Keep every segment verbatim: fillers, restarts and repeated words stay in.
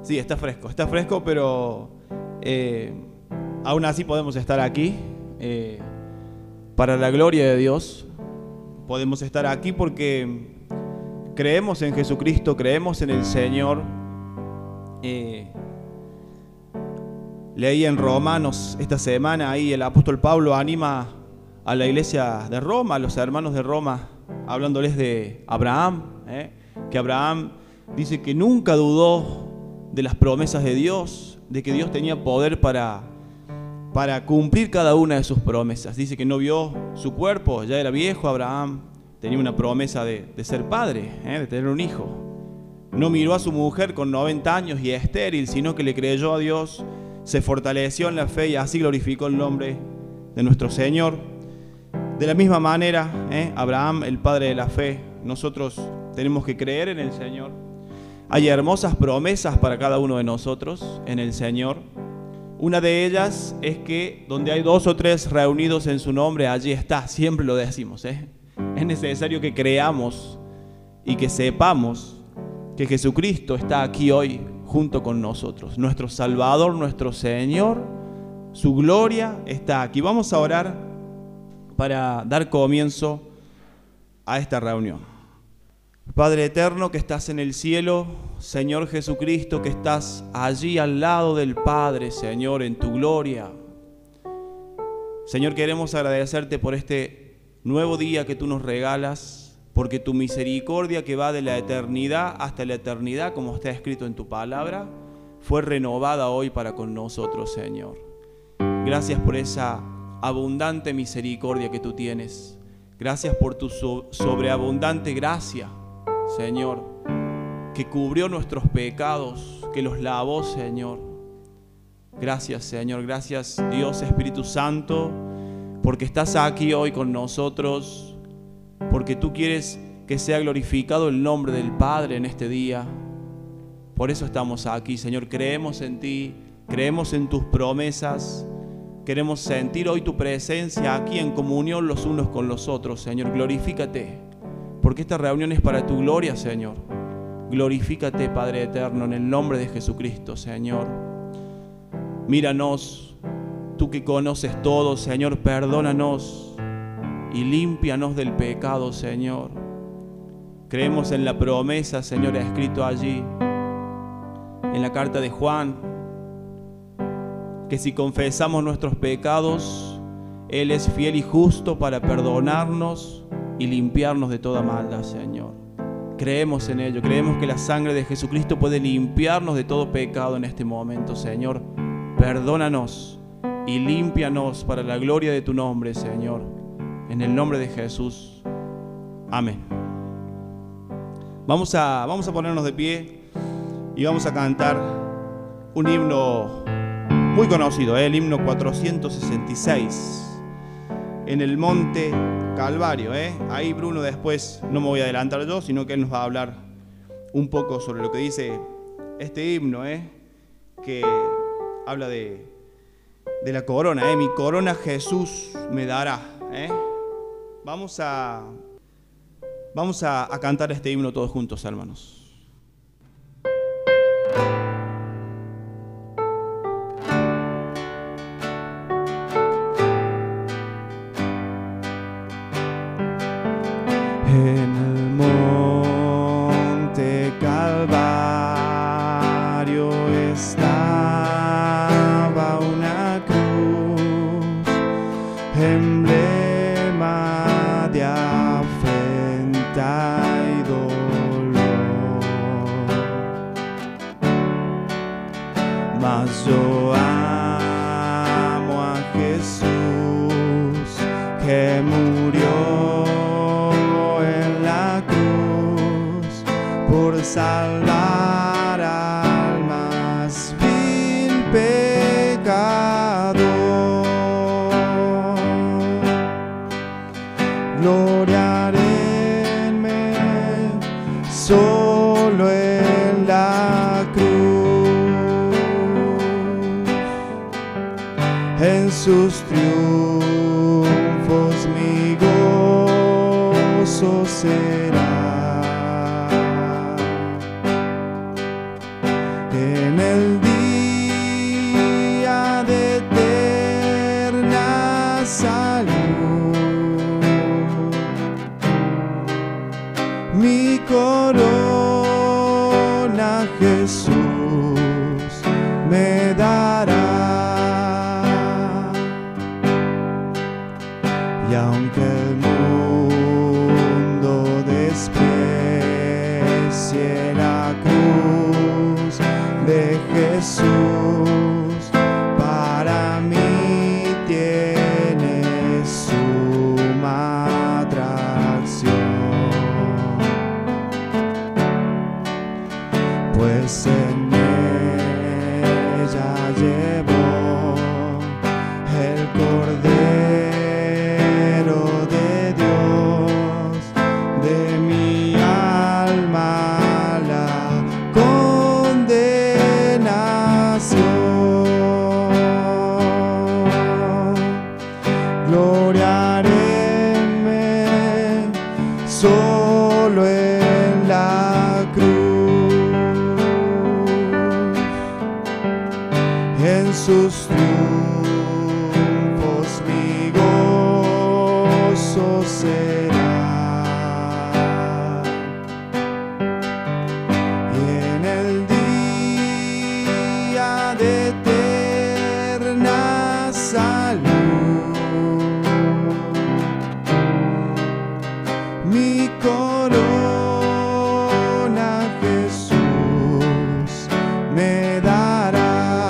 Sí, está fresco, está fresco, pero eh, aún así podemos estar aquí eh, para la gloria de Dios. Podemos estar aquí porque creemos en Jesucristo, creemos en el Señor. Eh, leí en Romanos esta semana, ahí el apóstol Pablo anima a la iglesia de Roma, a los hermanos de Roma, hablándoles de Abraham, eh, que Abraham dice que nunca dudó de las promesas de Dios, de que Dios tenía poder para, para cumplir cada una de sus promesas. Dice que no vio su cuerpo, ya era viejo Abraham, tenía una promesa de, de ser padre, eh, de tener un hijo. No miró a su mujer con noventa años y estéril, sino que le creyó a Dios, se fortaleció en la fe y así glorificó el nombre de nuestro Señor. De la misma manera, eh, Abraham, el padre de la fe, nosotros tenemos que creer en el Señor. Hay hermosas promesas para cada uno de nosotros en el Señor. Una de ellas es que donde hay dos o tres reunidos en su nombre, allí está. Siempre lo decimos, ¿eh? Es necesario que creamos y que sepamos que Jesucristo está aquí hoy junto con nosotros. Nuestro Salvador, nuestro Señor, su gloria está aquí. Vamos a orar para dar comienzo a esta reunión. Padre eterno que estás en el cielo, Señor Jesucristo que estás allí al lado del Padre, Señor, en tu gloria. Señor, queremos agradecerte por este nuevo día que tú nos regalas, porque tu misericordia que va de la eternidad hasta la eternidad, como está escrito en tu palabra, fue renovada hoy para con nosotros, Señor. Gracias por esa abundante misericordia que tú tienes. Gracias por tu sobreabundante gracia, Señor, que cubrió nuestros pecados, que los lavó, Señor. Gracias, Señor. Gracias, Dios Espíritu Santo, porque estás aquí hoy con nosotros, porque tú quieres que sea glorificado el nombre del Padre en este día. Por eso estamos aquí, Señor. Creemos en ti, creemos en tus promesas. Queremos sentir hoy tu presencia aquí en comunión los unos con los otros, Señor. Glorifícate, porque esta reunión es para tu gloria, Señor. Glorifícate, Padre eterno, en el nombre de Jesucristo, Señor. Míranos, tú que conoces todo, Señor, perdónanos y límpianos del pecado, Señor. Creemos en la promesa, Señor, escrito allí en la carta de Juan, que si confesamos nuestros pecados, Él es fiel y justo para perdonarnos y limpiarnos de toda maldad, Señor. Creemos en ello, creemos que la sangre de Jesucristo puede limpiarnos de todo pecado en este momento, Señor. Perdónanos y límpianos para la gloria de tu nombre, Señor. En el nombre de Jesús. Amén. Vamos a, vamos a ponernos de pie y vamos a cantar un himno muy conocido, ¿eh? El himno cuatrocientos sesenta y seis. En el monte Calvario, ¿eh? Ahí Bruno después, no me voy a adelantar yo, sino que él nos va a hablar un poco sobre lo que dice este himno, ¿eh? Que habla de, de la corona, ¿eh? Mi corona Jesús me dará, ¿eh? Vamos a, vamos a, a cantar este himno todos juntos, hermanos. En el monte Calvario estaba una cruz, emblema de afrenta y dolor. Mas yo amo a Jesús que murió por salvar al más vil pecador. Gloriaréme solo en la cruz, en sus triunfos mi gozo será. en el día de eterna salud, mi corona Jesús me dará. Y aunque el mundo desprecie la cruz de Jesús, para mí tiene suma atracción, pues en ella llevó el Cordero de Dios, de mi alma la condenación. Gloriaréme solo en la cruz, en sus triunfos mi gozo será. Y en el día de eterna salud, mi corona Jesús me dará.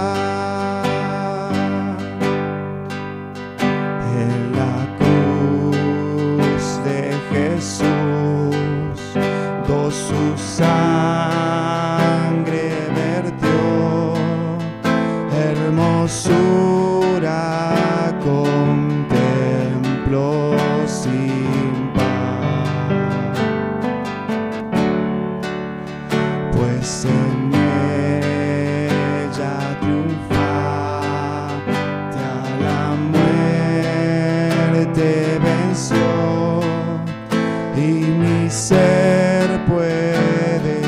En la cruz de Jesús, do su sangre vertió, hermosura contemplo sin par, pues en ella triunfaste a la muerte venció, y mi ser puede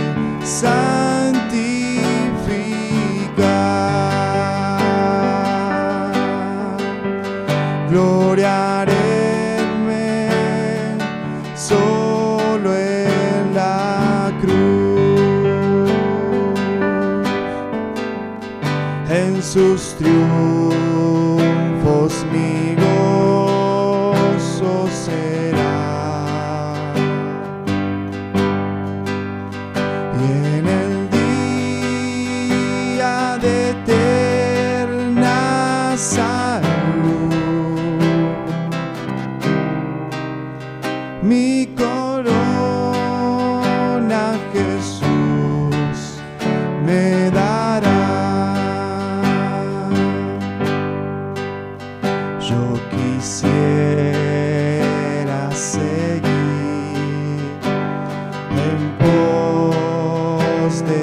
santificar. Gloriaréme solo en la cruz, en sus triunfos mi gozo será. Y en el día de eterna salud, mi corona Jesús me dará. Yo quisiera seguir en pos de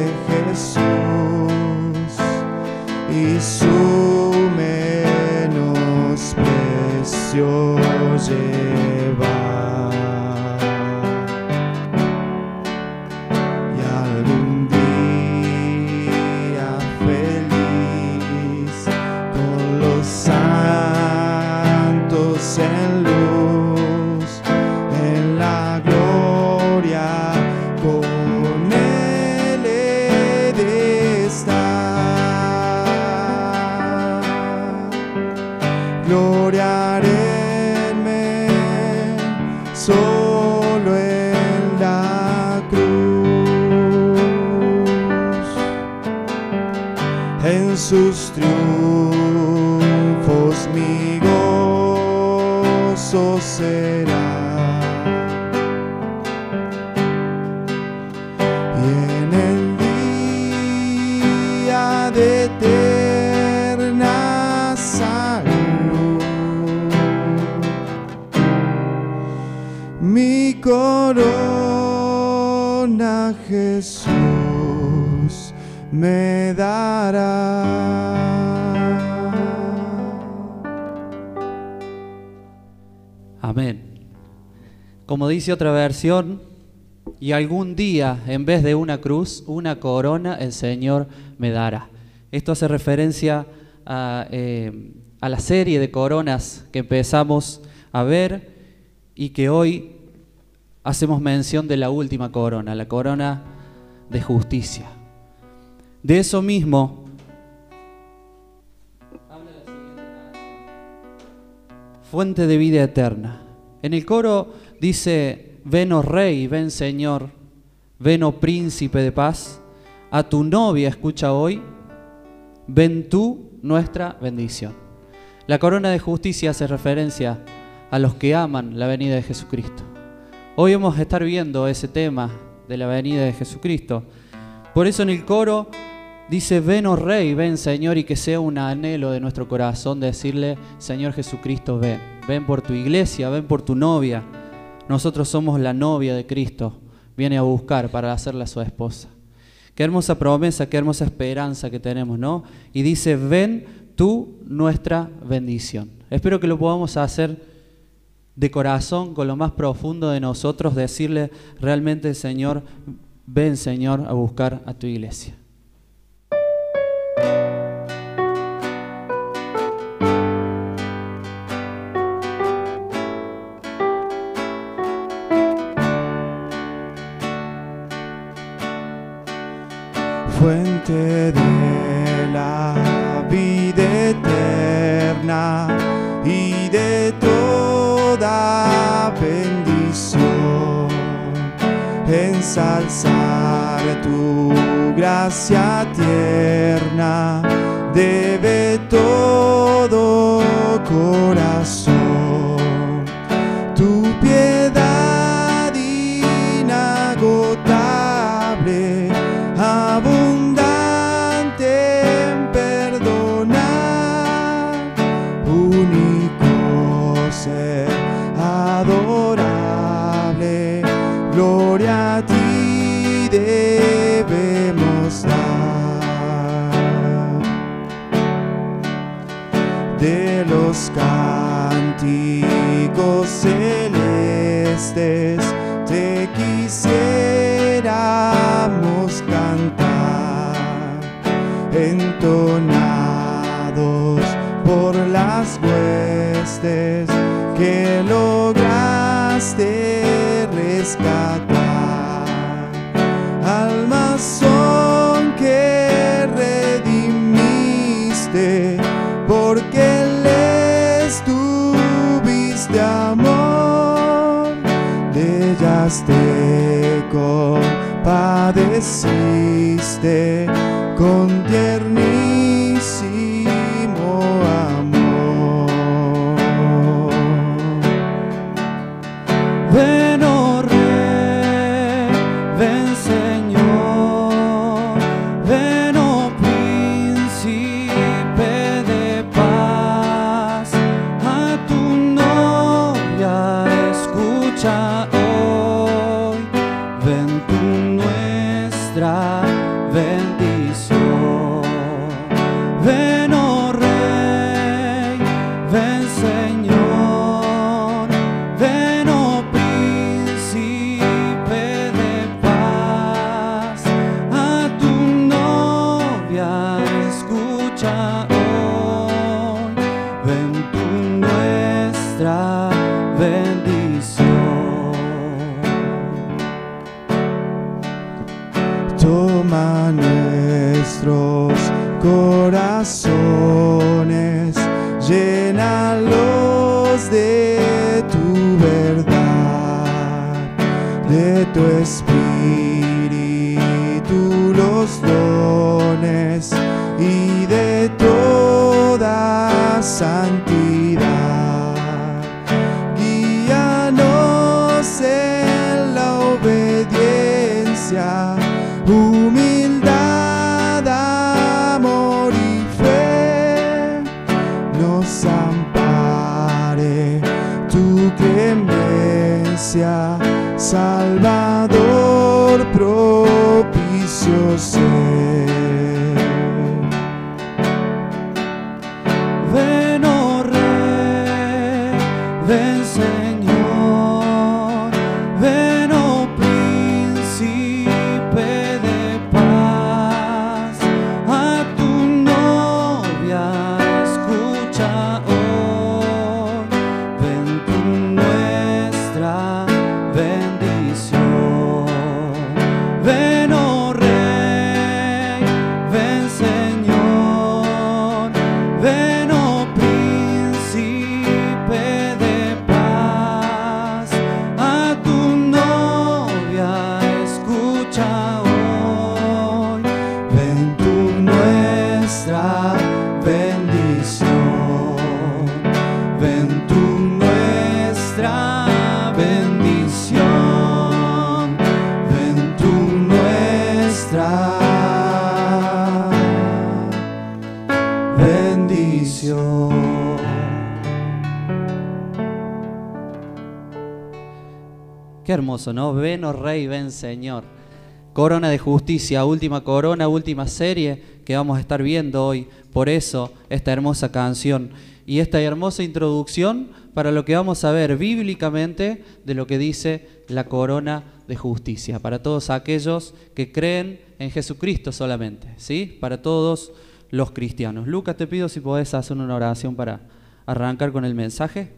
Jesús y su menosprecio llevar, y algún día feliz con los santos en luz, en la gloria con él he de estar. Gloriaréme solo en la cruz, en sus triunfos mi gozo será. Y en el día de eterna salud, mi corona Jesús me dará. Amén. Como dice otra versión, y algún día, en vez de una cruz, una corona el Señor me dará. Esto hace referencia a, eh, a la serie de coronas que empezamos a ver y que hoy hacemos mención de la última corona, la corona de justicia. De eso mismo habla la siguiente canción: Fuente de vida eterna. En el coro dice: ven, oh Rey, ven, Señor, ven, oh Príncipe de paz, a tu novia escucha hoy, ven tú nuestra bendición. La corona de justicia hace referencia a los que aman la venida de Jesucristo. Hoy vamos a estar viendo ese tema de la venida de Jesucristo. Por eso en el coro dice: ven, oh Rey, ven, Señor, y que sea un anhelo de nuestro corazón decirle: Señor Jesucristo, ven, ven por tu iglesia, ven por tu novia. Nosotros somos la novia de Cristo, viene a buscar para hacerla su esposa. Qué hermosa promesa, qué hermosa esperanza que tenemos, ¿no? Y dice: ven tú nuestra bendición. Espero que lo podamos hacer de corazón, con lo más profundo de nosotros, decirle realmente: Señor, ven, Señor, a buscar a tu iglesia. Fuente de la vida eterna y de toda bendición, ensalzar tu gracia tierna debe todo corazón. Tu piedad inagotable, abundante en perdonar, único ser adorable, gloria a ti debemos dar. De los cánticos celestes te quisiéramos cantar, entonados por las huestes que lograste rescatar. Almas son que redimiste, porque les tuviste amor, de ellas te compadeciste con tiernísimo amor. Ven, oh Rey, ven, Señor, ven, oh Príncipe de paz, a tu novia escucha hoy, ven tú nuestra bendición. Ven, oh Rey, ven, Señor, ven, oh Príncipe de paz, a tu novia escucha hoy, ven tú nuestra bendición. Toma nuestros corazones, llénalos de tu verdad, de tu espíritu los dones y de toda santidad. Guíanos en la obediencia, humildad, amor y fe, nos ampare tu clemencia, Salvador propicio ser. Qué hermoso, ¿no? Ven, oh Rey, ven, Señor. Corona de justicia, última corona, última serie que vamos a estar viendo hoy. Por eso, esta hermosa canción y esta hermosa introducción para lo que vamos a ver bíblicamente de lo que dice la corona de justicia. Para todos aquellos que creen en Jesucristo solamente, ¿sí? Para todos los cristianos. Lucas, te pido si podés hacer una oración para arrancar con el mensaje.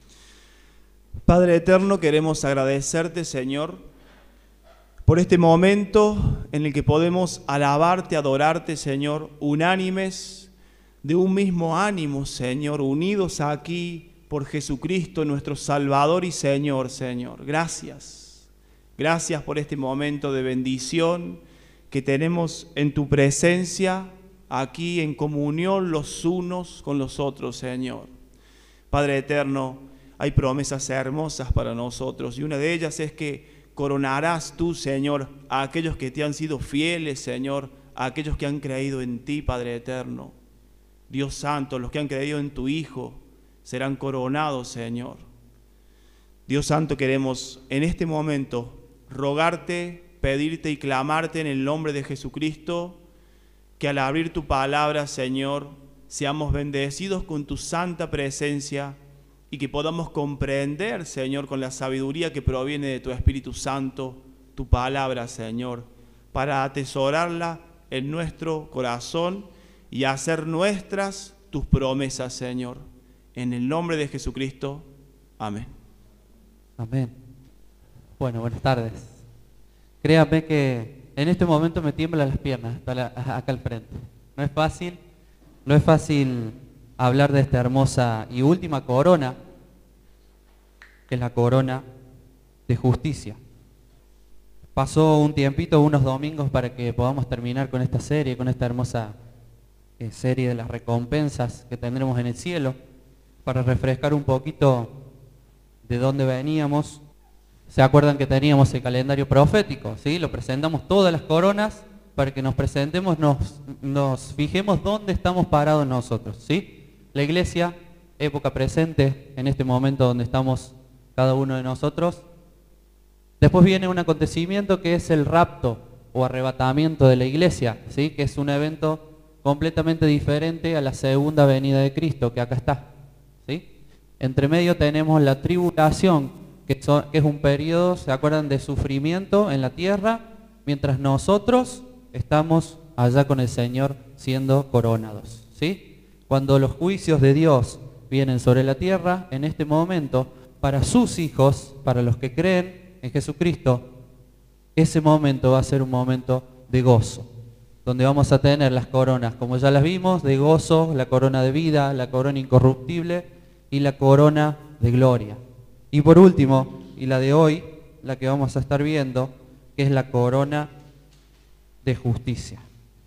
Padre eterno, queremos agradecerte, Señor, por este momento en el que podemos alabarte, adorarte, Señor, unánimes, de un mismo ánimo, Señor, unidos aquí por Jesucristo, nuestro Salvador y Señor, Señor. Gracias. Gracias por este momento de bendición que tenemos en tu presencia, aquí en comunión los unos con los otros, Señor. Padre eterno, hay promesas hermosas para nosotros y una de ellas es que coronarás tú, Señor, a aquellos que te han sido fieles, Señor, a aquellos que han creído en ti, Padre eterno. Dios santo, los que han creído en tu Hijo serán coronados, Señor. Dios santo, queremos en este momento rogarte, pedirte y clamarte en el nombre de Jesucristo, que al abrir tu palabra, Señor, seamos bendecidos con tu santa presencia y que podamos comprender, Señor, con la sabiduría que proviene de tu Espíritu Santo, tu palabra, Señor, para atesorarla en nuestro corazón y hacer nuestras tus promesas, Señor. En el nombre de Jesucristo, amén. Amén. Bueno, buenas tardes. Créanme que en este momento me tiemblan las piernas, acá al frente. No es fácil, no es fácil hablar de esta hermosa y última corona, que es la corona de justicia. Pasó un tiempito, unos domingos, para que podamos terminar con esta serie, con esta hermosa eh, serie de las recompensas que tendremos en el cielo, para refrescar un poquito de dónde veníamos. ¿Se acuerdan que teníamos el calendario profético? ¿Sí? Lo presentamos todas las coronas para que nos presentemos, nos, nos fijemos dónde estamos parados nosotros, ¿sí? La iglesia, época presente, en este momento donde estamos cada uno de nosotros. Después viene un acontecimiento que es el rapto o arrebatamiento de la iglesia, ¿sí? Que es un evento completamente diferente a la segunda venida de Cristo, que acá está, ¿sí? Entre medio tenemos la tribulación, que, son, que es un periodo, ¿se acuerdan?, de sufrimiento en la tierra, mientras nosotros estamos allá con el Señor siendo coronados, ¿sí? Cuando los juicios de Dios vienen sobre la tierra, en este momento, para sus hijos, para los que creen en Jesucristo, ese momento va a ser un momento de gozo, donde vamos a tener las coronas, como ya las vimos, de gozo, la corona de vida, la corona incorruptible y la corona de gloria. Y por último, y la de hoy, la que vamos a estar viendo, que es la corona de justicia.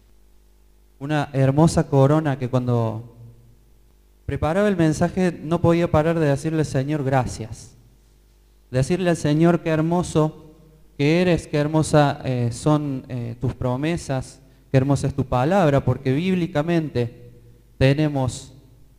Una hermosa corona que cuando preparaba el mensaje no podía parar de decirle al Señor gracias. Decirle al Señor qué hermoso que eres, qué hermosa eh, son eh, tus promesas, qué hermosa es tu palabra, porque bíblicamente tenemos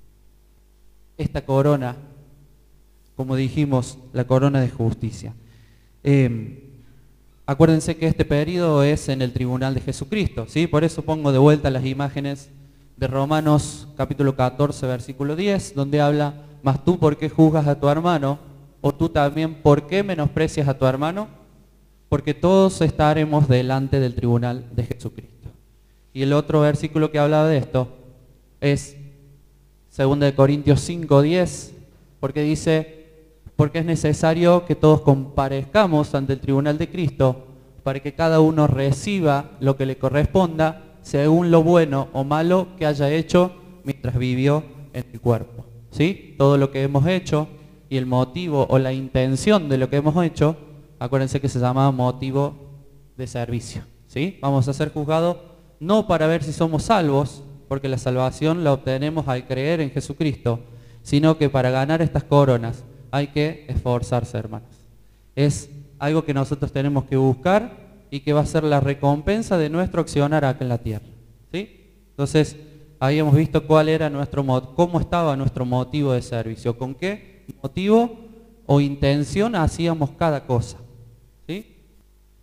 esta corona, como dijimos, la corona de justicia. Eh, acuérdense que este periodo es en el tribunal de Jesucristo, ¿sí? Por eso pongo de vuelta las imágenes de Romanos capítulo catorce, versículo diez, donde habla, mas tú, ¿por qué juzgas a tu hermano? O tú también, ¿por qué menosprecias a tu hermano? Porque todos estaremos delante del tribunal de Jesucristo. Y el otro versículo que habla de esto es segunda de Corintios cinco, diez, porque dice, porque es necesario que todos comparezcamos ante el tribunal de Cristo para que cada uno reciba lo que le corresponda según lo bueno o malo que haya hecho mientras vivió en el cuerpo, ¿sí? Todo lo que hemos hecho y el motivo o la intención de lo que hemos hecho, acuérdense que se llama motivo de servicio, ¿sí? Vamos a ser juzgados no para ver si somos salvos, porque la salvación la obtenemos al creer en Jesucristo, sino que para ganar estas coronas hay que esforzarse, hermanos. Es algo que nosotros tenemos que buscar y que va a ser la recompensa de nuestro accionar acá en la tierra, ¿sí? Entonces, habíamos visto cuál era nuestro cómo estaba nuestro motivo de servicio, con qué motivo o intención hacíamos cada cosa,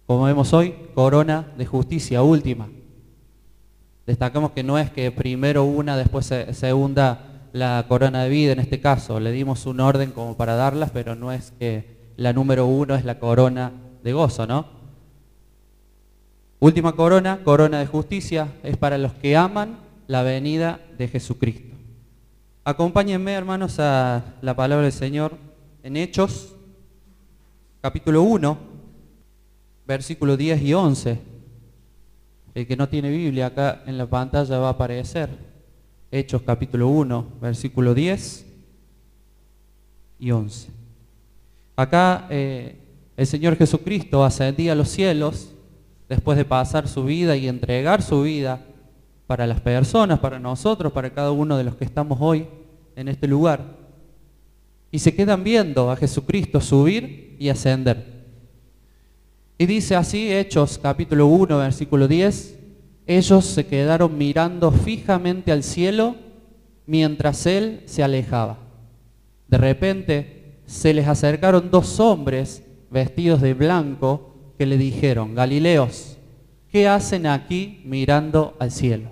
Como vemos hoy, corona de justicia última. Destacamos que no es que primero una, después segunda la corona de vida en este caso. Le dimos un orden como para darlas, pero no es que la número uno es la corona de gozo, ¿no? Última corona, corona de justicia, es para los que aman la venida de Jesucristo. Acompáñenme, hermanos, a la palabra del Señor en Hechos, capítulo uno, versículos diez y once. El que no tiene Biblia acá en la pantalla va a aparecer. Hechos capítulo uno, versículo diez y once. Acá eh, el Señor Jesucristo ascendía a los cielos después de pasar su vida y entregar su vida para las personas, para nosotros, para cada uno de los que estamos hoy en este lugar. Y se quedan viendo a Jesucristo subir y ascender. Y dice así, Hechos capítulo uno, versículo diez, ellos se quedaron mirando fijamente al cielo mientras Él se alejaba. De repente se les acercaron dos hombres vestidos de blanco que le dijeron, Galileos, ¿qué hacen aquí mirando al cielo?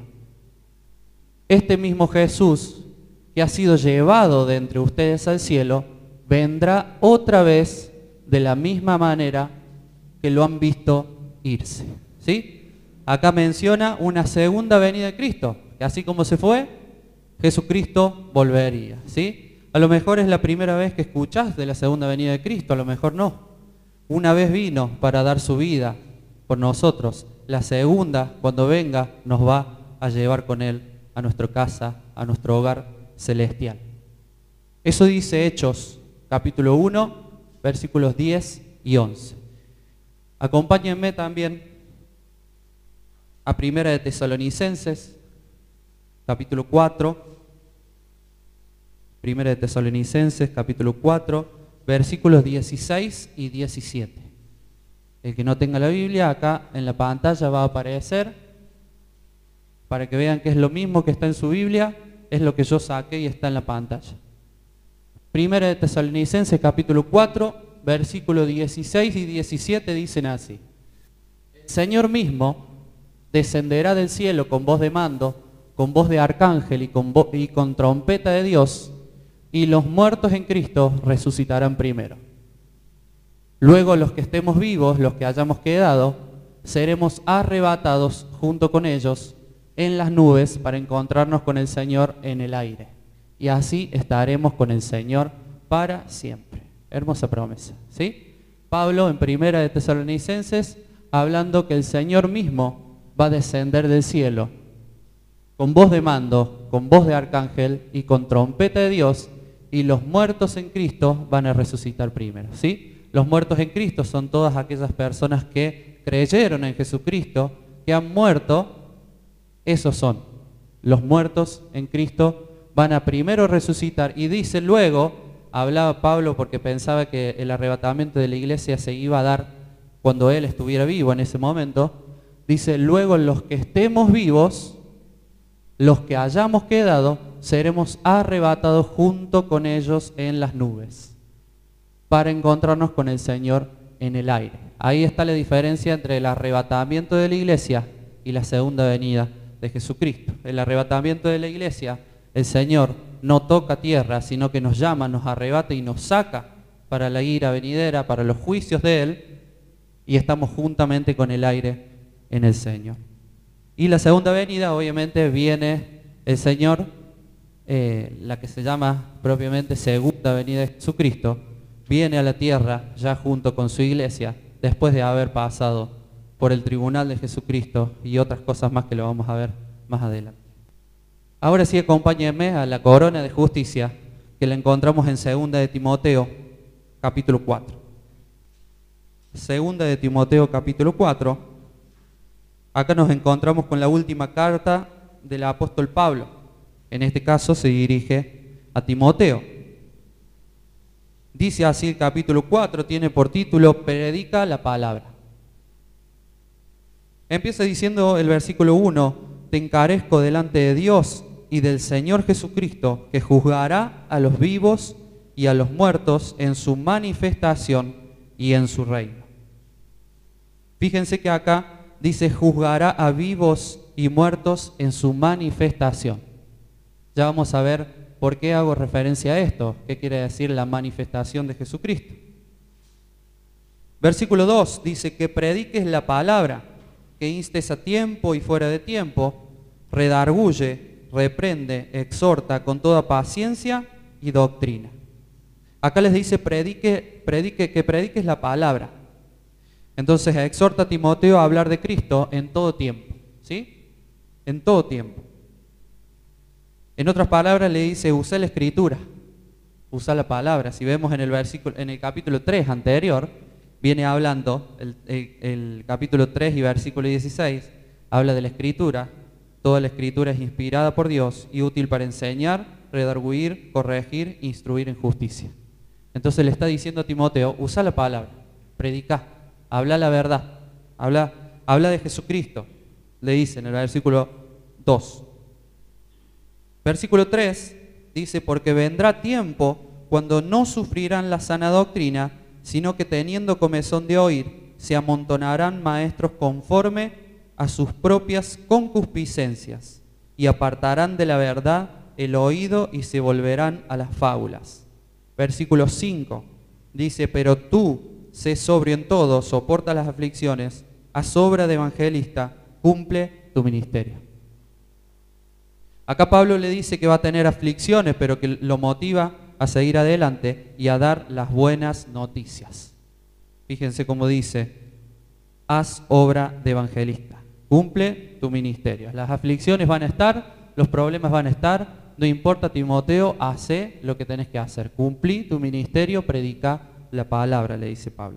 Este mismo Jesús que ha sido llevado de entre ustedes al cielo, vendrá otra vez de la misma manera que lo han visto irse. ¿Sí? Acá menciona una segunda venida de Cristo, que así como se fue, Jesucristo volvería. ¿Sí? A lo mejor es la primera vez que escuchás de la segunda venida de Cristo, a lo mejor no. Una vez vino para dar su vida por nosotros. La segunda, cuando venga, nos va a llevar con Él a nuestra casa, a nuestro hogar celestial. Eso dice Hechos, capítulo uno, versículos diez y once. Acompáñenme también a Primera de Tesalonicenses, capítulo cuatro. Primera de Tesalonicenses, capítulo cuatro, versículos dieciséis y diecisiete. El que no tenga la Biblia, acá en la pantalla va a aparecer para que vean que es lo mismo que está en su Biblia, es lo que yo saqué y está en la pantalla. Primera de Tesalonicenses, capítulo cuatro, versículos dieciséis y diecisiete dicen así. El Señor mismo descenderá del cielo con voz de mando, con voz de arcángel y con, y con trompeta de Dios, y los muertos en Cristo resucitarán primero. Luego los que estemos vivos, los que hayamos quedado, seremos arrebatados junto con ellos en las nubes para encontrarnos con el Señor en el aire. Y así estaremos con el Señor para siempre. Hermosa promesa, ¿sí? Pablo en Primera de Tesalonicenses, hablando que el Señor mismo va a descender del cielo con voz de mando, con voz de arcángel y con trompeta de Dios, y los muertos en Cristo van a resucitar primero, ¿sí? Los muertos en Cristo son todas aquellas personas que creyeron en Jesucristo, que han muerto. Esos son, los muertos en Cristo van a primero resucitar. Y dice luego, hablaba Pablo porque pensaba que el arrebatamiento de la iglesia se iba a dar cuando él estuviera vivo en ese momento. Dice, luego los que estemos vivos, los que hayamos quedado, seremos arrebatados junto con ellos en las nubes para encontrarnos con el Señor en el aire. Ahí está la diferencia entre el arrebatamiento de la iglesia y la segunda venida de Jesucristo. El arrebatamiento de la iglesia, el Señor no toca tierra, sino que nos llama, nos arrebata y nos saca para la ira venidera, para los juicios de Él, y estamos juntamente con el aire en el Señor. Y la segunda venida, obviamente, viene el Señor, eh, la que se llama propiamente segunda venida de Jesucristo, viene a la tierra ya junto con su iglesia, después de haber pasado por el tribunal de Jesucristo y otras cosas más que lo vamos a ver más adelante. Ahora sí, acompáñenme a la corona de justicia que la encontramos en Segunda de Timoteo, capítulo cuatro. Segunda de Timoteo, capítulo cuatro. Acá nos encontramos con la última carta del apóstol Pablo. En este caso se dirige a Timoteo. Dice así el capítulo cuatro, tiene por título, predica la palabra. Empieza diciendo el versículo uno, te encarezco delante de Dios y del Señor Jesucristo, que juzgará a los vivos y a los muertos en su manifestación y en su reino. Fíjense que acá dice, juzgará a vivos y muertos en su manifestación. Ya vamos a ver por qué hago referencia a esto, qué quiere decir la manifestación de Jesucristo. Versículo dos dice, que prediques la palabra, que instes a tiempo y fuera de tiempo, redarguye, reprende, exhorta con toda paciencia y doctrina. Acá les dice, predique, predique, que prediques la palabra. Entonces exhorta a Timoteo a hablar de Cristo en todo tiempo, ¿sí? En todo tiempo. En otras palabras le dice, usa la escritura, usa la palabra. Si vemos en el versículo, en el capítulo tres anterior, viene hablando, el, el, el capítulo tres y versículo dieciséis, habla de la escritura. Toda la escritura es inspirada por Dios y útil para enseñar, redarguir, corregir, instruir en justicia. Entonces le está diciendo a Timoteo, usa la palabra, predica, habla la verdad, habla, habla de Jesucristo, le dice en el versículo dos. Versículo tres dice, porque vendrá tiempo cuando no sufrirán la sana doctrina, sino que teniendo comezón de oír, se amontonarán maestros conforme a sus propias concupiscencias, y apartarán de la verdad el oído y se volverán a las fábulas. Versículo cinco dice, pero tú, sé sobrio en todo, soporta las aflicciones, haz obra de evangelista, cumple tu ministerio. Acá Pablo le dice que va a tener aflicciones, pero que lo motiva a seguir adelante y a dar las buenas noticias. Fíjense cómo dice, haz obra de evangelista, cumple tu ministerio. Las aflicciones van a estar, los problemas van a estar, no importa, Timoteo, hace lo que tenés que hacer. Cumplí tu ministerio, predica la palabra, le dice Pablo.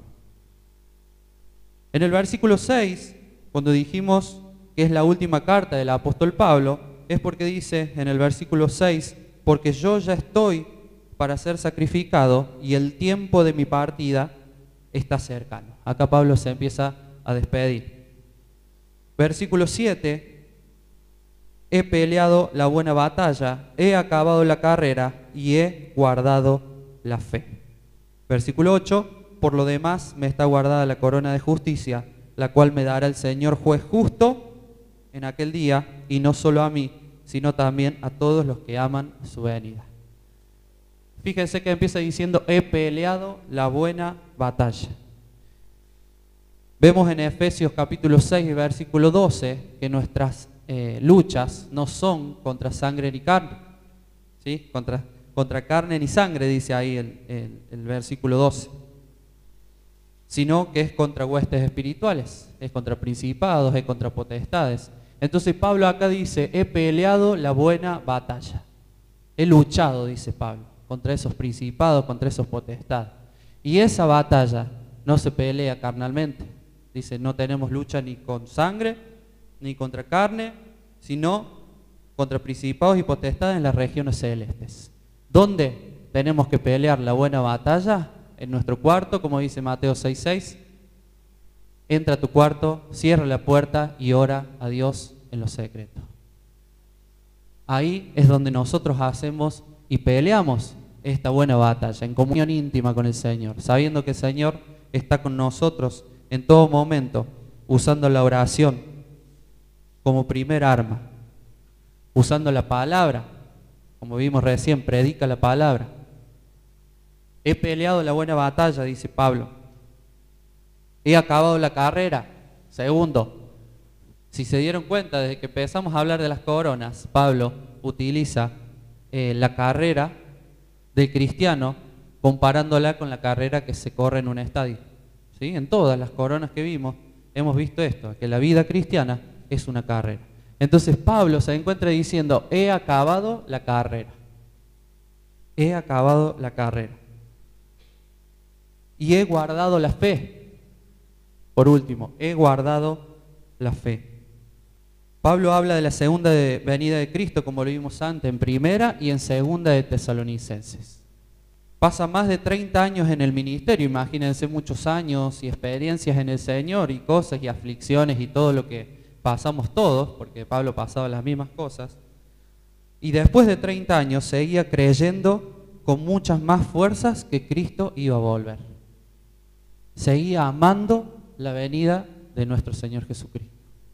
En el versículo seis, cuando dijimos que es la última carta del apóstol Pablo, es porque dice en el versículo seis, porque yo ya estoy para ser sacrificado y el tiempo de mi partida está cercano. Acá Pablo se empieza a despedir. Versículo siete, he peleado la buena batalla, he acabado la carrera y he guardado la fe. Versículo ocho, por lo demás me está guardada la corona de justicia, la cual me dará el Señor juez justo en aquel día, y no solo a mí, sino también a todos los que aman su venida. Fíjense que empieza diciendo, he peleado la buena batalla. Vemos en Efesios capítulo seis, versículo doce, que nuestras eh, luchas no son contra sangre ni carne, ¿sí? Contra, contra carne ni sangre, dice ahí el, el, el versículo doce, sino que es contra huestes espirituales, es contra principados, es contra potestades. Entonces Pablo acá dice, he peleado la buena batalla. He luchado, dice Pablo, contra esos principados, contra esos potestades. Y esa batalla no se pelea carnalmente. Dice, no tenemos lucha ni con sangre, ni contra carne, sino contra principados y potestades en las regiones celestes. ¿Dónde tenemos que pelear la buena batalla? En nuestro cuarto, como dice Mateo seis seis. Entra a tu cuarto, cierra la puerta y ora a Dios en lo secreto. Ahí es donde nosotros hacemos y peleamos esta buena batalla, en comunión íntima con el Señor, sabiendo que el Señor está con nosotros en todo momento, usando la oración como primer arma, usando la palabra, como vimos recién, predica la palabra. He peleado la buena batalla, dice Pablo. He acabado la carrera. Segundo, si se dieron cuenta, desde que empezamos a hablar de las coronas, Pablo utiliza eh, la carrera del cristiano comparándola con la carrera que se corre en un estadio. ¿Sí? En todas las coronas que vimos hemos visto esto, que la vida cristiana es una carrera. Entonces Pablo se encuentra diciendo, he acabado la carrera. He acabado la carrera. Y he guardado la fe. Por último, he guardado la fe. Pablo habla de la segunda de, venida de Cristo, como lo vimos antes, en primera y en segunda de Tesalonicenses. Pasa más de treinta años en el ministerio, imagínense muchos años y experiencias en el Señor y cosas y aflicciones y todo lo que pasamos todos, porque Pablo pasaba las mismas cosas. Y después de treinta años seguía creyendo con muchas más fuerzas que Cristo iba a volver. Seguía amando la venida de nuestro Señor Jesucristo.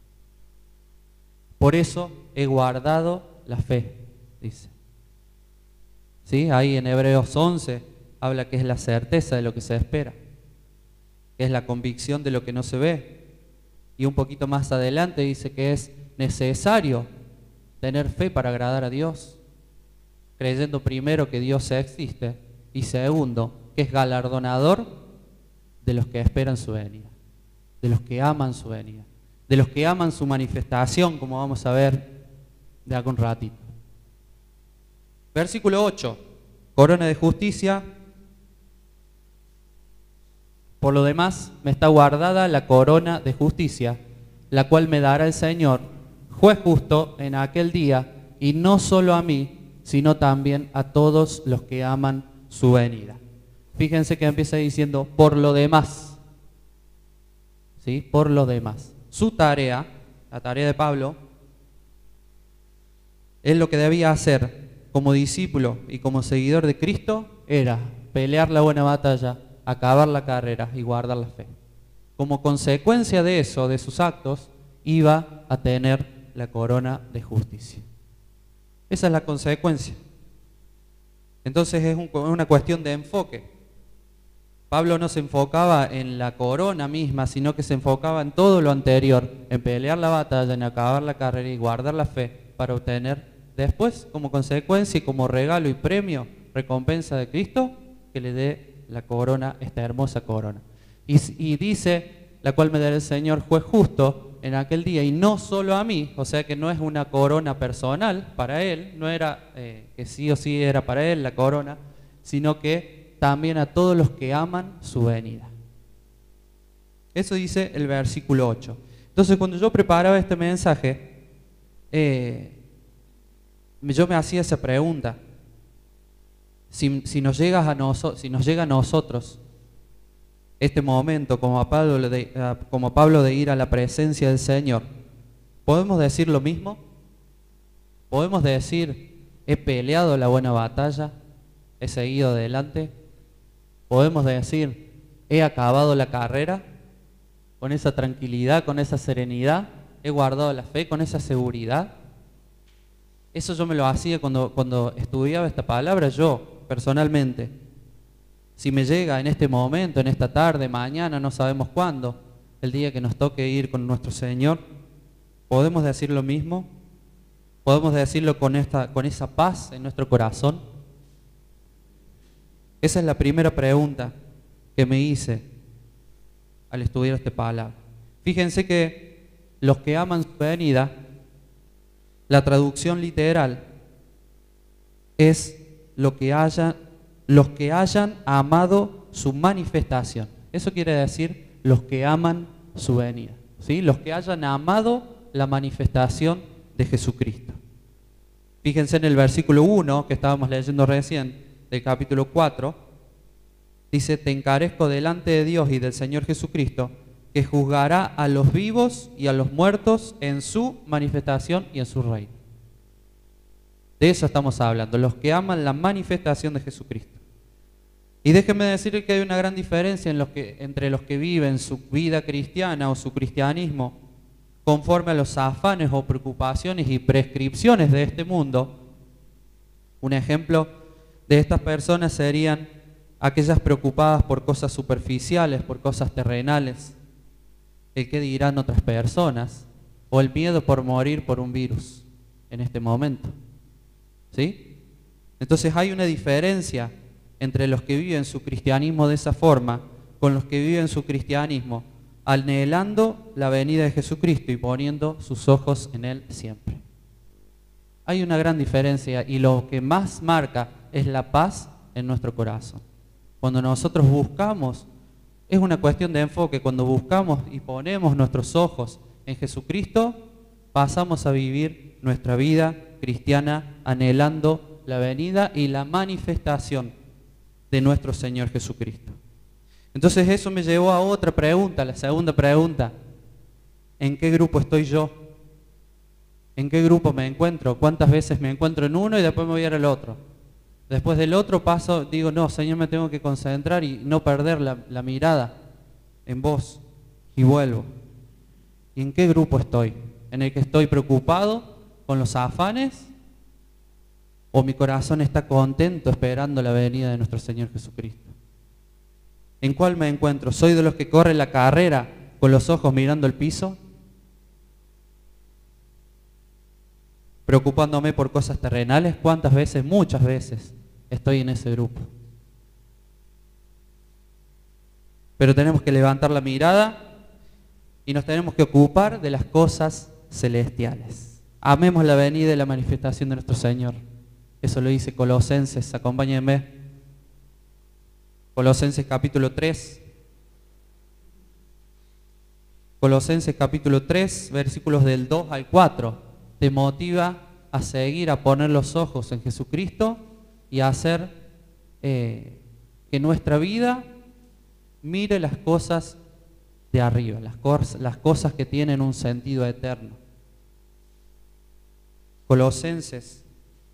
Por eso he guardado la fe, dice. ¿Sí? Ahí en Hebreos once habla que es la certeza de lo que se espera, que es la convicción de lo que no se ve. Y un poquito más adelante dice que es necesario tener fe para agradar a Dios, creyendo primero que Dios existe y segundo, que es galardonador de los que esperan su venida, de los que aman su venida, de los que aman su manifestación, como vamos a ver de algún ratito. Versículo ocho, corona de justicia. Por lo demás, me está guardada la corona de justicia, la cual me dará el Señor, juez justo, en aquel día, y no solo a mí, sino también a todos los que aman su venida. Fíjense que empieza diciendo, por lo demás. ¿Sí? Por lo demás. Su tarea, la tarea de Pablo, es lo que debía hacer como discípulo y como seguidor de Cristo, era pelear la buena batalla, acabar la carrera y guardar la fe. Como consecuencia de eso, de sus actos, iba a tener la corona de justicia. Esa es la consecuencia. Entonces es un, una cuestión de enfoque. Pablo no se enfocaba en la corona misma, sino que se enfocaba en todo lo anterior, en pelear la batalla, en acabar la carrera y guardar la fe para obtener después, como consecuencia y como regalo y premio, recompensa de Cristo, que le dé la corona, esta hermosa corona. Y, y dice, la cual me dará el Señor juez justo en aquel día, y no solo a mí, o sea que no es una corona personal para él, no era eh, que sí o sí era para él la corona, sino que también a todos los que aman su venida. Eso dice el versículo ocho. Entonces cuando yo preparaba este mensaje, eh, yo me hacía esa pregunta. Si, si, nos llega a noso, si nos llega a nosotros este momento como a, Pablo de, como a Pablo de ir a la presencia del Señor, ¿podemos decir lo mismo? ¿Podemos decir, he peleado la buena batalla, he seguido adelante? ¿Podemos decir, he acabado la carrera con esa tranquilidad, con esa serenidad? ¿He guardado la fe con esa seguridad? Eso yo me lo hacía cuando, cuando estudiaba esta palabra, yo personalmente. Si me llega en este momento, en esta tarde, mañana, no sabemos cuándo, el día que nos toque ir con nuestro Señor, ¿podemos decir lo mismo? ¿Podemos decirlo con, esta, con esa paz en nuestro corazón? Esa es la primera pregunta que me hice al estudiar esta palabra. Fíjense que los que aman su venida, la traducción literal es lo que haya, los que hayan amado su manifestación. Eso quiere decir los que aman su venida, ¿sí? Los que hayan amado la manifestación de Jesucristo. Fíjense en el versículo uno que estábamos leyendo recién del capítulo cuatro, dice, te encarezco delante de Dios y del Señor Jesucristo, que juzgará a los vivos y a los muertos en su manifestación y en su reino. De eso estamos hablando, los que aman la manifestación de Jesucristo. Y déjenme decir que hay una gran diferencia en los que, entre los que viven su vida cristiana o su cristianismo conforme a los afanes o preocupaciones y prescripciones de este mundo. Un ejemplo de estas personas serían aquellas preocupadas por cosas superficiales, por cosas terrenales, el qué dirán otras personas, o el miedo por morir por un virus en este momento. ¿Sí? Entonces hay una diferencia entre los que viven su cristianismo de esa forma con los que viven su cristianismo anhelando la venida de Jesucristo y poniendo sus ojos en Él siempre. Hay una gran diferencia y lo que más marca es la paz en nuestro corazón. Cuando nosotros buscamos, es una cuestión de enfoque, cuando buscamos y ponemos nuestros ojos en Jesucristo, pasamos a vivir nuestra vida cristiana anhelando la venida y la manifestación de nuestro Señor Jesucristo. Entonces eso me llevó a otra pregunta, la segunda pregunta. ¿En qué grupo estoy yo? ¿En qué grupo me encuentro? ¿Cuántas veces me encuentro en uno y después me voy a ir al otro? Después del otro paso, digo, no, Señor, me tengo que concentrar y no perder la, la mirada en vos y vuelvo. ¿Y en qué grupo estoy? ¿En el que estoy preocupado con los afanes? ¿O mi corazón está contento esperando la venida de nuestro Señor Jesucristo? ¿En cuál me encuentro? ¿Soy de los que corren la carrera con los ojos mirando el piso? ¿Preocupándome por cosas terrenales? ¿Cuántas veces? Muchas veces estoy en ese grupo. Pero tenemos que levantar la mirada y nos tenemos que ocupar de las cosas celestiales. Amemos la venida y la manifestación de nuestro Señor. Eso lo dice Colosenses, acompáñenme. Colosenses capítulo tres. Colosenses capítulo tres, versículos del dos al cuatro. Te motiva a seguir, a poner los ojos en Jesucristo y a hacer eh, que nuestra vida mire las cosas de arriba, las, cos las cosas que tienen un sentido eterno. Colosenses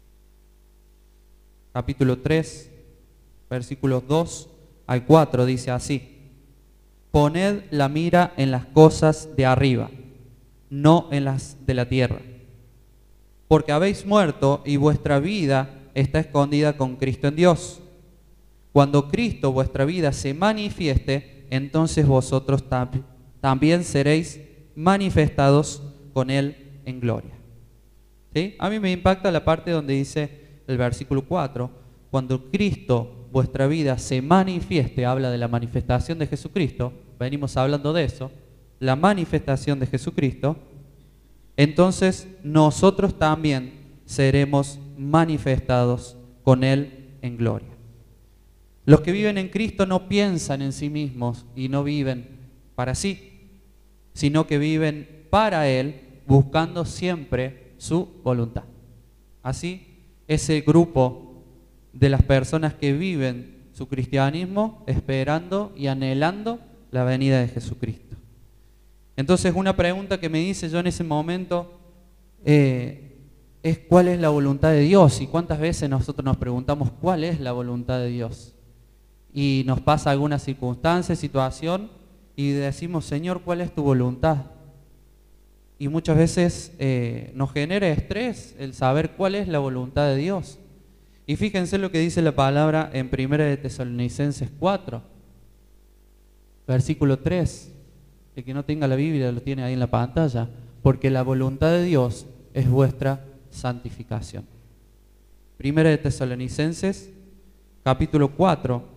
capítulo tres, versículos dos al cuatro dice así: poned la mira en las cosas de arriba, no en las de la tierra, porque habéis muerto y vuestra vida está escondida con Cristo en Dios. Cuando Cristo vuestra vida se manifieste, entonces vosotros tam también seréis manifestados con Él en gloria. ¿Sí? A mí me impacta la parte donde dice el versículo cuatro, cuando Cristo vuestra vida se manifieste, habla de la manifestación de Jesucristo, venimos hablando de eso, la manifestación de Jesucristo, entonces nosotros también seremos manifestados con Él en gloria. Los que viven en Cristo no piensan en sí mismos y no viven para sí, sino que viven para Él, buscando siempre su voluntad. Así, ese grupo de las personas que viven su cristianismo esperando y anhelando la venida de Jesucristo. Entonces, una pregunta que me hice yo en ese momento eh, es ¿cuál es la voluntad de Dios? Y cuántas veces nosotros nos preguntamos ¿cuál es la voluntad de Dios? Y nos pasa alguna circunstancia, situación, y decimos, Señor, ¿cuál es tu voluntad? Y muchas veces eh, nos genera estrés el saber cuál es la voluntad de Dios. Y fíjense lo que dice la palabra en primera de Tesalonicenses cuatro, versículo tres. El que no tenga la Biblia lo tiene ahí en la pantalla. Porque la voluntad de Dios es vuestra santificación. Primera de Tesalonicenses, capítulo cuatro.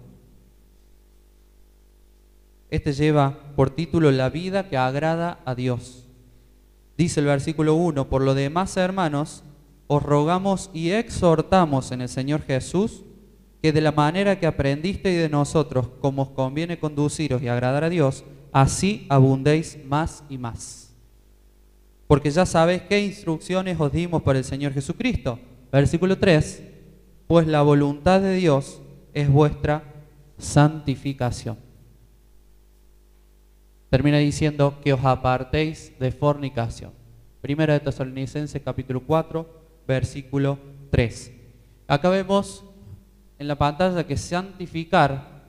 Este lleva por título La vida que agrada a Dios. Dice el versículo uno, por lo demás, hermanos, os rogamos y exhortamos en el Señor Jesús, que de la manera que aprendisteis de nosotros, como os conviene conduciros y agradar a Dios, así abundéis más y más. Porque ya sabéis qué instrucciones os dimos por el Señor Jesucristo. Versículo tres, pues la voluntad de Dios es vuestra santificación. Termina diciendo que os apartéis de fornicación. Primera de Tesalonicenses capítulo cuatro, versículo tres. Acá vemos en la pantalla que santificar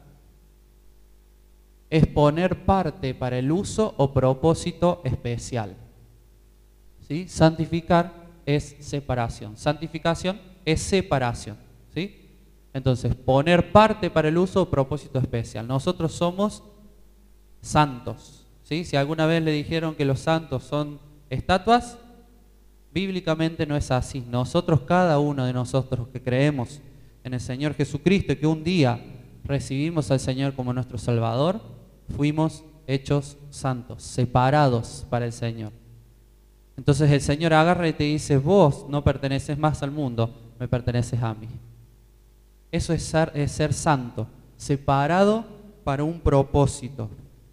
es poner parte para el uso o propósito especial. ¿Sí? Santificar es separación. Santificación es separación. ¿Sí? Entonces, poner parte para el uso o propósito especial. Nosotros somos santos. ¿Sí? Si alguna vez le dijeron que los santos son estatuas, bíblicamente no es así. Nosotros, cada uno de nosotros que creemos en el Señor Jesucristo y que un día recibimos al Señor como nuestro Salvador, fuimos hechos santos, separados para el Señor. Entonces el Señor agarra y te dice, vos no perteneces más al mundo, me perteneces a mí. Eso es ser, es ser santo, separado para un propósito.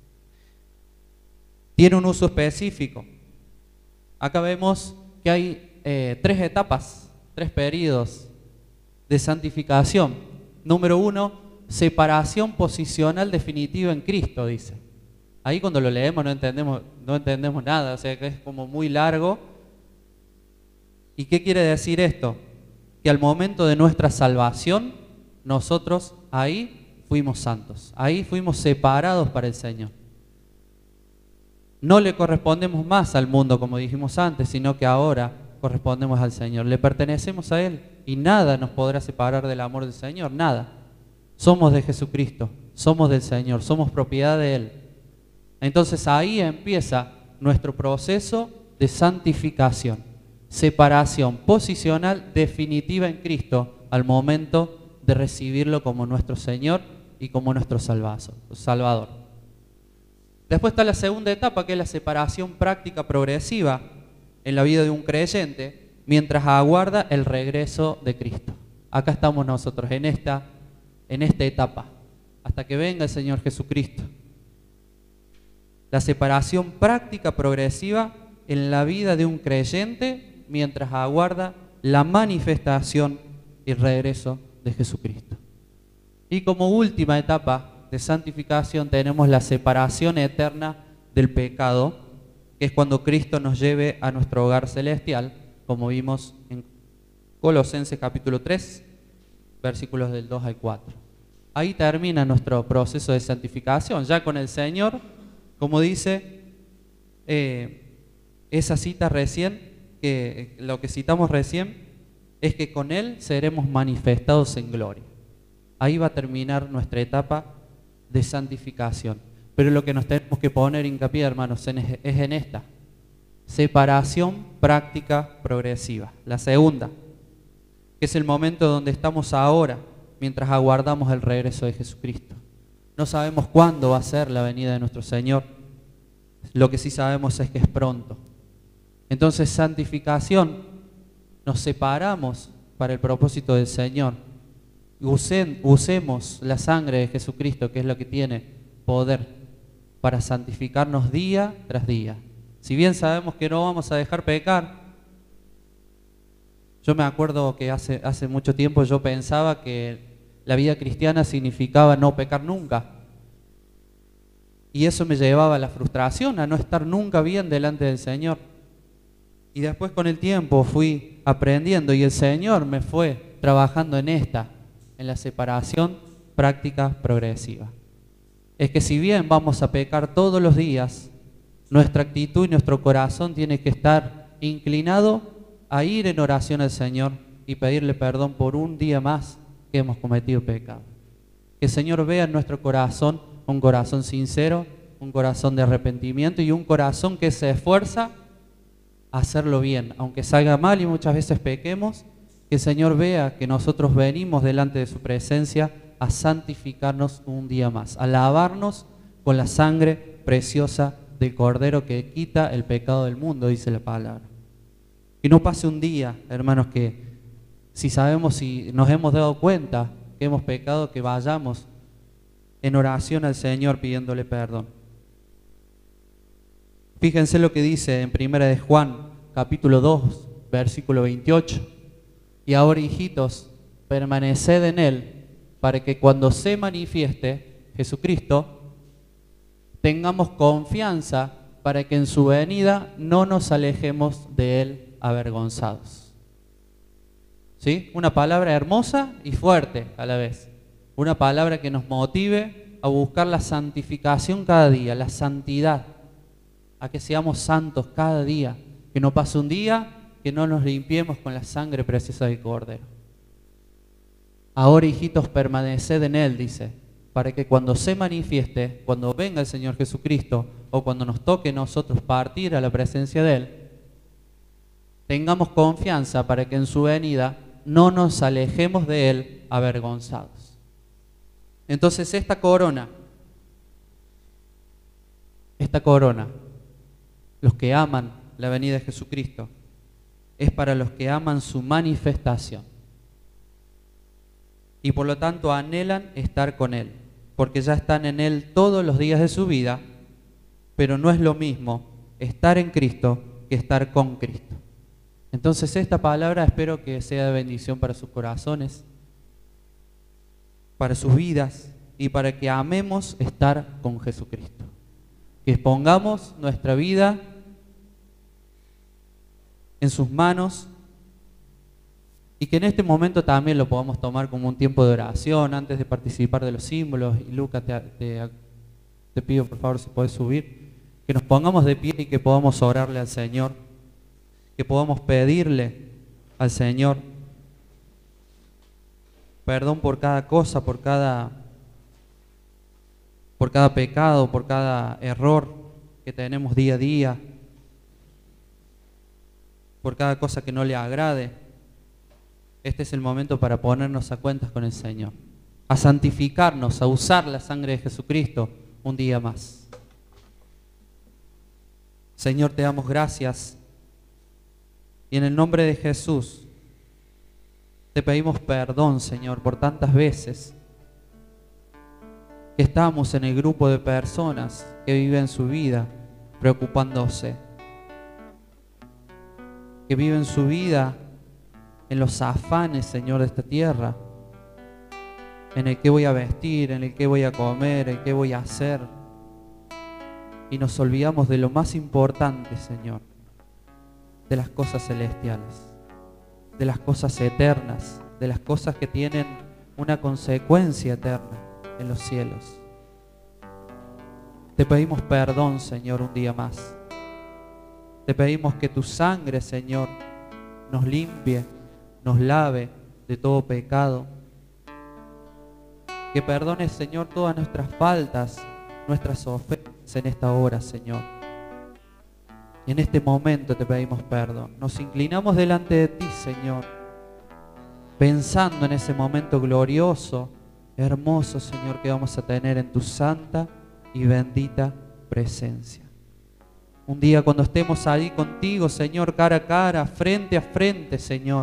Tiene un uso específico. Acá vemos que hay eh, tres etapas, tres periodos de santificación. Número uno, separación posicional definitiva en Cristo, dice. Ahí cuando lo leemos no entendemos, no entendemos nada, o sea que es como muy largo. ¿Y qué quiere decir esto? Que al momento de nuestra salvación, nosotros ahí fuimos santos, ahí fuimos separados para el Señor. No le correspondemos más al mundo, como dijimos antes, sino que ahora correspondemos al Señor. Le pertenecemos a Él y nada nos podrá separar del amor del Señor, nada. Somos de Jesucristo, somos del Señor, somos propiedad de Él. Entonces ahí empieza nuestro proceso de santificación, separación posicional definitiva en Cristo al momento de recibirlo como nuestro Señor y como nuestro Salvador. Después está la segunda etapa, que es la separación práctica progresiva en la vida de un creyente mientras aguarda el regreso de Cristo. Acá estamos nosotros en esta, en esta etapa, hasta que venga el Señor Jesucristo. La separación práctica progresiva en la vida de un creyente mientras aguarda la manifestación y regreso de Jesucristo. Y como última etapa de santificación tenemos la separación eterna del pecado, que es cuando Cristo nos lleve a nuestro hogar celestial, como vimos en Colosenses capítulo tres, versículos del dos al cuatro. Ahí termina nuestro proceso de santificación, ya con el Señor, como dice eh, esa cita recién, que lo que citamos recién, es que con Él seremos manifestados en gloria. Ahí va a terminar nuestra etapa de santificación. Pero lo que nos tenemos que poner hincapié, hermanos, es en esta separación práctica progresiva. La segunda, que es el momento donde estamos ahora, mientras aguardamos el regreso de Jesucristo. No sabemos cuándo va a ser la venida de nuestro Señor. Lo que sí sabemos es que es pronto. Entonces, santificación, nos separamos para el propósito del Señor. Usen, usemos la sangre de Jesucristo, que es lo que tiene poder para santificarnos día tras día. Si bien sabemos que no vamos a dejar pecar, yo me acuerdo que hace, hace mucho tiempo yo pensaba que la vida cristiana significaba no pecar nunca. Y eso me llevaba a la frustración, a no estar nunca bien delante del Señor. Y después con el tiempo fui aprendiendo y el Señor me fue trabajando en esta, en la separación práctica progresiva. Es que si bien vamos a pecar todos los días, nuestra actitud y nuestro corazón tiene que estar inclinado a ir en oración al Señor y pedirle perdón por un día más que hemos cometido pecado. Que el Señor vea en nuestro corazón un corazón sincero, un corazón de arrepentimiento y un corazón que se esfuerza a hacerlo bien, aunque salga mal y muchas veces pequemos, que el Señor vea que nosotros venimos delante de su presencia a santificarnos un día más, a lavarnos con la sangre preciosa del Cordero que quita el pecado del mundo, dice la palabra. Que no pase un día, hermanos, que si sabemos, si nos hemos dado cuenta que hemos pecado, que vayamos en oración al Señor pidiéndole perdón. Fíjense lo que dice en primera de Juan, capítulo dos, versículo veintiocho. Y ahora, hijitos, permaneced en Él, para que cuando se manifieste Jesucristo, tengamos confianza para que en su venida no nos alejemos de Él avergonzados. ¿Sí? Una palabra hermosa y fuerte a la vez. Una palabra que nos motive a buscar la santificación cada día, la santidad, a que seamos santos cada día, que no pase un día que no nos limpiemos con la sangre preciosa del Cordero. Ahora, hijitos, permaneced en Él, dice, para que cuando se manifieste, cuando venga el Señor Jesucristo, o cuando nos toque nosotros partir a la presencia de Él, tengamos confianza para que en su venida no nos alejemos de Él avergonzados. Entonces esta corona, esta corona, los que aman la venida de Jesucristo, es para los que aman su manifestación. Y por lo tanto anhelan estar con Él, porque ya están en Él todos los días de su vida, pero no es lo mismo estar en Cristo que estar con Cristo. Entonces esta palabra espero que sea de bendición para sus corazones, para sus vidas y para que amemos estar con Jesucristo. Que expongamos nuestra vida en sus manos y que en este momento también lo podamos tomar como un tiempo de oración antes de participar de los símbolos. Y Lucas, te, te, te pido por favor si puedes subir, Que nos pongamos de pie y que podamos orarle al Señor, que podamos pedirle al Señor perdón por cada cosa, por cada, por cada pecado, por cada error que tenemos día a día, por cada cosa que no le agrade. Este es el momento para ponernos a cuentas con el Señor, a santificarnos, a usar la sangre de Jesucristo un día más. Señor, te damos gracias y en el nombre de Jesús te pedimos perdón, Señor, por tantas veces que estamos en el grupo de personas que viven su vida preocupándose, que viven su vida en los afanes, Señor, de esta tierra, en el que voy a vestir, en el que voy a comer, en el que voy a hacer, y nos olvidamos de lo más importante, Señor, de las cosas celestiales, de las cosas eternas, de las cosas que tienen una consecuencia eterna en los cielos. Te pedimos perdón, Señor, un día más. Te pedimos que tu sangre, Señor, nos limpie, nos lave de todo pecado. Que perdones, Señor, todas nuestras faltas, nuestras ofensas en esta hora, Señor. Y en este momento te pedimos perdón. Nos inclinamos delante de ti, Señor, pensando en ese momento glorioso, hermoso, Señor, que vamos a tener en tu santa y bendita presencia. Un día cuando estemos ahí contigo, Señor, cara a cara, frente a frente, Señor,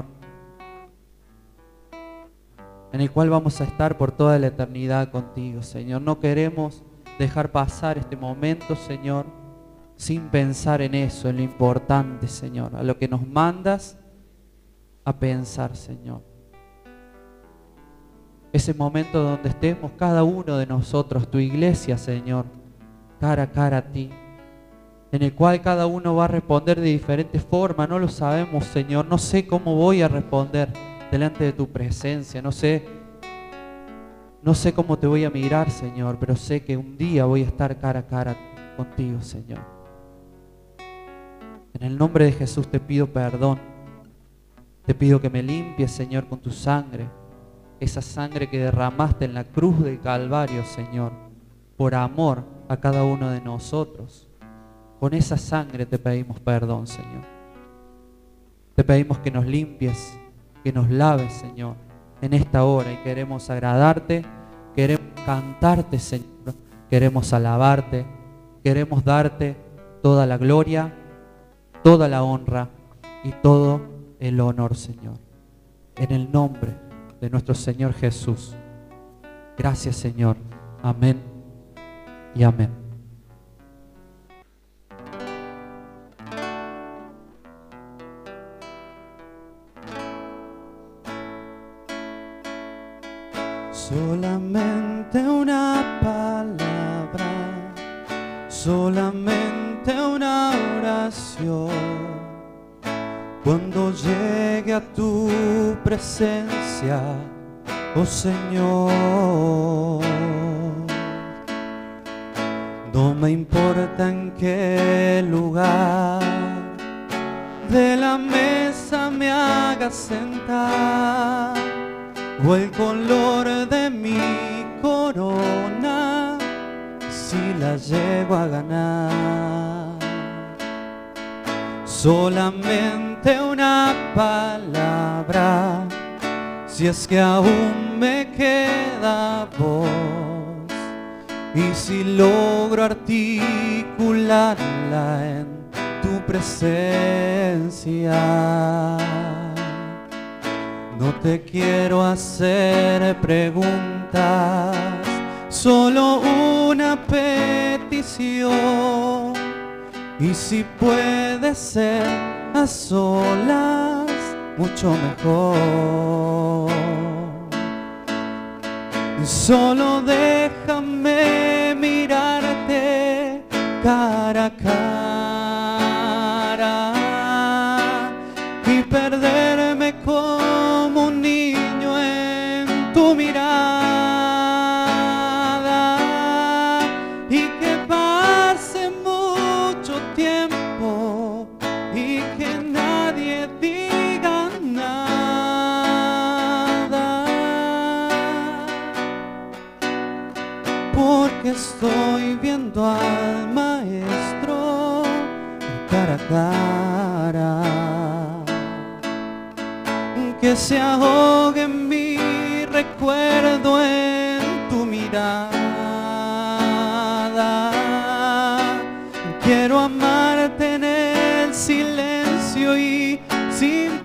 en el cual vamos a estar por toda la eternidad contigo, Señor. No queremos dejar pasar este momento, Señor, sin pensar en eso, en lo importante, Señor, a lo que nos mandas a pensar, Señor. Ese momento donde estemos cada uno de nosotros, tu iglesia, Señor, cara a cara a ti, en el cual cada uno va a responder de diferente forma. No lo sabemos, Señor. No sé cómo voy a responder delante de tu presencia. No sé, no sé cómo te voy a mirar, Señor, pero sé que un día voy a estar cara a cara contigo, Señor. En el nombre de Jesús te pido perdón. Te pido que me limpies, Señor, con tu sangre. Esa sangre que derramaste en la cruz del Calvario, Señor, por amor a cada uno de nosotros. Con esa sangre te pedimos perdón, Señor. Te pedimos que nos limpies, que nos laves, Señor, en esta hora. Y queremos agradarte, queremos cantarte, Señor, queremos alabarte, queremos darte toda la gloria, toda la honra y todo el honor, Señor. En el nombre de nuestro Señor Jesús. Gracias, Señor. Amén y amén. Solamente una palabra, solamente una oración. Cuando llegue a tu presencia, oh Señor, no me importa en qué lugar de la mesa me hagas sentar, o el color de mi corona, si la llego a ganar. Solamente una palabra, si es que aún me queda voz, y si logro articularla en tu presencia. No te quiero hacer preguntas, solo una petición. Y si puede ser a solas, mucho mejor. Solo déjame mirarte cara a cara y perderme como un niño en tu mirada, y que pase mucho viendo al Maestro cara a cara. Que se ahogue en mi recuerdo en tu mirada. Quiero amarte en el silencio y sin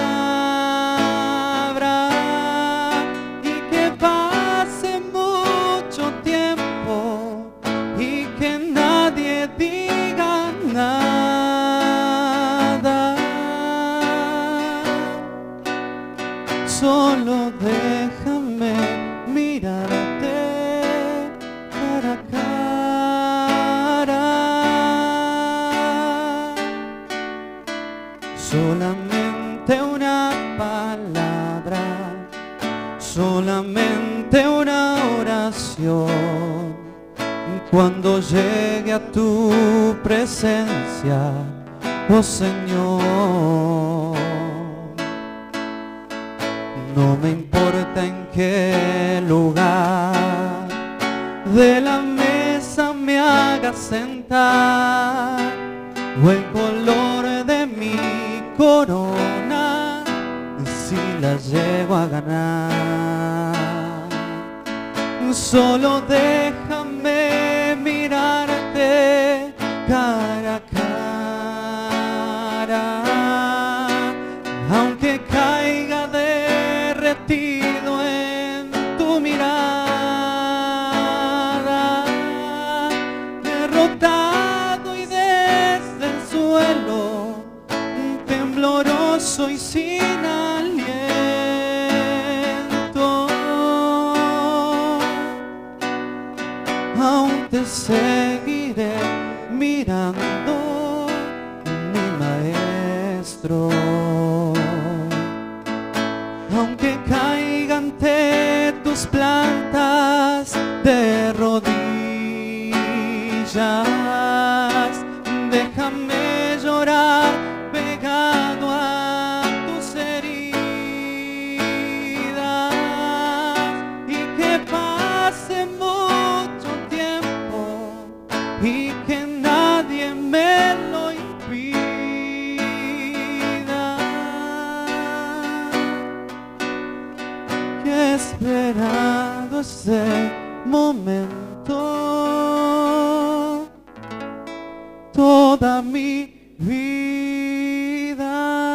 palabras, y que pase mucho tiempo y que nadie diga nada. Solo déjame mirarte cara a cara. Solamente una palabra, solamente una oración. Cuando llegue a tu presencia, oh Señor. No me importa en qué lugar de la mesa me haga sentar, o el color de mi corona, si la llego a ganar. Solo déjame mirarte cara a cara, aunque caiga derretido en tu mirada, derrotado y desde el suelo, tembloroso y sin aliento, aún te seguiré mirando, mi Maestro. Aunque caiga ante tus plantas de rodillas, déjame llorar pegado a tus heridas, y que pase mucho tiempo y que nadie me lo impida. Que he esperado ese momento toda mi vida.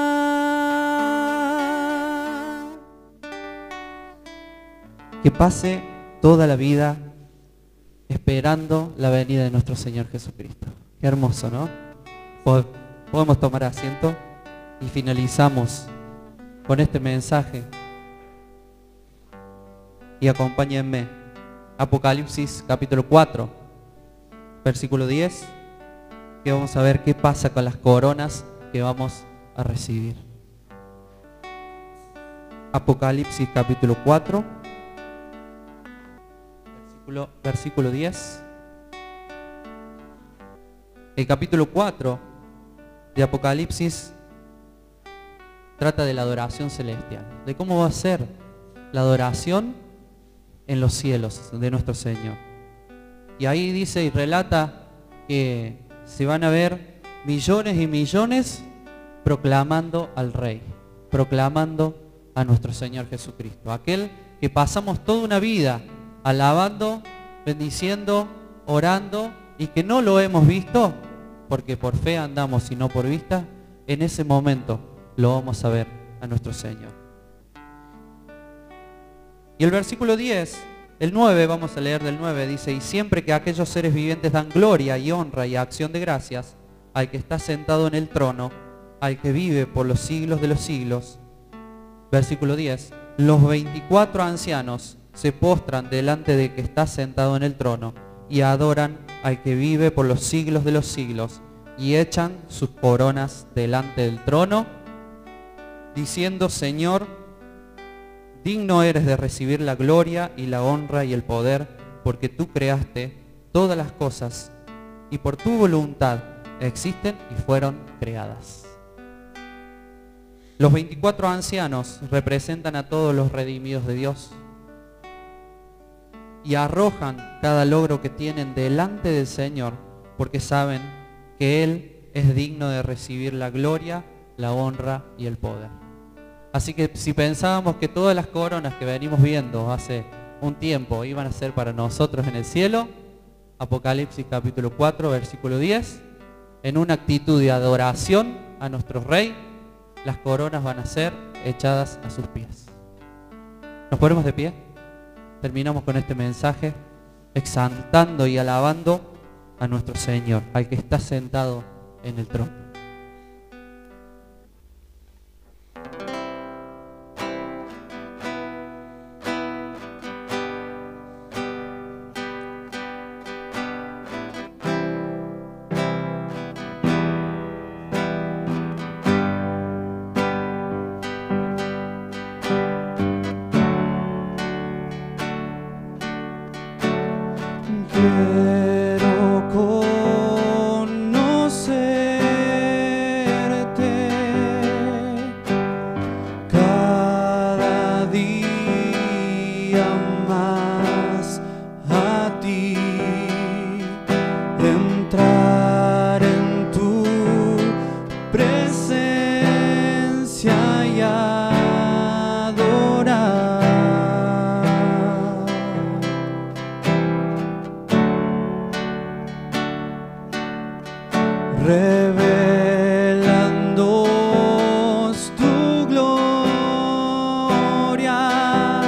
Que pase toda la vida esperando la venida de nuestro Señor Jesucristo. Qué hermoso, ¿no? Podemos tomar asiento y finalizamos con este mensaje. Y acompáñenme. Apocalipsis capítulo cuatro, versículo diez, que vamos a ver qué pasa con las coronas que vamos a recibir. Apocalipsis capítulo cuatro, versículo, versículo diez. El capítulo cuatro de Apocalipsis trata de la adoración celestial, de cómo va a ser la adoración en los cielos de nuestro Señor. Y ahí dice y relata que se van a ver millones y millones proclamando al Rey, proclamando a nuestro Señor Jesucristo, aquel que pasamos toda una vida alabando, bendiciendo, orando, y que no lo hemos visto, porque por fe andamos y no por vista. En ese momento lo vamos a ver a nuestro Señor. Y el versículo diez, el nueve, vamos a leer del nueve, dice: y siempre que aquellos seres vivientes dan gloria y honra y acción de gracias al que está sentado en el trono, al que vive por los siglos de los siglos. Versículo diez, los veinticuatro ancianos se postran delante de que está sentado en el trono y adoran al que vive por los siglos de los siglos, y echan sus coronas delante del trono, diciendo: Señor, digno eres de recibir la gloria y la honra y el poder, porque tú creaste todas las cosas, y por tu voluntad existen y fueron creadas. Los veinticuatro ancianos representan a todos los redimidos de Dios. y arrojan cada logro que tienen delante del Señor, porque saben que Él es digno de recibir la gloria, la honra y el poder. Así que si pensábamos que todas las coronas que venimos viendo hace un tiempo iban a ser para nosotros en el cielo, Apocalipsis capítulo cuatro, versículo diez, en una actitud de adoración a nuestro Rey, las coronas van a ser echadas a sus pies. ¿Nos ponemos de pie? Terminamos con este mensaje exaltando y alabando a nuestro Señor, al que está sentado en el trono. Quiero conocerte cada día más, a ti entrar en tu presencia y adorar. Revelándonos tu gloria,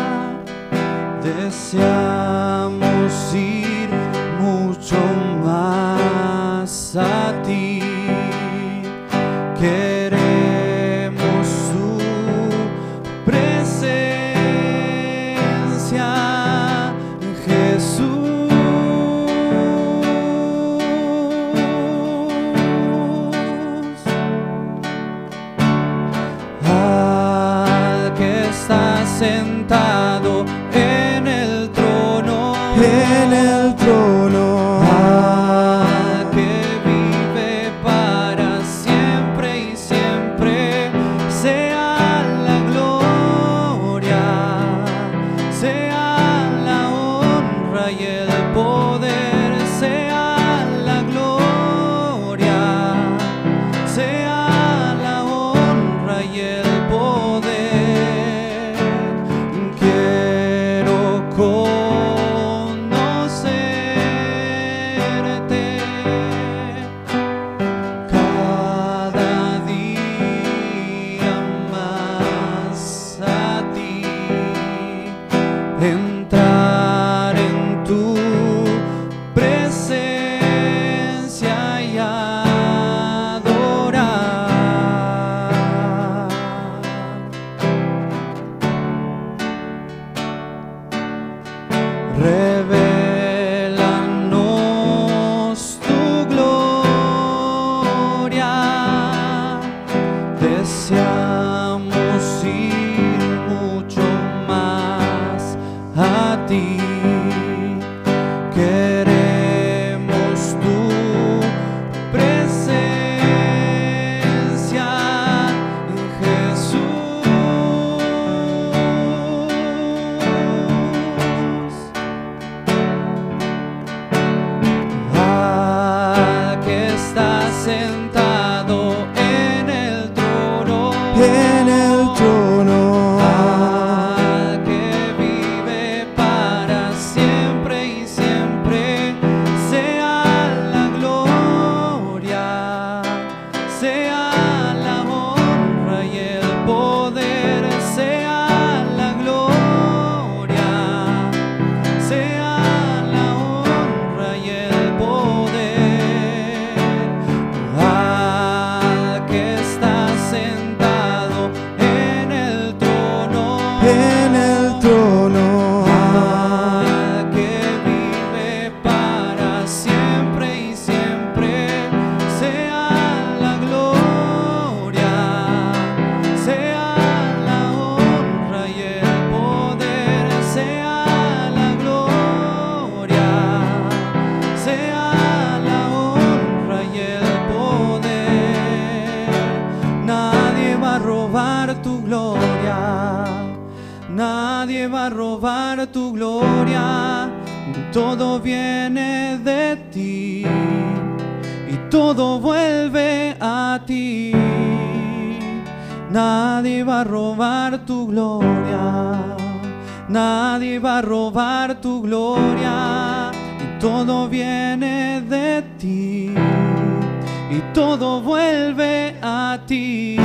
deseamos ir mucho más a ti. Queremos su presencia, Jesús. Sentado en el trono, en el trono, al que vive para siempre y siempre, sea la gloria, sea la honra y el poder, sea la gloria, sea la honra y el poder. Conocerte cada día más, a ti entrar en tu presencia y adorar. Revélanos tu gloria, deseamos ir mucho más a ti. Queremos tu presencia, Jesús. Sentado en el trono, en el trono, al que vive para siempre y siempre, sea la gloria, sea la honra y el poder, sea la gloria, sea la honra y el poder. Al que está sentado en el trono, en el trono, al que vive para siempre y siempre, sea la gloria, sea la honra y el poder, sea la gloria, sea la honra y el poder. Nadie va a robar tu gloria, nadie va a robar tu gloria. todo viene de ti y todo vuelve a ti. Nadie va a robar tu gloria, nadie va a robar tu gloria. Y todo viene de ti y todo vuelve a ti.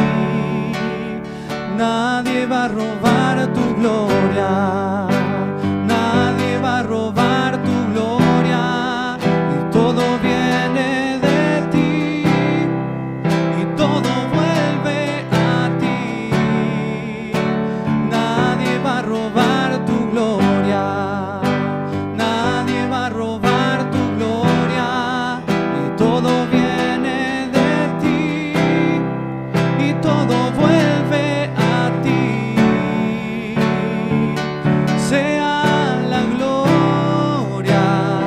Nadie va a robar tu gloria, nadie va a robar tu gloria. Y todo viene de ti y todo vuelve a ti. Nadie va a robar tu gloria, nadie va a robar tu gloria. Y todo viene de ti y todo vuelve a ti. Sea la gloria,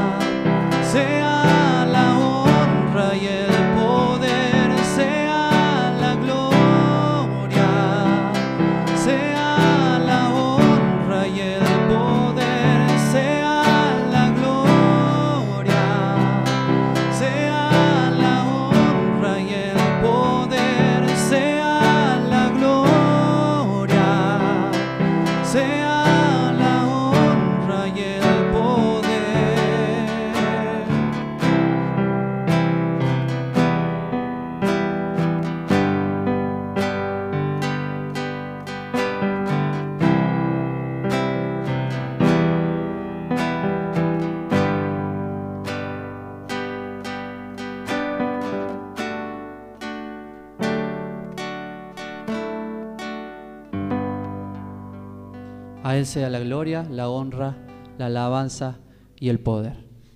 sea la honra y el poder, sea la gloria, sea la honra y el poder, sea la gloria, sea la honra y el poder, sea la gloria, sea la honra y el poder. A Él sea la gloria, la honra, la alabanza y el poder.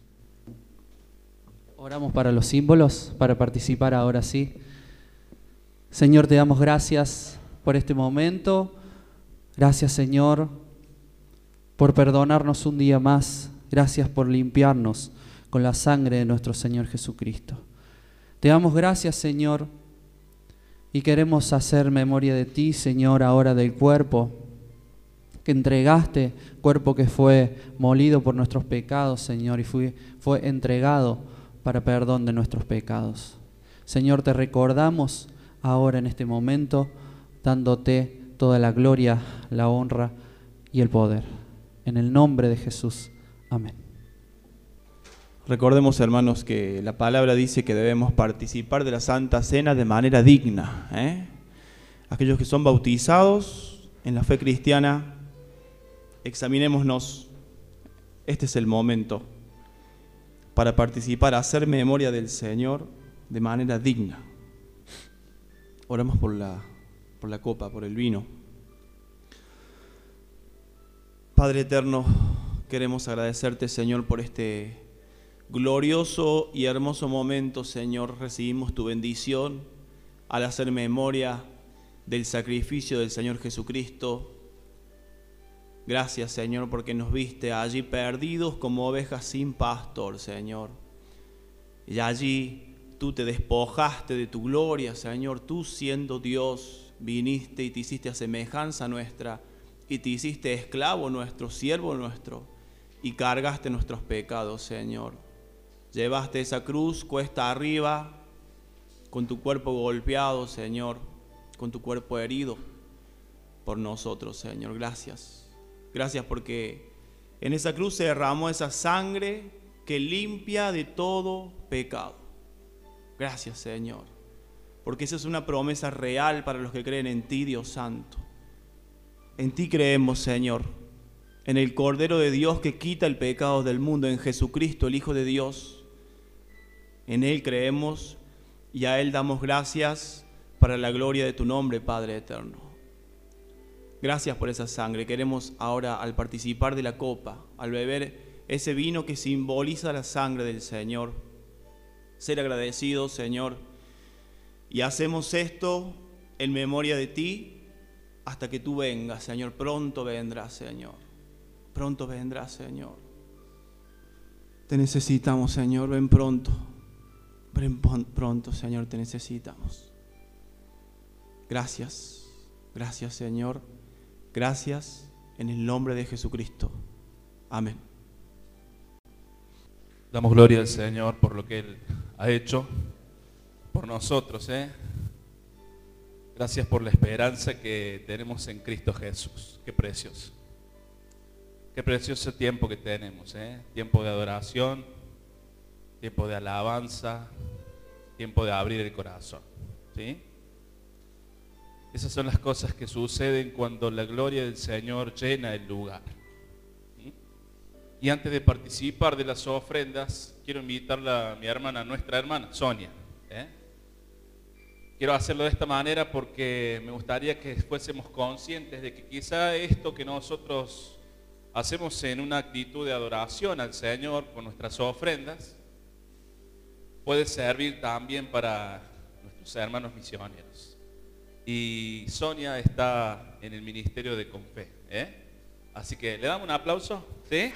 Oramos para los símbolos, para participar ahora sí. Señor, te damos gracias por este momento. Gracias, Señor, por perdonarnos un día más. Gracias por limpiarnos con la sangre de nuestro Señor Jesucristo. Te damos gracias, Señor, y queremos hacer memoria de ti, Señor, ahora del cuerpo que entregaste, cuerpo que fue molido por nuestros pecados, Señor, y fue, fue entregado para perdón de nuestros pecados. Señor, te recordamos ahora en este momento, dándote toda la gloria, la honra y el poder. En el nombre de Jesús. Amén. Recordemos, hermanos, que la palabra dice que debemos participar de la Santa Cena de manera digna, ¿eh? Aquellos que son bautizados en la fe cristiana, examinémonos. Este es el momento para participar, hacer memoria del Señor de manera digna. Oramos por la, por la copa, por el vino. Padre eterno, queremos agradecerte, Señor, por este glorioso y hermoso momento, Señor. Recibimos tu bendición al hacer memoria del sacrificio del Señor Jesucristo. Gracias, Señor, porque nos viste allí perdidos como ovejas sin pastor, Señor. Y allí tú te despojaste de tu gloria, Señor. Tú, siendo Dios, viniste y te hiciste a semejanza nuestra y te hiciste esclavo nuestro, siervo nuestro, y cargaste nuestros pecados, Señor. Llevaste esa cruz cuesta arriba con tu cuerpo golpeado, Señor, con tu cuerpo herido por nosotros, Señor. Gracias. Gracias porque en esa cruz se derramó esa sangre que limpia de todo pecado. Gracias, Señor, porque esa es una promesa real para los que creen en ti, Dios Santo. En ti creemos, Señor, en el Cordero de Dios que quita el pecado del mundo, en Jesucristo, el Hijo de Dios. En Él creemos y a Él damos gracias para la gloria de tu nombre, Padre eterno. Gracias por esa sangre. Queremos ahora, al participar de la copa, al beber ese vino que simboliza la sangre del Señor, ser agradecidos, Señor, y hacemos esto en memoria de ti hasta que tú vengas, Señor. Pronto vendrás, Señor. Pronto vendrás, Señor. Te necesitamos, Señor. Ven pronto. Ven pronto, Señor. Te necesitamos. Gracias. Gracias, Señor. Gracias en el nombre de Jesucristo. Amén. Damos gloria al Señor por lo que Él ha hecho por nosotros, ¿eh? Gracias por la esperanza que tenemos en Cristo Jesús. Qué precioso. Qué precioso tiempo que tenemos, ¿eh? Tiempo de adoración, tiempo de alabanza, tiempo de abrir el corazón, ¿sí? Esas son las cosas que suceden cuando la gloria del Señor llena el lugar. ¿Sí? Y antes de participar de las ofrendas, quiero invitarla a mi hermana, nuestra hermana, Sonia. ¿eh? Quiero hacerlo de esta manera porque me gustaría que fuésemos conscientes de que quizá esto que nosotros hacemos en una actitud de adoración al Señor con nuestras ofrendas, puede servir también para nuestros hermanos misioneros. Y Sonia está en el ministerio de Confe, ¿eh? Así que le damos un aplauso, ¿sí?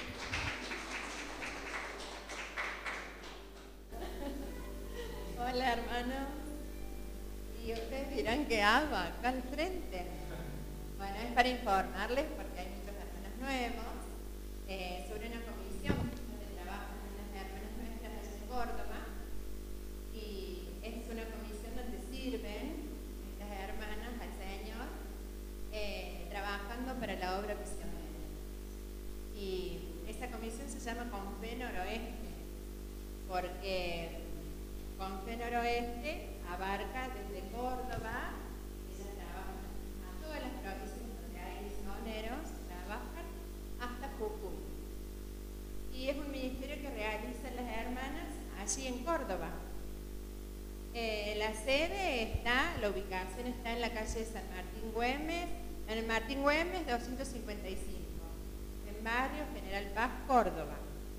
Hola, hermanos. Y ustedes dirán que hago acá al frente. Bueno, es para informarles, porque hay muchos hermanos nuevos, eh, sobre una comisión donde trabajan unas hermanas nuestras allá en Córdoba. Y es una comisión donde sirven estas hermanas al Señor, eh, trabajando para la obra misionera. Y esa comisión se llama Confe Noroeste, porque Confe Noroeste abarca desde Córdoba, ellas trabajan a todas las provincias donde hay misioneros, trabajan hasta Jujuy. Y es un ministerio que realizan las hermanas allí en Córdoba. Eh, la sede está, la ubicación está en la calle San Martín Güemes, en el Martín Güemes doscientos cincuenta y cinco, en barrio General Paz, Córdoba.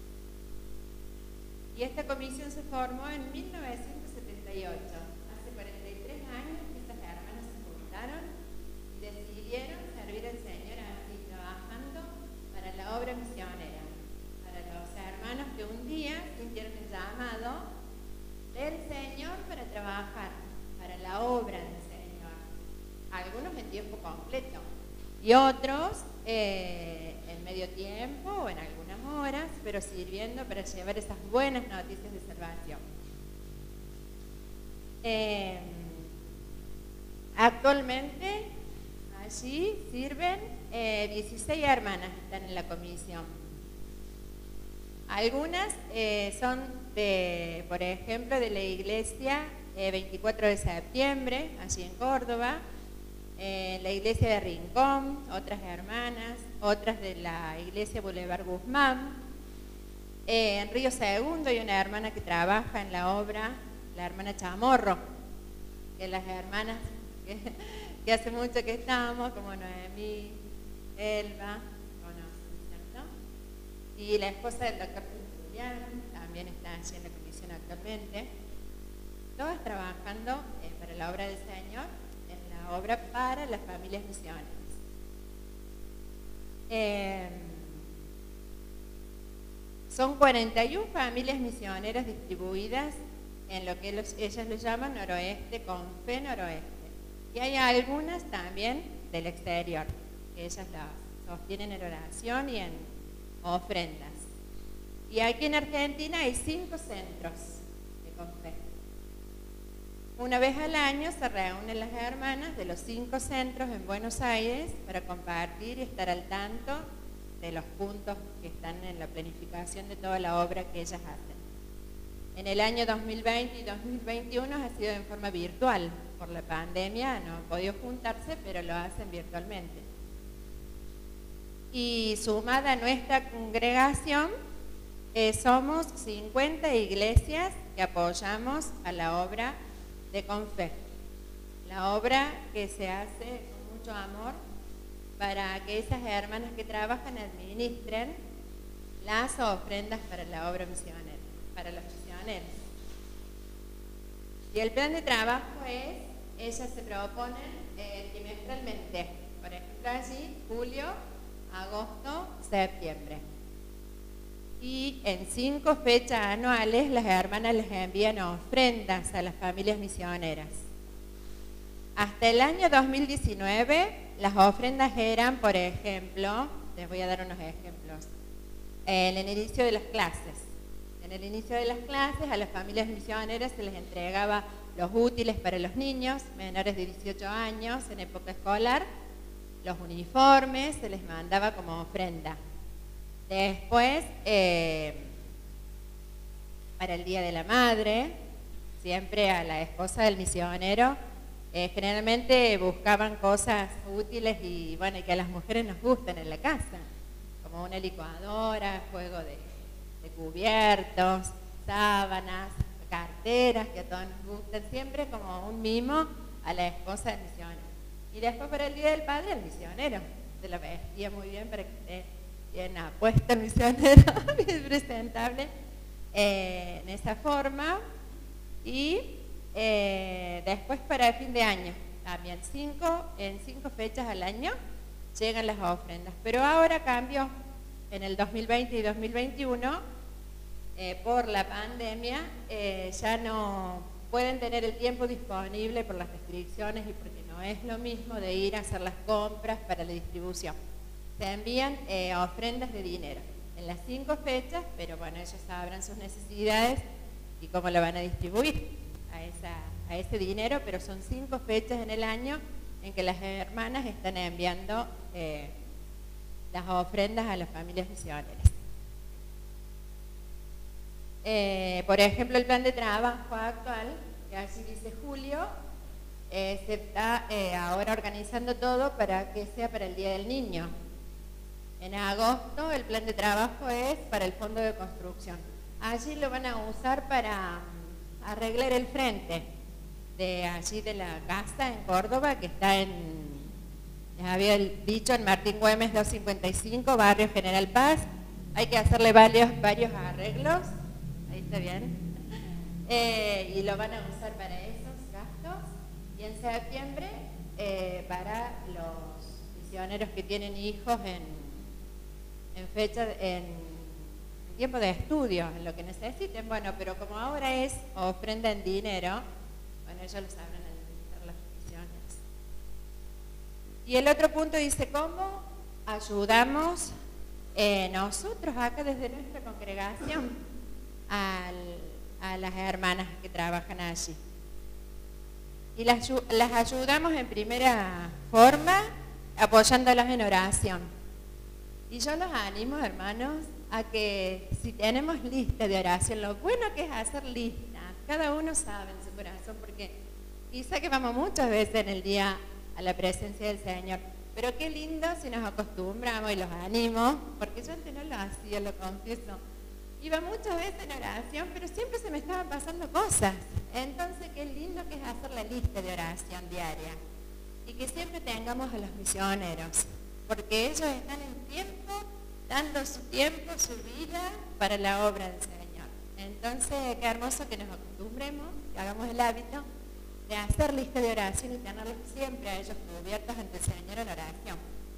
Y esta comisión se formó en mil novecientos setenta y ocho. Hace cuarenta y tres años que estas hermanas se juntaron y decidieron servir al Señor así, trabajando para la obra misionera. Para los hermanos que un día sintieron el llamado del Señor para trabajar para la obra del Señor. Algunos en tiempo completo y otros eh, en medio tiempo o en algunas horas, pero sirviendo para llevar esas buenas noticias de salvación. Eh, actualmente allí sirven eh, dieciséis hermanas que están en la comisión. Algunas eh, son de, por ejemplo, de la iglesia eh, veinticuatro de septiembre, allí en Córdoba, eh, la iglesia de Rincón, otras hermanas, otras de la iglesia Boulevard Guzmán. Eh, en Río Segundo hay una hermana que trabaja en la obra, la hermana Chamorro, que las hermanas que, que hace mucho que estamos, como Noemí, Elba, y la esposa del doctor Julián también está allí en la comisión actualmente, todas trabajando eh, para la obra del Señor, en la obra para las familias misioneras. Eh, son cuarenta y una familias misioneras distribuidas en lo que los, ellas lo llaman Noroeste, Confe Noroeste. Y hay algunas también del exterior, que ellas las sostienen en oración y en ofrendas. Y aquí en Argentina hay cinco centros de Confe. Una vez al año se reúnen las hermanas de los cinco centros en Buenos Aires para compartir y estar al tanto de los puntos que están en la planificación de toda la obra que ellas hacen. En el año dos mil veinte y dos mil veintiuno ha sido en forma virtual. Por la pandemia no han podido juntarse, pero lo hacen virtualmente. Y sumada a nuestra congregación, eh, somos cincuenta iglesias que apoyamos a la obra de Confe. La obra que se hace con mucho amor para que esas hermanas que trabajan administren las ofrendas para la obra misionera, para los misioneros. Y el plan de trabajo es, ellas se proponen eh, trimestralmente, por ejemplo allí, julio, agosto, septiembre. Y en cinco fechas anuales las hermanas les envían ofrendas a las familias misioneras. Hasta el año dos mil diecinueve las ofrendas eran, por ejemplo, les voy a dar unos ejemplos, en el inicio de las clases. En el inicio de las clases a las familias misioneras se les entregaba los útiles para los niños menores de dieciocho años en época escolar, los uniformes se les mandaba como ofrenda. Después, eh, para el Día de la Madre, siempre a la esposa del misionero, eh, generalmente buscaban cosas útiles y bueno, y que a las mujeres nos gustan en la casa, como una licuadora, juego de, de cubiertos, sábanas, carteras, que a todos nos gustan, siempre como un mimo a la esposa del misionero. Y después para el Día del Padre, el misionero se la vestía muy bien para que esté bien apuesta el misionero, bien presentable, eh, en esa forma. Y eh, después para el fin de año, también cinco, en cinco fechas al año llegan las ofrendas. Pero ahora cambió, en el dos mil veinte y dos mil veintiuno, eh, por la pandemia, eh, ya no pueden tener el tiempo disponible por las restricciones y porque no es lo mismo de ir a hacer las compras para la distribución. Se envían eh, ofrendas de dinero en las cinco fechas, pero bueno, ellos sabrán sus necesidades y cómo lo van a distribuir a, esa, a ese dinero, pero son cinco fechas en el año en que las hermanas están enviando eh, las ofrendas a las familias misioneras. Eh, por ejemplo, el plan de trabajo actual, que así dice Julio, eh, se está eh, ahora organizando todo para que sea para el Día del Niño. En agosto el plan de trabajo es para el Fondo de Construcción. Allí lo van a usar para um, arreglar el frente de allí de la casa en Córdoba, que está en, les había dicho, en Martín Güemes doscientos cincuenta y cinco, barrio General Paz. Hay que hacerle varios, varios arreglos, ahí está bien, eh, y lo van a usar para esos gastos. Y en septiembre eh, para los misioneros que tienen hijos en en fecha, en tiempo de estudio, en lo que necesiten. Bueno, pero como ahora es ofrenda en dinero, bueno, ellos lo sabrán administrar las misiones. Y el otro punto dice, ¿cómo ayudamos eh, nosotros acá desde nuestra congregación al, a las hermanas que trabajan allí? Y las, las ayudamos en primera forma apoyándolas en oración. Y yo los animo, hermanos, a que si tenemos lista de oración, lo bueno que es hacer lista, cada uno sabe en su corazón, porque quizá que vamos muchas veces en el día a la presencia del Señor, pero qué lindo si nos acostumbramos y los animo, porque yo antes no lo hacía, lo confieso. Iba muchas veces en oración, pero siempre se me estaban pasando cosas. Entonces, qué lindo que es hacer la lista de oración diaria. Y que siempre tengamos a los misioneros, porque ellos están en tiempo, dando su tiempo, su vida para la obra del Señor. Entonces, qué hermoso que nos acostumbremos, que hagamos el hábito de hacer lista de oración y tenerlos siempre a ellos cubiertos ante el Señor en oración.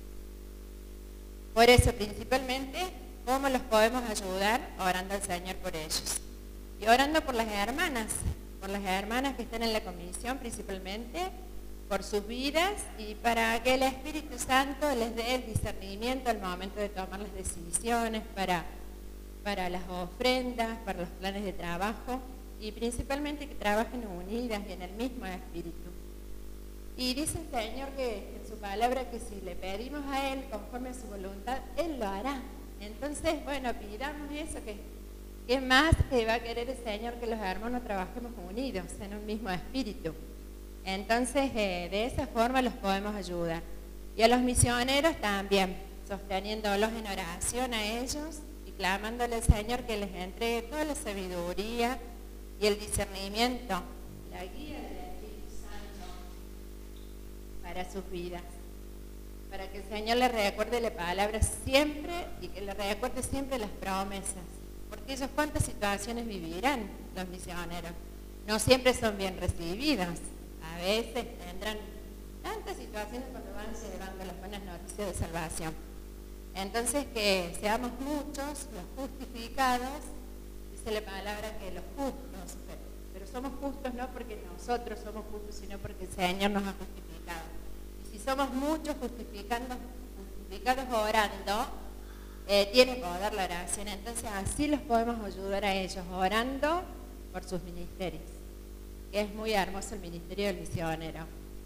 Por eso, principalmente, ¿cómo los podemos ayudar? Orando al Señor por ellos. Y orando por las hermanas, por las hermanas que están en la comisión principalmente, por sus vidas y para que el Espíritu Santo les dé el discernimiento al momento de tomar las decisiones, para, para las ofrendas, para los planes de trabajo y principalmente que trabajen unidas y en el mismo Espíritu. Y dice el Señor que en su palabra que si le pedimos a Él conforme a su voluntad, Él lo hará. Entonces, bueno, pidamos eso, que, que más que va a querer el Señor que los hermanos trabajemos unidos en un mismo Espíritu. Entonces, eh, de esa forma los podemos ayudar. Y a los misioneros también, sosteniéndolos en oración a ellos y clamándole al Señor que les entregue toda la sabiduría y el discernimiento, la guía del Espíritu Santo para sus vidas. Para que el Señor les recuerde la palabra siempre y que les recuerde siempre las promesas. Porque ellos cuántas situaciones vivirán, los misioneros. No siempre son bien recibidos. A veces tendrán tantas situaciones cuando van llevando las buenas noticias de salvación. Entonces, que seamos muchos los justificados, dice la palabra que los justos, pero, pero somos justos no porque nosotros somos justos, sino porque el Señor nos ha justificado. Y si somos muchos justificando, justificados orando, eh, tiene poder la oración. Entonces así los podemos ayudar a ellos, orando por sus ministerios, que es muy hermoso el ministerio del misionero.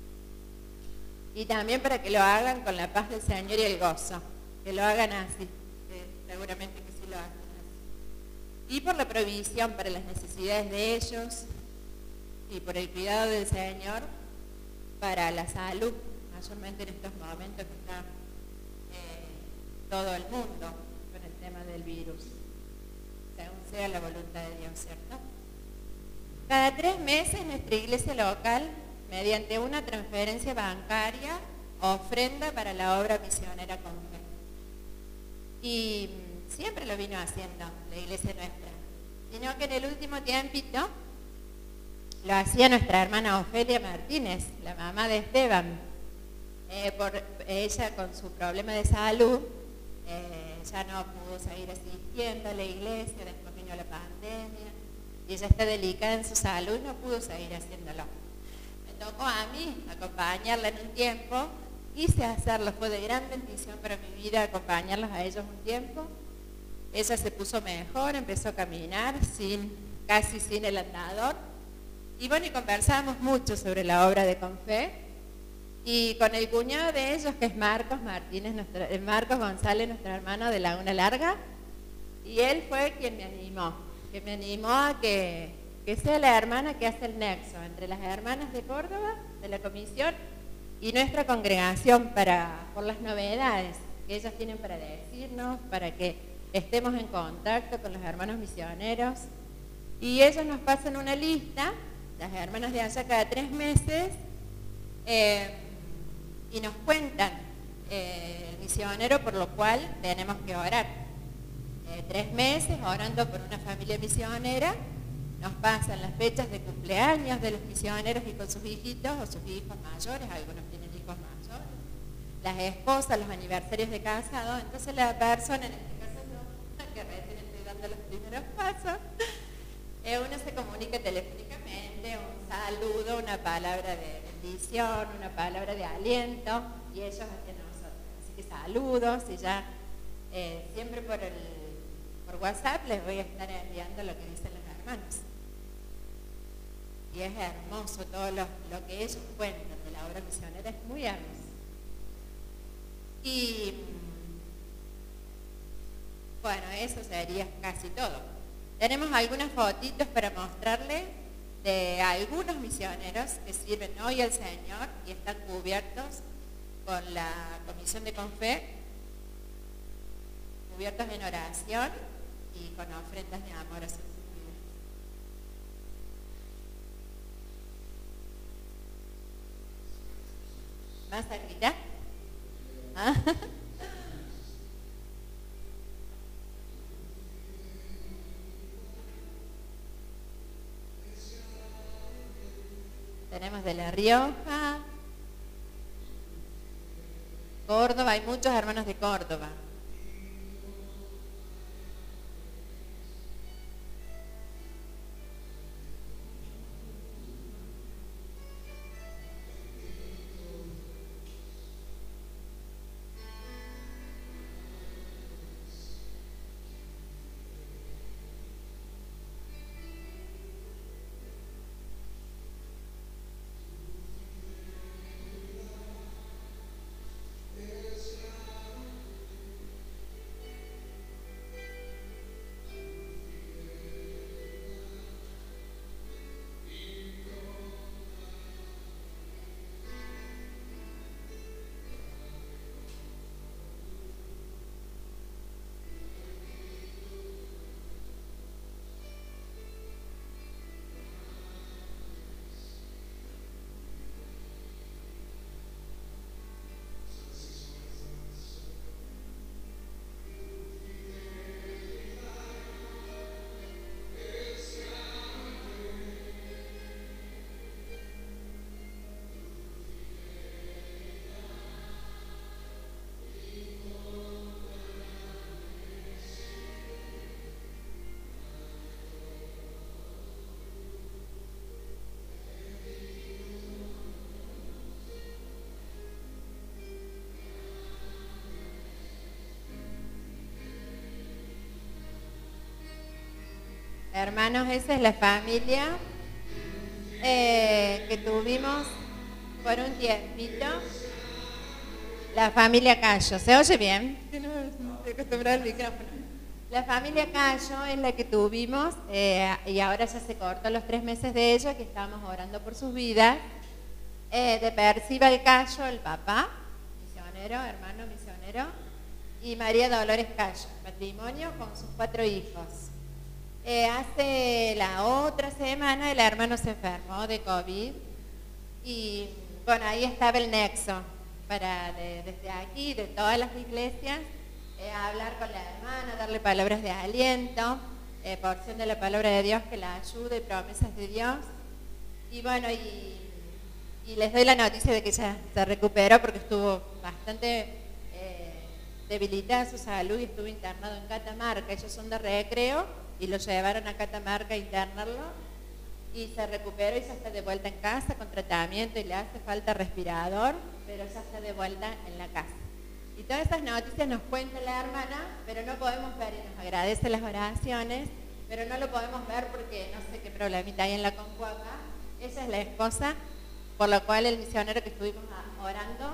Y también para que lo hagan con la paz del Señor y el gozo, que lo hagan así, que seguramente que sí lo hacen así. Y por la provisión para las necesidades de ellos y por el cuidado del Señor para la salud, mayormente en estos momentos que está eh, todo el mundo con el tema del virus, según sea la voluntad de Dios, ¿cierto? Cada tres meses nuestra iglesia local, mediante una transferencia bancaria, ofrenda para la obra misionera con fe. Y siempre lo vino haciendo la iglesia nuestra, sino que en el último tiempito lo hacía nuestra hermana Ofelia Martínez, la mamá de Esteban. Eh, por ella con su problema de salud, eh, ya no pudo seguir asistiendo a la iglesia, después vino la pandemia, y ella está delicada en su salud y no pudo seguir haciéndolo. Me tocó a mí acompañarla en un tiempo, quise hacerlo, fue de gran bendición para mi vida acompañarlos a ellos un tiempo. Ella se puso mejor, empezó a caminar sin, casi sin el andador. Y bueno, y conversábamos mucho sobre la obra de Confé. Y con el cuñado de ellos, que es Marcos Martínez, nuestro, eh, Marcos González, nuestro hermano de Laguna Larga. Y él fue quien me animó, que me animó a que, que sea la hermana que hace el nexo entre las hermanas de Córdoba, de la comisión, y nuestra congregación para, por las novedades que ellos tienen para decirnos, para que estemos en contacto con los hermanos misioneros. Y ellos nos pasan una lista, las hermanas de allá, cada tres meses, eh, y nos cuentan eh, el misionero por lo cual tenemos que orar. Eh, tres meses orando por una familia misionera, nos pasan las fechas de cumpleaños de los misioneros y con sus hijitos o sus hijos mayores, algunos tienen hijos mayores, las esposas, los aniversarios de casado. Entonces la persona, en este caso yo, que recién estoy dando los primeros pasos, eh, uno se comunica telefónicamente, un saludo, una palabra de bendición, una palabra de aliento, y ellos hacia nosotros. Así que saludos, y ya eh, siempre por, el, por WhatsApp les voy a estar enviando lo que dicen los hermanos. Y es hermoso todo lo, lo que ellos cuentan de la obra misionera, es muy hermoso. Y bueno, eso sería casi todo. Tenemos algunas fotitos para mostrarles de algunos misioneros que sirven hoy al Señor y están cubiertos con la Comisión de Confé, cubiertos en oración y con ofrendas de amor a sus vidas. ¿Vas a gritar? ¿Ah? Tenemos de La Rioja, Córdoba, hay muchos hermanos de Córdoba. Hermanos, esa es la familia eh, que tuvimos por un tiempito. La familia Cayo. ¿Se oye bien? No, no estoy acostumbrada al micrófono. La familia Cayo es la que tuvimos eh, y ahora ya se cortó los tres meses de ellos, que estábamos orando por sus vidas. Eh, de Percival Cayo, el papá, misionero, hermano misionero, y María Dolores Cayo, matrimonio con sus cuatro hijos. Eh, hace la otra semana el hermano se enfermó de COVID y bueno, ahí estaba el nexo para de, desde aquí, de todas las iglesias, eh, hablar con la hermana, darle palabras de aliento, eh, porción de la palabra de Dios que la ayude, promesas de Dios. Y bueno, y, y les doy la noticia de que ya se recuperó porque estuvo bastante eh, debilitada su salud y estuvo internado en Catamarca. Ellos son de Recreo y lo llevaron a Catamarca a internarlo y se recuperó y ya está de vuelta en casa con tratamiento y le hace falta respirador, pero ya está de vuelta en la casa. Y todas esas noticias nos cuenta la hermana, pero no podemos ver y nos agradece las oraciones, pero no lo podemos ver porque no sé qué problemita hay en la Concuaca. Ella es la esposa por la cual el misionero que estuvimos orando,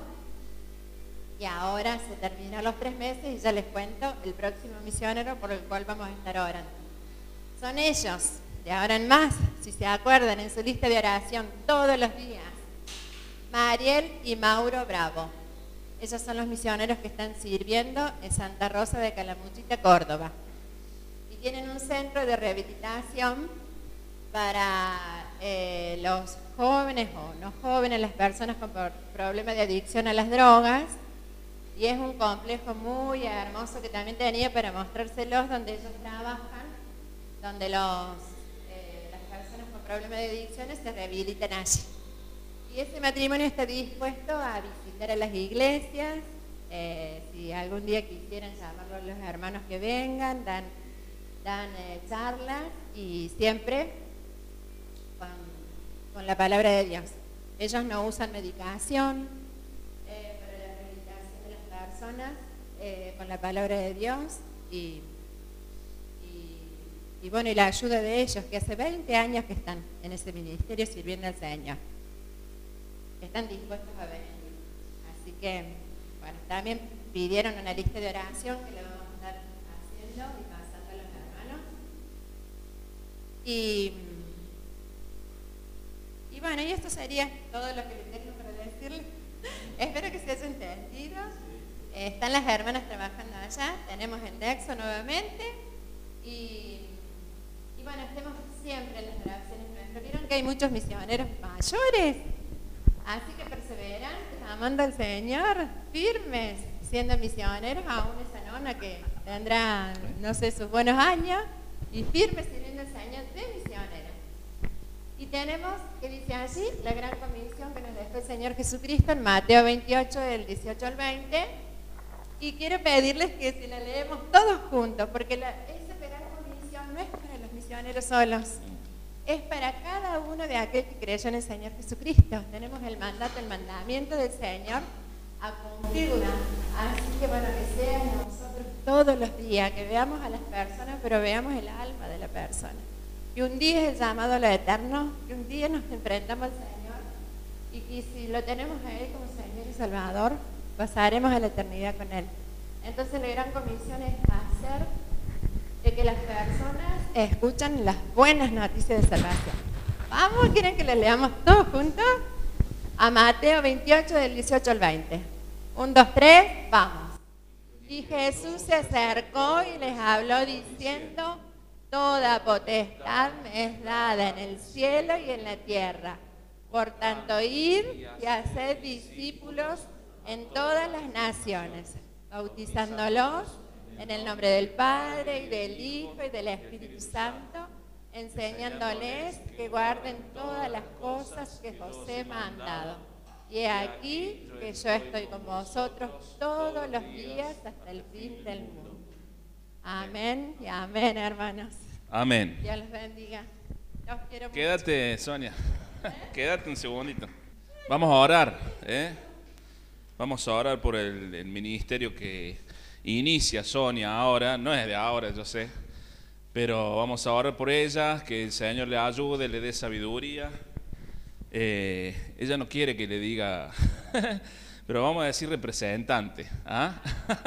y ahora se terminan los tres meses y ya les cuento el próximo misionero por el cual vamos a estar orando. Son ellos, de ahora en más, si se acuerdan, en su lista de oración todos los días, Mariel y Mauro Bravo. Ellos son los misioneros que están sirviendo en Santa Rosa de Calamuchita, Córdoba. Y tienen un centro de rehabilitación para eh, los jóvenes o no jóvenes, las personas con problemas de adicción a las drogas. Y es un complejo muy hermoso que también tenía para mostrárselos, donde ellos trabajan, donde los, eh, las personas con problemas de adicciones se rehabilitan allí. Y ese matrimonio está dispuesto a visitar a las iglesias, eh, si algún día quisieran llamarlos los hermanos que vengan, dan, dan eh, charlas y siempre con, con la palabra de Dios. Ellos no usan medicación eh, para la rehabilitación de las personas, eh, con la palabra de Dios y, y, y bueno, y la ayuda de ellos, que hace veinte años que están en ese ministerio sirviendo al Señor. Están dispuestos a venir. Así que, bueno, también pidieron una lista de oración que la vamos a estar haciendo y pasando a los hermanos. Y, y bueno, y esto sería todo lo que les tengo para decirles. Espero que se haya entendido. Eh, están las hermanas trabajando allá, tenemos el nexo nuevamente. Y, y bueno, estemos siempre en las oraciones nuestras. Vieron que hay muchos misioneros mayores. Así que perseverantes, amando al Señor, firmes, siendo misioneros, aún esa nona que tendrá, no sé, sus buenos años, y firmes sirviendo al Señor de misionera. Y tenemos, que dice allí, la gran comisión que nos dejó el Señor Jesucristo en Mateo veintiocho, del dieciocho al veinte, y quiero pedirles que si la leemos todos juntos, porque la, esa gran comisión no es para los misioneros solos, es para cada uno de aquel que creyó en el Señor Jesucristo. Tenemos el mandato, el mandamiento del Señor a cumplirla. Así que bueno, que sea en nosotros todos los días, que veamos a las personas, pero veamos el alma de la persona. Que un día es el llamado a lo eterno, que un día nos enfrentamos al Señor y que si lo tenemos a Él como Señor y Salvador, pasaremos a la eternidad con Él. Entonces la gran comisión es hacer de que las personas escuchan las buenas noticias de salvación. ¿Vamos? ¿Quieren que las leamos todos juntos? A Mateo veintiocho, del dieciocho al veinte. Un, dos, tres, vamos. Y Jesús se acercó y les habló diciendo: toda potestad me es dada en el cielo y en la tierra. Por tanto, id y haced discípulos en todas las naciones, bautizándolos en el nombre del Padre, y del Hijo, y del Espíritu Santo, enseñándoles que guarden todas las cosas que José me ha mandado. Y he aquí que yo estoy con vosotros todos los días hasta el fin del mundo. Amén y amén, hermanos. Amén. Dios los bendiga. Los quiero mucho. Quédate, Sonia. Quédate un segundito. Vamos a orar, ¿eh? Vamos a orar por el, el ministerio que inicia Sonia ahora. No es de ahora, yo sé, pero vamos a orar por ella, que el Señor le ayude, le dé sabiduría. Eh, ella no quiere que le diga, pero vamos a decir representante. ¿Ah?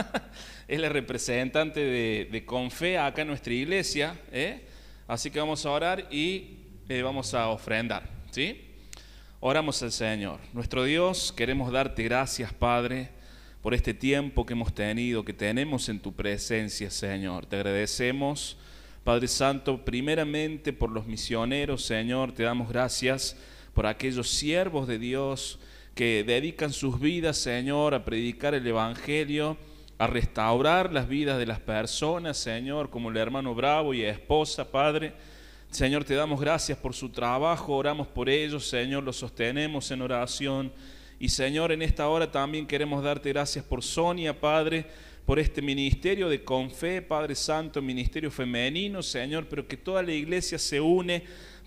Es la representante de, de Confe acá en nuestra iglesia, ¿eh? Así que vamos a orar y eh, vamos a ofrendar, ¿sí? Oramos al Señor. Nuestro Dios, queremos darte gracias, Padre, por este tiempo que hemos tenido, que tenemos en tu presencia, Señor. Te agradecemos, Padre Santo, primeramente por los misioneros, Señor. Te damos gracias por aquellos siervos de Dios que dedican sus vidas, Señor, a predicar el Evangelio, a restaurar las vidas de las personas, Señor, como el hermano Bravo y esposa, Padre. Señor, te damos gracias por su trabajo, oramos por ellos, Señor, los sostenemos en oración. Y Señor, en esta hora también queremos darte gracias por Sonia, Padre, por este ministerio de Confe, Padre Santo, ministerio femenino, Señor, pero que toda la iglesia se une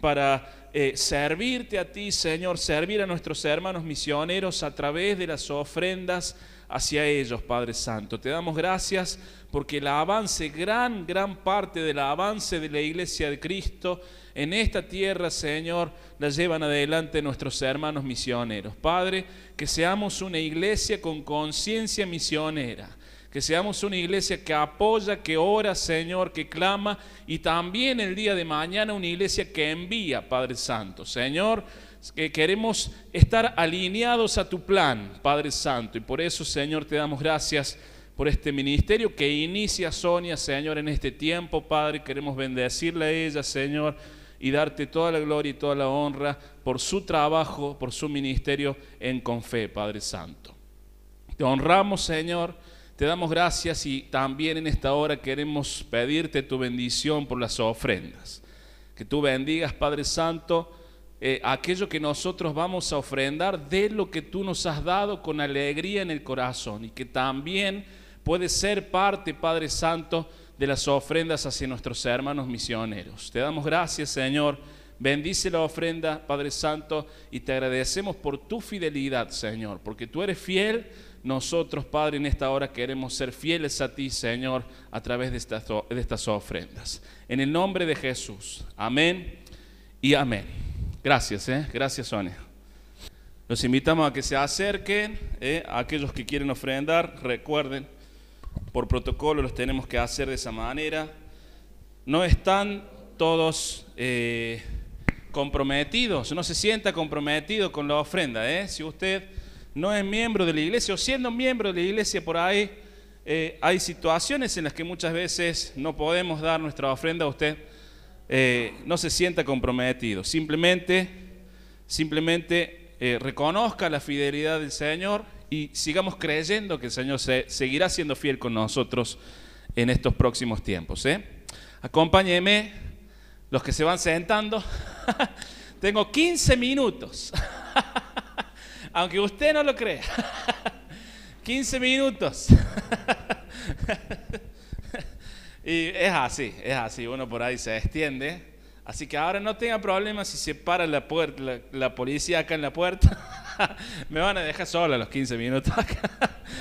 para eh, servirte a ti, Señor, servir a nuestros hermanos misioneros a través de las ofrendas hacia ellos, Padre Santo. Te damos gracias porque el avance, gran, gran parte del avance de la iglesia de Cristo en esta tierra, Señor, la llevan adelante nuestros hermanos misioneros. Padre, que seamos una iglesia con conciencia misionera, que seamos una iglesia que apoya, que ora, Señor, que clama, y también el día de mañana una iglesia que envía, Padre Santo. Señor, que queremos estar alineados a tu plan, Padre Santo, y por eso, Señor, te damos gracias por este ministerio que inicia Sonia, Señor, en este tiempo, Padre. Queremos bendecirla a ella, Señor, y darte toda la gloria y toda la honra por su trabajo, por su ministerio en Confe, Padre Santo. Te honramos, Señor, te damos gracias, y también en esta hora queremos pedirte tu bendición por las ofrendas. Que tú bendigas, Padre Santo, Eh, aquello que nosotros vamos a ofrendar de lo que tú nos has dado con alegría en el corazón, y que también puede ser parte, Padre Santo, de las ofrendas hacia nuestros hermanos misioneros. Te damos gracias, Señor. Bendice la ofrenda, Padre Santo, y te agradecemos por tu fidelidad, Señor, porque tú eres fiel. Nosotros, Padre, en esta hora queremos ser fieles a ti, Señor, a través de estas, de estas ofrendas. En el nombre de Jesús. Amén y amén. Gracias, ¿eh? Gracias, Sonia. Los invitamos a que se acerquen, ¿eh? A aquellos que quieren ofrendar. Recuerden, por protocolo los tenemos que hacer de esa manera. No están todos eh, comprometidos, no se sienta comprometido con la ofrenda, ¿eh? Si usted no es miembro de la iglesia, o siendo miembro de la iglesia por ahí, eh, hay situaciones en las que muchas veces no podemos dar nuestra ofrenda a usted. Eh, no se sienta comprometido, simplemente, simplemente eh, reconozca la fidelidad del Señor y sigamos creyendo que el Señor se, seguirá siendo fiel con nosotros en estos próximos tiempos, ¿eh? Acompáñenme, los que se van sentando. Tengo quince minutos, aunque usted no lo crea. quince minutos. Y es así, es así, uno por ahí se extiende. Así que ahora no tenga problemas si se para la, puerta, la, la policía acá en la puerta. Me van a dejar solo a los quince minutos acá.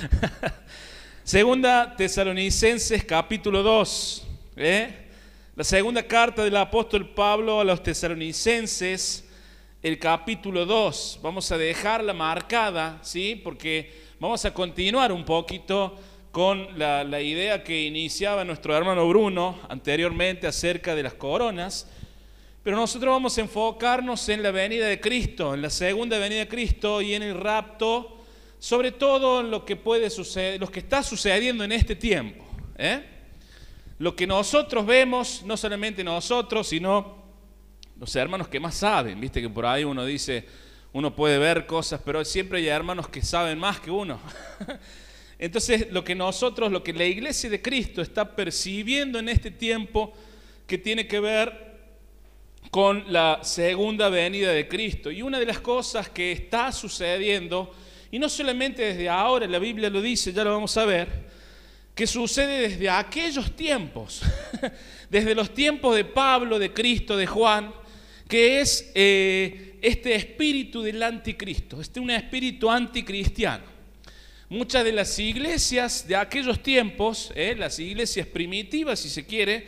Segunda Tesalonicenses capítulo dos, ¿eh? La segunda carta del apóstol Pablo a los Tesalonicenses, el capítulo dos. Vamos a dejarla marcada, ¿sí? Porque vamos a continuar un poquito con la, la idea que iniciaba nuestro hermano Bruno anteriormente acerca de las coronas. Pero nosotros vamos a enfocarnos en la venida de Cristo, en la segunda venida de Cristo y en el rapto, sobre todo en lo que puede suceder, lo que está sucediendo en este tiempo, ¿eh? Lo que nosotros vemos, no solamente nosotros, sino los hermanos que más saben. Viste que por ahí uno dice, uno puede ver cosas, pero siempre hay hermanos que saben más que uno. Entonces, lo que nosotros, lo que la iglesia de Cristo está percibiendo en este tiempo, que tiene que ver con la segunda venida de Cristo. Y una de las cosas que está sucediendo, y no solamente desde ahora, la Biblia lo dice, ya lo vamos a ver, que sucede desde aquellos tiempos, desde los tiempos de Pablo, de Cristo, de Juan, que es eh, este espíritu del anticristo, este un espíritu anticristiano. Muchas de las iglesias de aquellos tiempos, eh, las iglesias primitivas, si se quiere,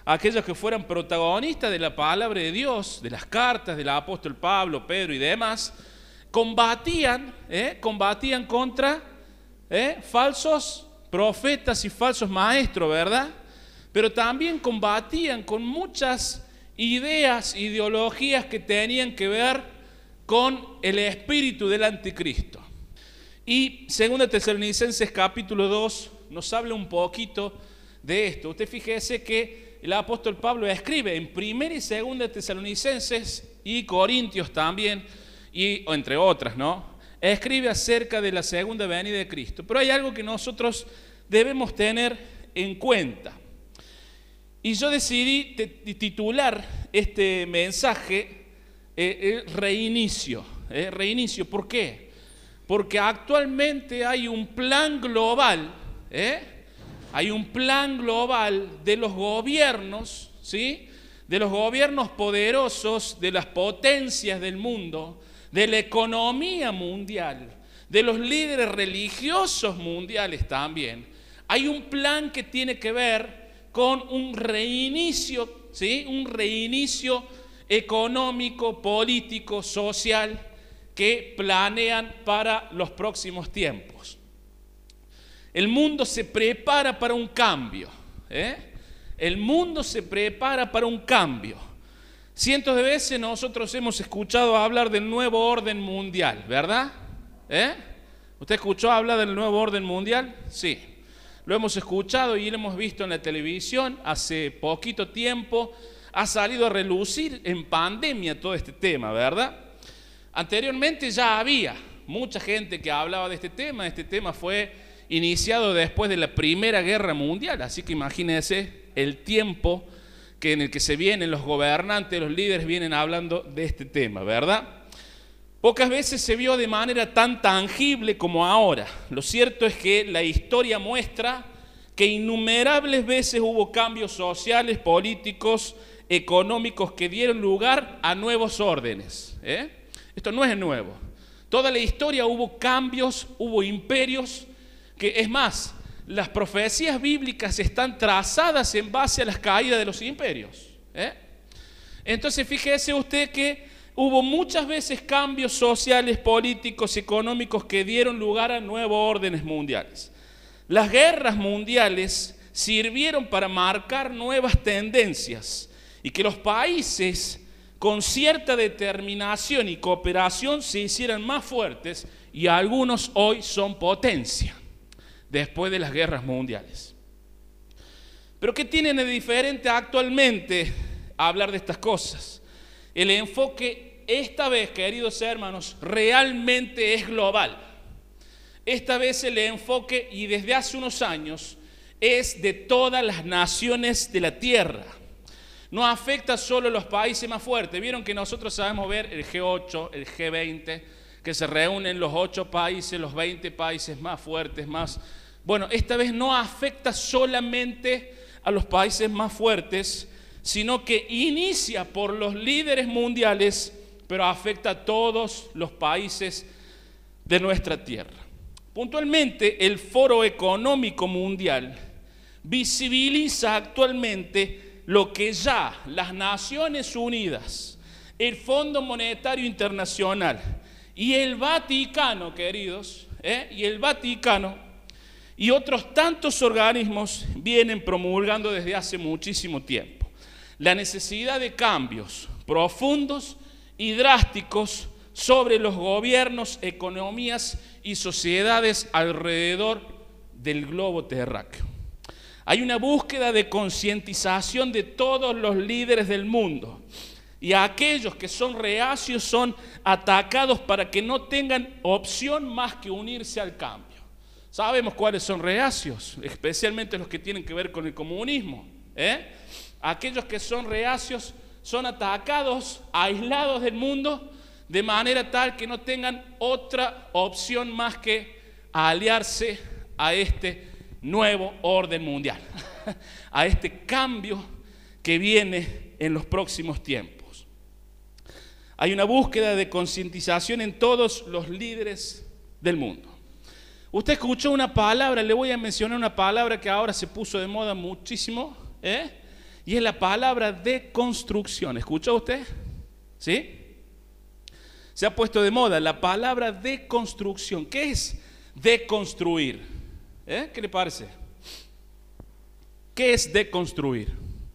aquellos que fueran protagonistas de la palabra de Dios, de las cartas del apóstol Pablo, Pedro y demás, combatían, ¿eh? combatían contra ¿eh? falsos profetas y falsos maestros, ¿verdad? Pero también combatían con muchas ideas, ideologías que tenían que ver con el espíritu del anticristo. Y segunda Tesalonicenses capítulo dos nos habla un poquito de esto. Usted fíjese que el apóstol Pablo escribe en primera y segunda Tesalonicenses y Corintios también, y entre otras, ¿no? Escribe acerca de la segunda venida de Cristo. Pero hay algo que nosotros debemos tener en cuenta. Y yo decidí titular este mensaje eh, eh, reinicio. Eh, reinicio, ¿por qué? Porque actualmente hay un plan global, ¿eh? hay un plan global de los gobiernos, ¿sí? de los gobiernos poderosos, de las potencias del mundo, de la economía mundial, de los líderes religiosos mundiales también. Hay un plan que tiene que ver con un reinicio, ¿sí? un reinicio económico, político, social que planean para los próximos tiempos. El mundo se prepara para un cambio, ¿eh? El mundo se prepara para un cambio. Cientos de veces nosotros hemos escuchado hablar del nuevo orden mundial, ¿verdad? ¿Eh? ¿Usted escuchó hablar del nuevo orden mundial? Sí. Lo hemos escuchado y lo hemos visto en la televisión hace poquito tiempo. Ha salido a relucir en pandemia todo este tema, ¿verdad? Anteriormente ya había mucha gente que hablaba de este tema. Este tema fue iniciado después de la Primera Guerra Mundial. Así que imagínense el tiempo que en el que se vienen los gobernantes, los líderes vienen hablando de este tema, ¿verdad? Pocas veces se vio de manera tan tangible como ahora. Lo cierto es que la historia muestra que innumerables veces hubo cambios sociales, políticos, económicos que dieron lugar a nuevos órdenes. ¿eh? Esto no es nuevo. Toda la historia hubo cambios, hubo imperios, que es más, las profecías bíblicas están trazadas en base a las caídas de los imperios. ¿eh? Entonces fíjese usted que hubo muchas veces cambios sociales, políticos, económicos que dieron lugar a nuevos órdenes mundiales. Las guerras mundiales sirvieron para marcar nuevas tendencias y que los países con cierta determinación y cooperación se hicieran más fuertes, y algunos hoy son potencia después de las guerras mundiales. Pero ¿qué tienen de diferente actualmente a hablar de estas cosas? El enfoque esta vez, queridos hermanos, realmente es global. Esta vez el enfoque, y desde hace unos años, es de todas las naciones de la tierra. No afecta solo a los países más fuertes. Vieron que nosotros sabemos ver el G ocho, el G veinte, que se reúnen los ocho países, los veinte países más fuertes, más... Bueno, esta vez no afecta solamente a los países más fuertes, sino que inicia por los líderes mundiales, pero afecta a todos los países de nuestra tierra. Puntualmente, el Foro Económico Mundial visibiliza actualmente lo que ya las Naciones Unidas, el Fondo Monetario Internacional y el Vaticano, queridos, ¿eh? y el Vaticano y otros tantos organismos vienen promulgando desde hace muchísimo tiempo. La necesidad de cambios profundos y drásticos sobre los gobiernos, economías y sociedades alrededor del globo terráqueo. Hay una búsqueda de concientización de todos los líderes del mundo, y aquellos que son reacios son atacados para que no tengan opción más que unirse al cambio. Sabemos cuáles son reacios, especialmente los que tienen que ver con el comunismo. ¿eh? Aquellos que son reacios son atacados, aislados del mundo, de manera tal que no tengan otra opción más que aliarse a este nuevo orden mundial, a este cambio que viene en los próximos tiempos. Hay una búsqueda de concientización en todos los líderes del mundo. Usted escuchó una palabra, le voy a mencionar una palabra que ahora se puso de moda muchísimo, ¿eh? y es la palabra deconstrucción. ¿Escuchó usted? ¿Sí? Se ha puesto de moda la palabra deconstrucción. ¿Qué es deconstruir? ¿Eh? ¿Qué le parece? ¿Qué es deconstruir?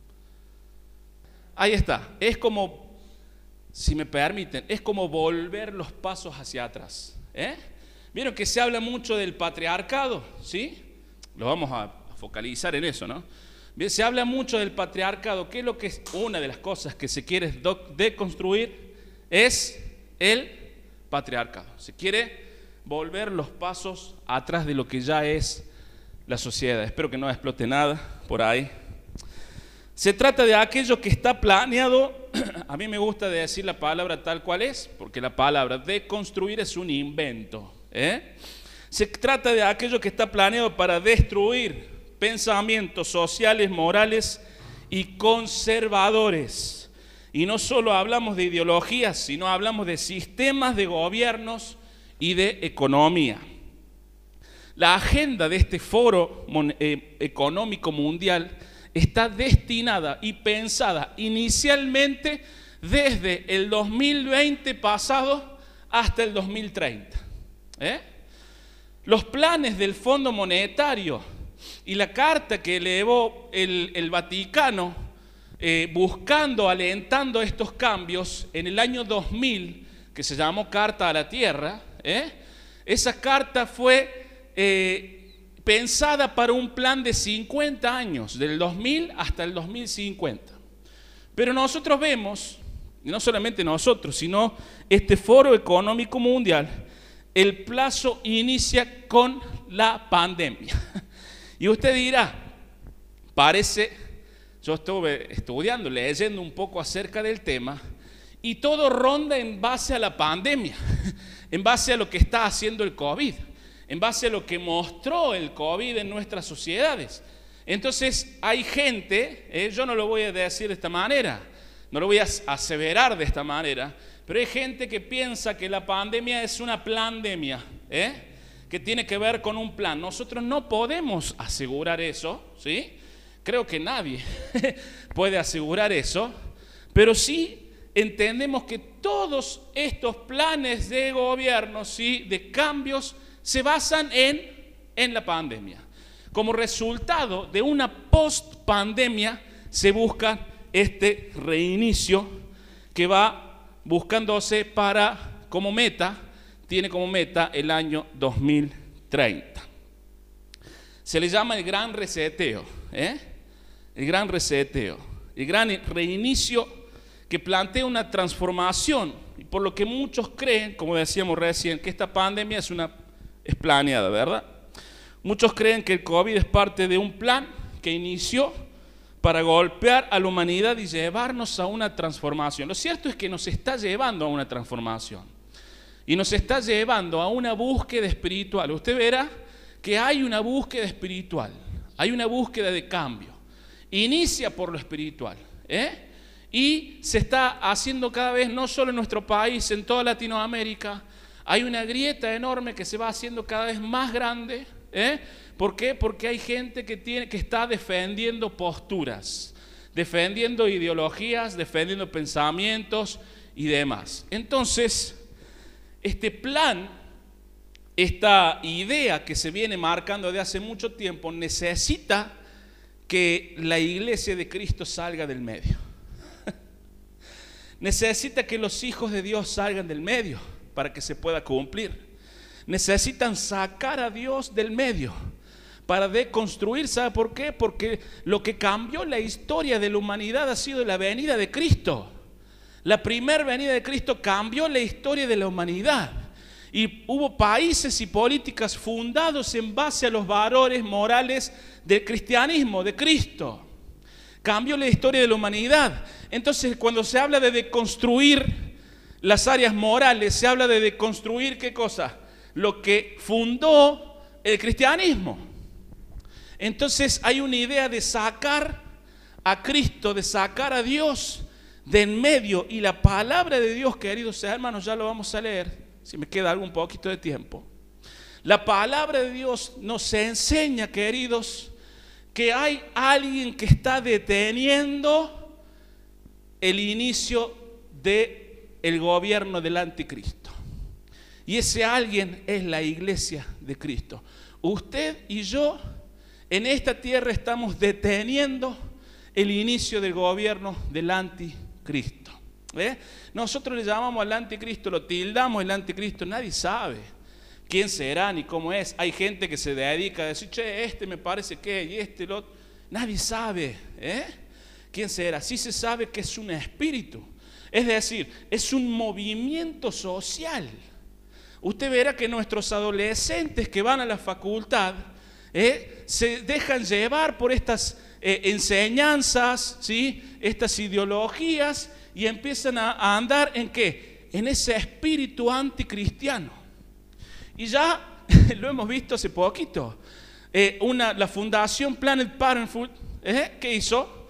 Ahí está. Es como, si me permiten, es como volver los pasos hacia atrás. ¿Eh? Vieron que se habla mucho del patriarcado, ¿sí? Lo vamos a focalizar en eso, ¿no? Bien, se habla mucho del patriarcado. ¿Qué es lo que es una de las cosas que se quiere deconstruir? Es el patriarcado. Se quiere volver los pasos atrás de lo que ya es la sociedad. Espero que no explote nada por ahí. Se trata de aquello que está planeado. A mí me gusta decir la palabra tal cual es, porque la palabra deconstruir es un invento, ¿eh? Se trata de aquello que está planeado para destruir pensamientos sociales, morales y conservadores. Y no solo hablamos de ideologías, sino hablamos de sistemas de gobiernos y de economía. La agenda de este foro eh, económico mundial está destinada y pensada inicialmente desde el dos mil veinte pasado hasta el dos mil treinta. ¿Eh? Los planes del Fondo Monetario y la carta que elevó el, el Vaticano eh, buscando, alentando estos cambios en el año dos mil, que se llamó Carta a la Tierra, ¿eh? Esa carta fue eh, pensada para un plan de cincuenta años, del dos mil hasta el dos mil cincuenta. Pero nosotros vemos, y no solamente nosotros, sino este Foro Económico Mundial, el plazo inicia con la pandemia. Y usted dirá, parece, yo estuve estudiando, leyendo un poco acerca del tema, y todo ronda en base a la pandemia, en base a lo que está haciendo el COVID, en base a lo que mostró el COVID en nuestras sociedades. Entonces hay gente, eh, yo no lo voy a decir de esta manera, no lo voy a aseverar de esta manera, pero hay gente que piensa que la pandemia es una plandemia, ¿eh? que tiene que ver con un plan. Nosotros no podemos asegurar eso, ¿sí? Creo que nadie puede asegurar eso, pero sí entendemos que todos estos planes de gobierno, ¿sí? de cambios, se basan en, en la pandemia. Como resultado de una post-pandemia se busca este reinicio que va buscándose para, como meta, tiene como meta el año dos mil treinta. Se le llama el gran reseteo, ¿eh? el gran reseteo, el gran reinicio que plantea una transformación, y por lo que muchos creen, como decíamos recién, que esta pandemia es, una, es planeada, ¿verdad? Muchos creen que el COVID es parte de un plan que inició para golpear a la humanidad y llevarnos a una transformación. Lo cierto es que nos está llevando a una transformación y nos está llevando a una búsqueda espiritual. Usted verá que hay una búsqueda espiritual, hay una búsqueda de cambio. Inicia por lo espiritual, ¿eh? Y se está haciendo cada vez, no solo en nuestro país, en toda Latinoamérica, hay una grieta enorme que se va haciendo cada vez más grande, ¿eh? ¿Por qué? Porque hay gente que, tiene, que está defendiendo posturas, defendiendo ideologías, defendiendo pensamientos y demás. Entonces, este plan, esta idea que se viene marcando de hace mucho tiempo, necesita que la iglesia de Cristo salga del medio. Necesita que los hijos de Dios salgan del medio para que se pueda cumplir. Necesitan sacar a Dios del medio para deconstruir. ¿Sabe por qué? Porque lo que cambió la historia de la humanidad ha sido la venida de Cristo. La primera venida de Cristo cambió la historia de la humanidad. Y hubo países y políticas fundados en base a los valores morales del cristianismo, de Cristo. Cambió la historia de la humanidad. Entonces, cuando se habla de deconstruir las áreas morales, se habla de deconstruir ¿qué cosa? Lo que fundó el cristianismo. Entonces hay una idea de sacar a Cristo, de sacar a Dios de en medio, y la palabra de Dios, queridos hermanos, ya lo vamos a leer, si me queda algún poquito de tiempo. La palabra de Dios nos enseña, queridos, que hay alguien que está deteniendo el inicio del gobierno del anticristo. Y ese alguien es la iglesia de Cristo. Usted y yo en esta tierra estamos deteniendo el inicio del gobierno del anticristo. ¿Eh? Nosotros le llamamos al anticristo, lo tildamos el anticristo, nadie sabe quién será ni cómo es. Hay gente que se dedica a decir, che, este me parece que, y este, lo otro. Nadie sabe ¿eh? quién será. Sí se sabe que es un espíritu, es decir, es un movimiento social. Usted verá que nuestros adolescentes que van a la facultad ¿eh? se dejan llevar por estas eh, enseñanzas, ¿sí? Estas ideologías, y empiezan a, a andar en ¿qué? En ese espíritu anticristiano. Y ya lo hemos visto hace poquito. Eh, una, la fundación Planned Parenthood, ¿eh? ¿qué hizo?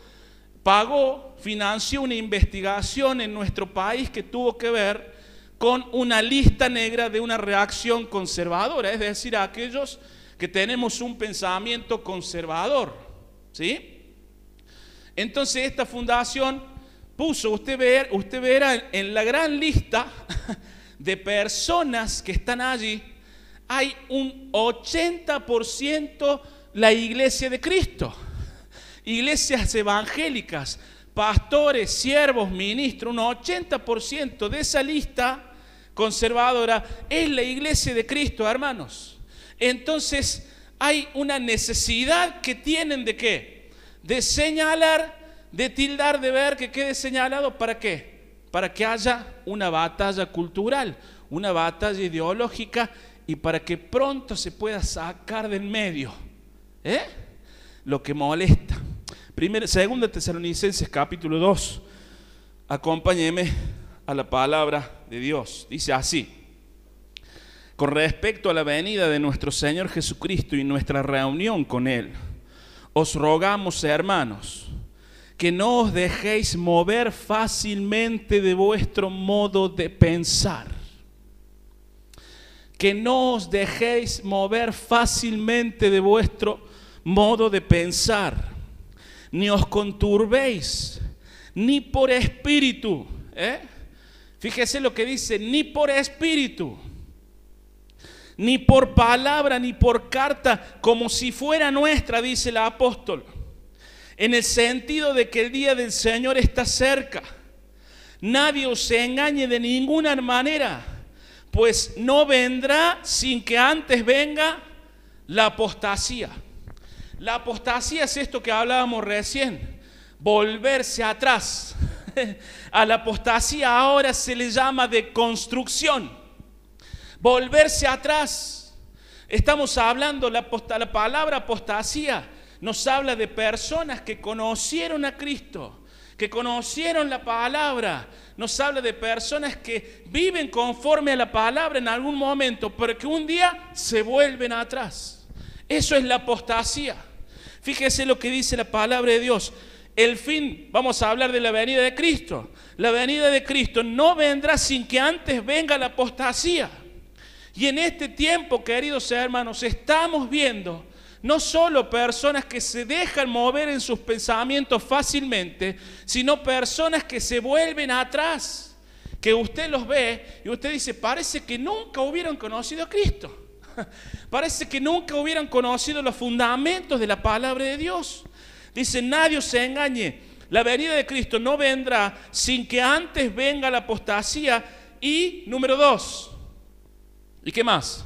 Pagó, financió una investigación en nuestro país que tuvo que ver con una lista negra de una reacción conservadora, es decir, a aquellos que tenemos un pensamiento conservador, ¿sí? Entonces esta fundación puso, usted, ver, usted verá en la gran lista de personas que están allí, hay un ochenta por ciento la iglesia de Cristo, iglesias evangélicas, pastores, siervos, ministros. Un ochenta por ciento de esa lista conservadora es la iglesia de Cristo, hermanos. Entonces hay una necesidad que tienen de ¿qué? De señalar, de tildar, de ver que quede señalado. ¿Para qué? Para que haya una batalla cultural, una batalla ideológica, y para que pronto se pueda sacar del medio ¿eh? lo que molesta. Primera, segunda Tesalonicenses capítulo dos. Acompáñeme a la palabra de Dios. Dice así: con respecto a la venida de nuestro Señor Jesucristo y nuestra reunión con Él, os rogamos, hermanos, que no os dejéis mover fácilmente de vuestro modo de pensar. Que no os dejéis mover fácilmente de vuestro modo de pensar, ni os conturbéis, ni por espíritu. ¿eh? Fíjese lo que dice, ni por espíritu, ni por palabra, ni por carta, como si fuera nuestra, dice el apóstol, en el sentido de que el día del Señor está cerca. Nadie os engañe de ninguna manera, pues no vendrá sin que antes venga la apostasía. La apostasía es esto que hablábamos recién, volverse atrás. A la apostasía ahora se le llama de construcción, volverse atrás. Estamos hablando, la, la palabra apostasía nos habla de personas que conocieron a Cristo, que conocieron la palabra. Nos habla de personas que viven conforme a la palabra en algún momento, pero que un día se vuelven atrás. Eso es la apostasía. Fíjese lo que dice la palabra de Dios. El fin, vamos a hablar de la venida de Cristo. La venida de Cristo no vendrá sin que antes venga la apostasía. Y en este tiempo, queridos hermanos, estamos viendo no solo personas que se dejan mover en sus pensamientos fácilmente, sino personas que se vuelven atrás, que usted los ve y usted dice, parece que nunca hubieran conocido a Cristo. Parece que nunca hubieran conocido los fundamentos de la palabra de Dios. Dice, nadie se engañe, la venida de Cristo no vendrá sin que antes venga la apostasía. Y número dos, ¿y qué más?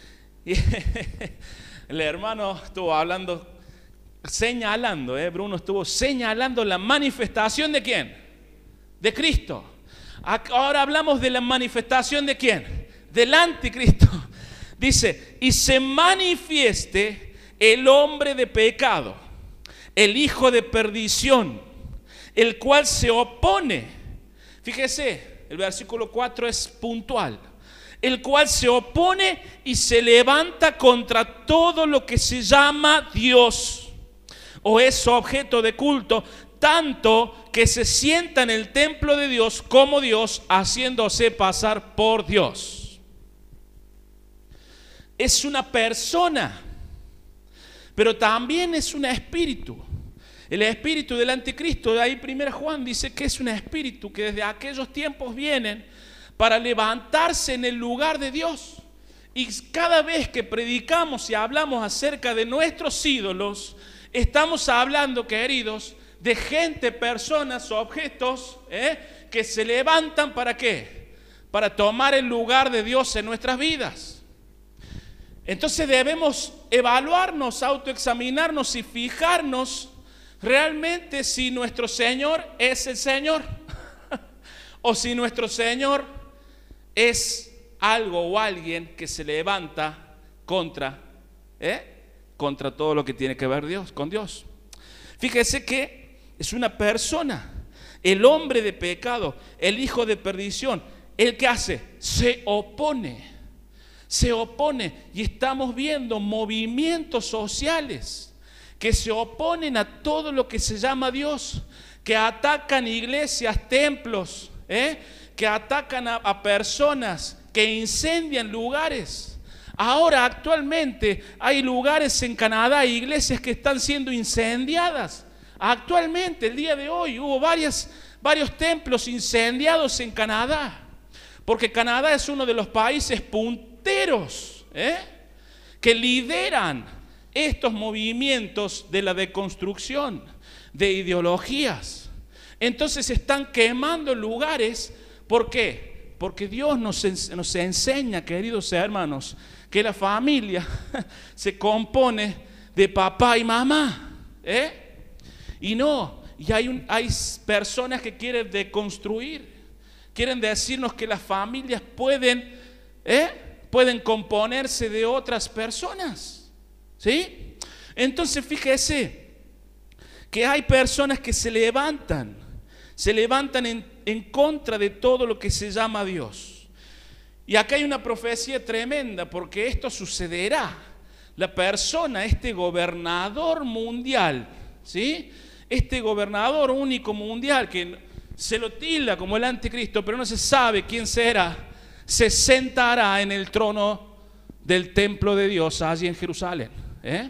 El hermano estuvo hablando, señalando, ¿eh? Bruno estuvo señalando la manifestación de ¿quién? De Cristo. Ahora hablamos de la manifestación de ¿quién? Del anticristo. Dice, y se manifieste el hombre de pecado, el hijo de perdición, el cual se opone. Fíjese, el versículo cuatro es puntual. El cual se opone y se levanta contra todo lo que se llama Dios o es objeto de culto, tanto que se sienta en el templo de Dios como Dios, haciéndose pasar por Dios. Es una persona, pero también es un espíritu. El espíritu del anticristo, de ahí primera Juan dice que es un espíritu que desde aquellos tiempos vienen para levantarse en el lugar de Dios. Y cada vez que predicamos y hablamos acerca de nuestros ídolos, estamos hablando, queridos, de gente, personas, objetos, ¿eh? que se levantan ¿para qué? Para tomar el lugar de Dios en nuestras vidas. Entonces debemos evaluarnos, autoexaminarnos y fijarnos realmente si nuestro Señor es el Señor o si nuestro Señor es algo o alguien que se levanta contra, ¿eh? contra todo lo que tiene que ver Dios, con Dios. Fíjese que es una persona, el hombre de pecado, el hijo de perdición. ¿El que hace? Se opone, se opone. Y estamos viendo movimientos sociales que se oponen a todo lo que se llama Dios, que atacan iglesias, templos, ¿eh? que atacan a, a personas, que incendian lugares. Ahora actualmente hay lugares en Canadá, iglesias que están siendo incendiadas. Actualmente, el día de hoy, hubo varias, varios templos incendiados en Canadá, porque Canadá es uno de los países punteros, ¿eh? que lideran estos movimientos de la deconstrucción de ideologías. Entonces están quemando lugares. ¿Por qué? Porque Dios nos, nos enseña, queridos hermanos, que la familia se compone de papá y mamá, ¿eh? Y no, y hay, un, hay personas que quieren deconstruir, quieren decirnos que las familias pueden, ¿eh? pueden componerse de otras personas, ¿sí? Entonces fíjese que hay personas que se levantan, se levantan en, en contra de todo lo que se llama Dios. Y acá hay una profecía tremenda, porque esto sucederá. La persona, este gobernador mundial, ¿sí? Este gobernador único mundial, que se lo tilda como el anticristo, pero no se sabe quién será, se sentará en el trono del templo de Dios allí en Jerusalén, ¿eh?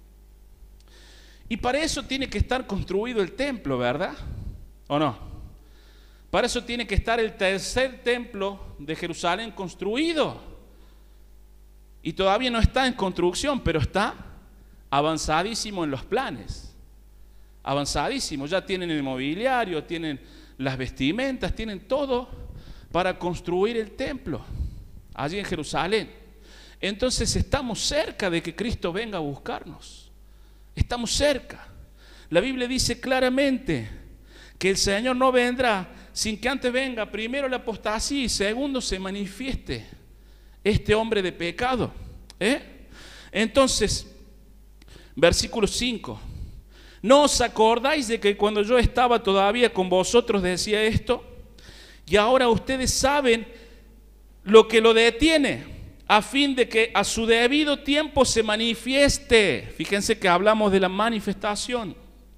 Y para eso tiene que estar construido el templo, ¿verdad? ¿O no? Para eso tiene que estar el tercer templo de Jerusalén construido. Y todavía no está en construcción, pero está avanzadísimo en los planes. Avanzadísimo, ya tienen el mobiliario, tienen las vestimentas, tienen todo para construir el templo allí en Jerusalén. Entonces estamos cerca de que Cristo venga a buscarnos. Estamos cerca. La Biblia dice claramente que el Señor no vendrá sin que antes venga primero la apostasía y segundo se manifieste este hombre de pecado, ¿eh? Entonces, versículo cinco. ¿No os acordáis de que cuando yo estaba todavía con vosotros decía esto? Y ahora ustedes saben lo que lo detiene, a fin de que a su debido tiempo se manifieste. Fíjense que hablamos de la manifestación.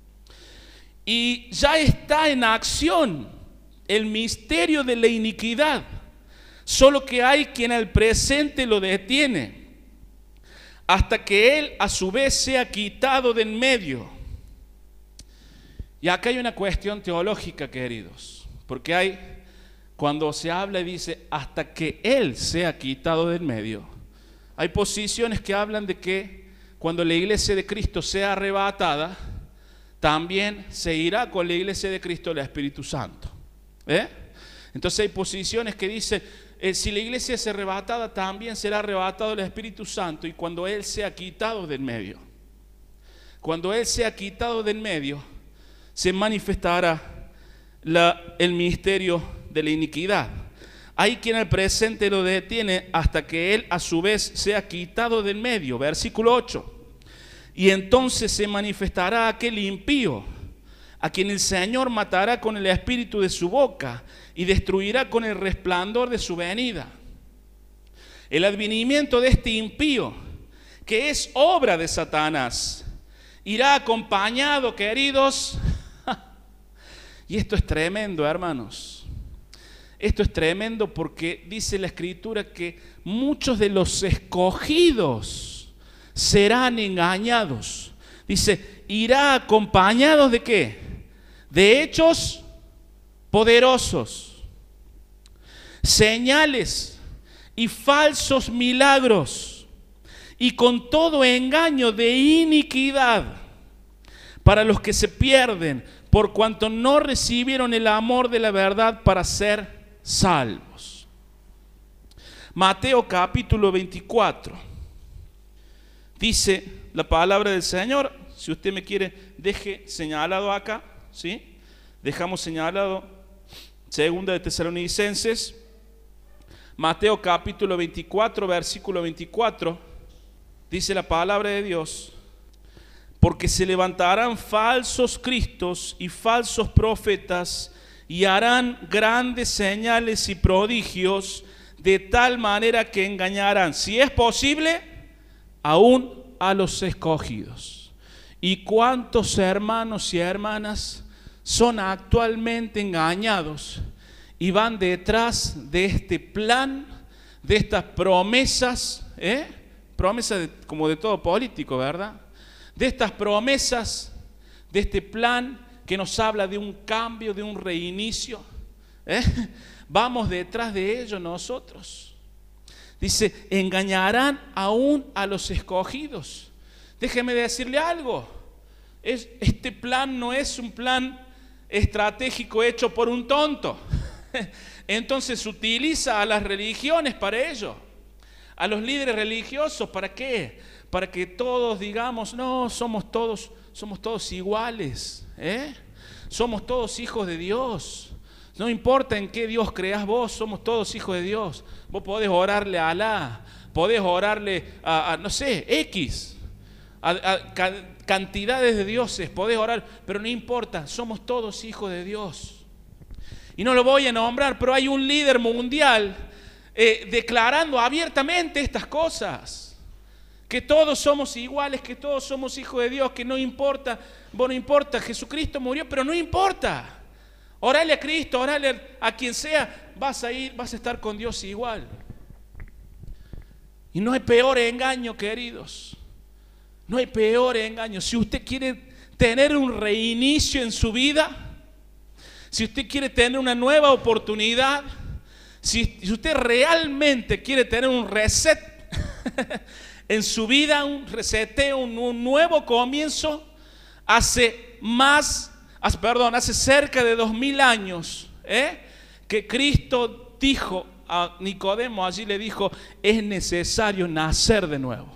Y ya está en acción el misterio de la iniquidad, solo que hay quien al presente lo detiene, hasta que él a su vez sea quitado de en medio. Y acá hay una cuestión teológica, queridos, porque hay, cuando se habla y dice hasta que él sea quitado del medio, hay posiciones que hablan de que cuando la iglesia de Cristo sea arrebatada, también se irá con la iglesia de Cristo el Espíritu Santo, ¿eh? Entonces hay posiciones que dicen eh, si la iglesia es arrebatada, también será arrebatado el Espíritu Santo, y cuando él sea quitado del medio, cuando él sea quitado del medio, se manifestará la, el misterio de la iniquidad. Hay quien al presente lo detiene hasta que él a su vez sea quitado del medio. Versículo ocho. Y entonces se manifestará aquel impío, a quien el Señor matará con el espíritu de su boca y destruirá con el resplandor de su venida. El advenimiento de este impío, que es obra de Satanás, irá acompañado, queridos. Y esto es tremendo, hermanos. Esto es tremendo porque dice la Escritura que muchos de los escogidos serán engañados. Dice, irá acompañados ¿de qué? De hechos poderosos, señales y falsos milagros, y con todo engaño de iniquidad para los que se pierden, por cuanto no recibieron el amor de la verdad para ser salvos. Mateo capítulo veinticuatro. Dice la palabra del Señor, si usted me quiere, deje señalado acá, ¿sí? Dejamos señalado segunda de Tesalonicenses, Mateo capítulo veinticuatro, versículo veinticuatro, dice la palabra de Dios: porque se levantarán falsos cristos y falsos profetas y harán grandes señales y prodigios, de tal manera que engañarán, si es posible, aún a los escogidos. ¿Y cuántos hermanos y hermanas son actualmente engañados y van detrás de este plan, de estas promesas, ¿eh? promesas de, como de todo político, ¿verdad? De estas promesas, de este plan que nos habla de un cambio, de un reinicio, ¿eh? Vamos detrás de ello nosotros. Dice, engañarán aún a los escogidos. Déjeme decirle algo, es, este plan no es un plan estratégico hecho por un tonto. Entonces utiliza a las religiones para ello, a los líderes religiosos. ¿Para qué? Para que todos digamos, no, somos todos, somos todos iguales, ¿eh? Somos todos hijos de Dios. No importa en qué Dios creas vos, somos todos hijos de Dios. Vos podés orarle a Alá, podés orarle a, a no sé, X, a, a ca- cantidades de dioses, podés orar, pero no importa, somos todos hijos de Dios. Y no lo voy a nombrar, pero hay un líder mundial eh, declarando abiertamente estas cosas. Que todos somos iguales, que todos somos hijos de Dios, que no importa, bueno, no importa, Jesucristo murió, pero no importa. Orale a Cristo, orale a quien sea, vas a ir, vas a estar con Dios igual. Y no hay peor engaño, queridos. No hay peor engaño. Si usted quiere tener un reinicio en su vida, si usted quiere tener una nueva oportunidad, si, si usted realmente quiere tener un reset en su vida, un reseteo, un, un nuevo comienzo, hace más, hace, perdón, hace cerca de dos mil años, ¿eh? que Cristo dijo a Nicodemo, allí le dijo, es necesario nacer de nuevo.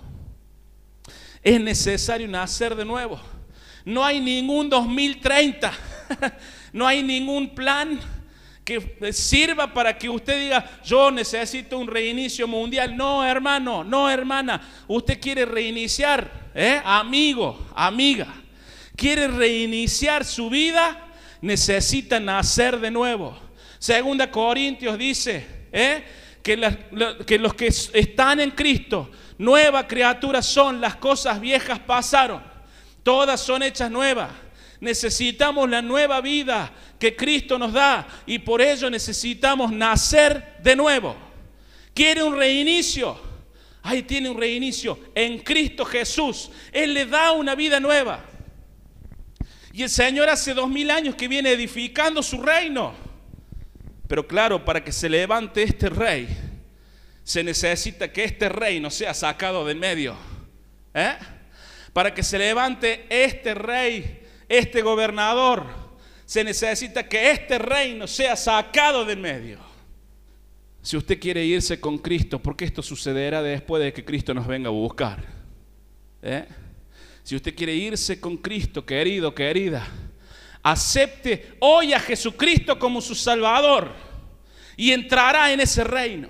Es necesario nacer de nuevo. No hay ningún dos mil treinta, no hay ningún plan que sirva para que usted diga, yo necesito un reinicio mundial. No, hermano, no, hermana. Usted quiere reiniciar, ¿eh? amigo, amiga. Quiere reiniciar su vida, necesita nacer de nuevo. Segunda Corintios dice, ¿eh? que, la, la, que los que están en Cristo, nueva criatura son, las cosas viejas pasaron, todas son hechas nuevas. Necesitamos la nueva vida que Cristo nos da y por ello necesitamos nacer de nuevo. ¿Quiere un reinicio? Ahí tiene un reinicio en Cristo Jesús. Él le da una vida nueva. Y el Señor hace dos mil años que viene edificando su reino. Pero claro, para que se levante este rey, se necesita que este reino sea sacado del medio. ¿Eh? Para que se levante este rey, este gobernador, se necesita que este reino sea sacado del medio. Si usted quiere irse con Cristo, porque esto sucederá después de que Cristo nos venga a buscar, ¿eh? Si usted quiere irse con Cristo, querido, querida, acepte hoy a Jesucristo como su Salvador y entrará en ese reino.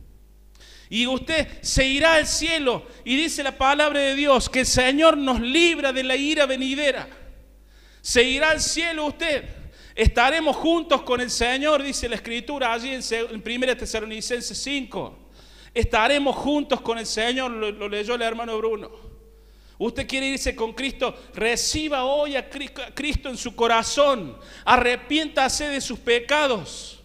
Y usted se irá al cielo y dice la palabra de Dios que el Señor nos libra de la ira venidera. Se irá al cielo usted. Estaremos juntos con el Señor, dice la Escritura allí en primera Tesalonicenses cinco. Estaremos juntos con el Señor, lo, lo leyó el hermano Bruno. Usted quiere irse con Cristo, reciba hoy a Cristo en su corazón, arrepiéntase de sus pecados.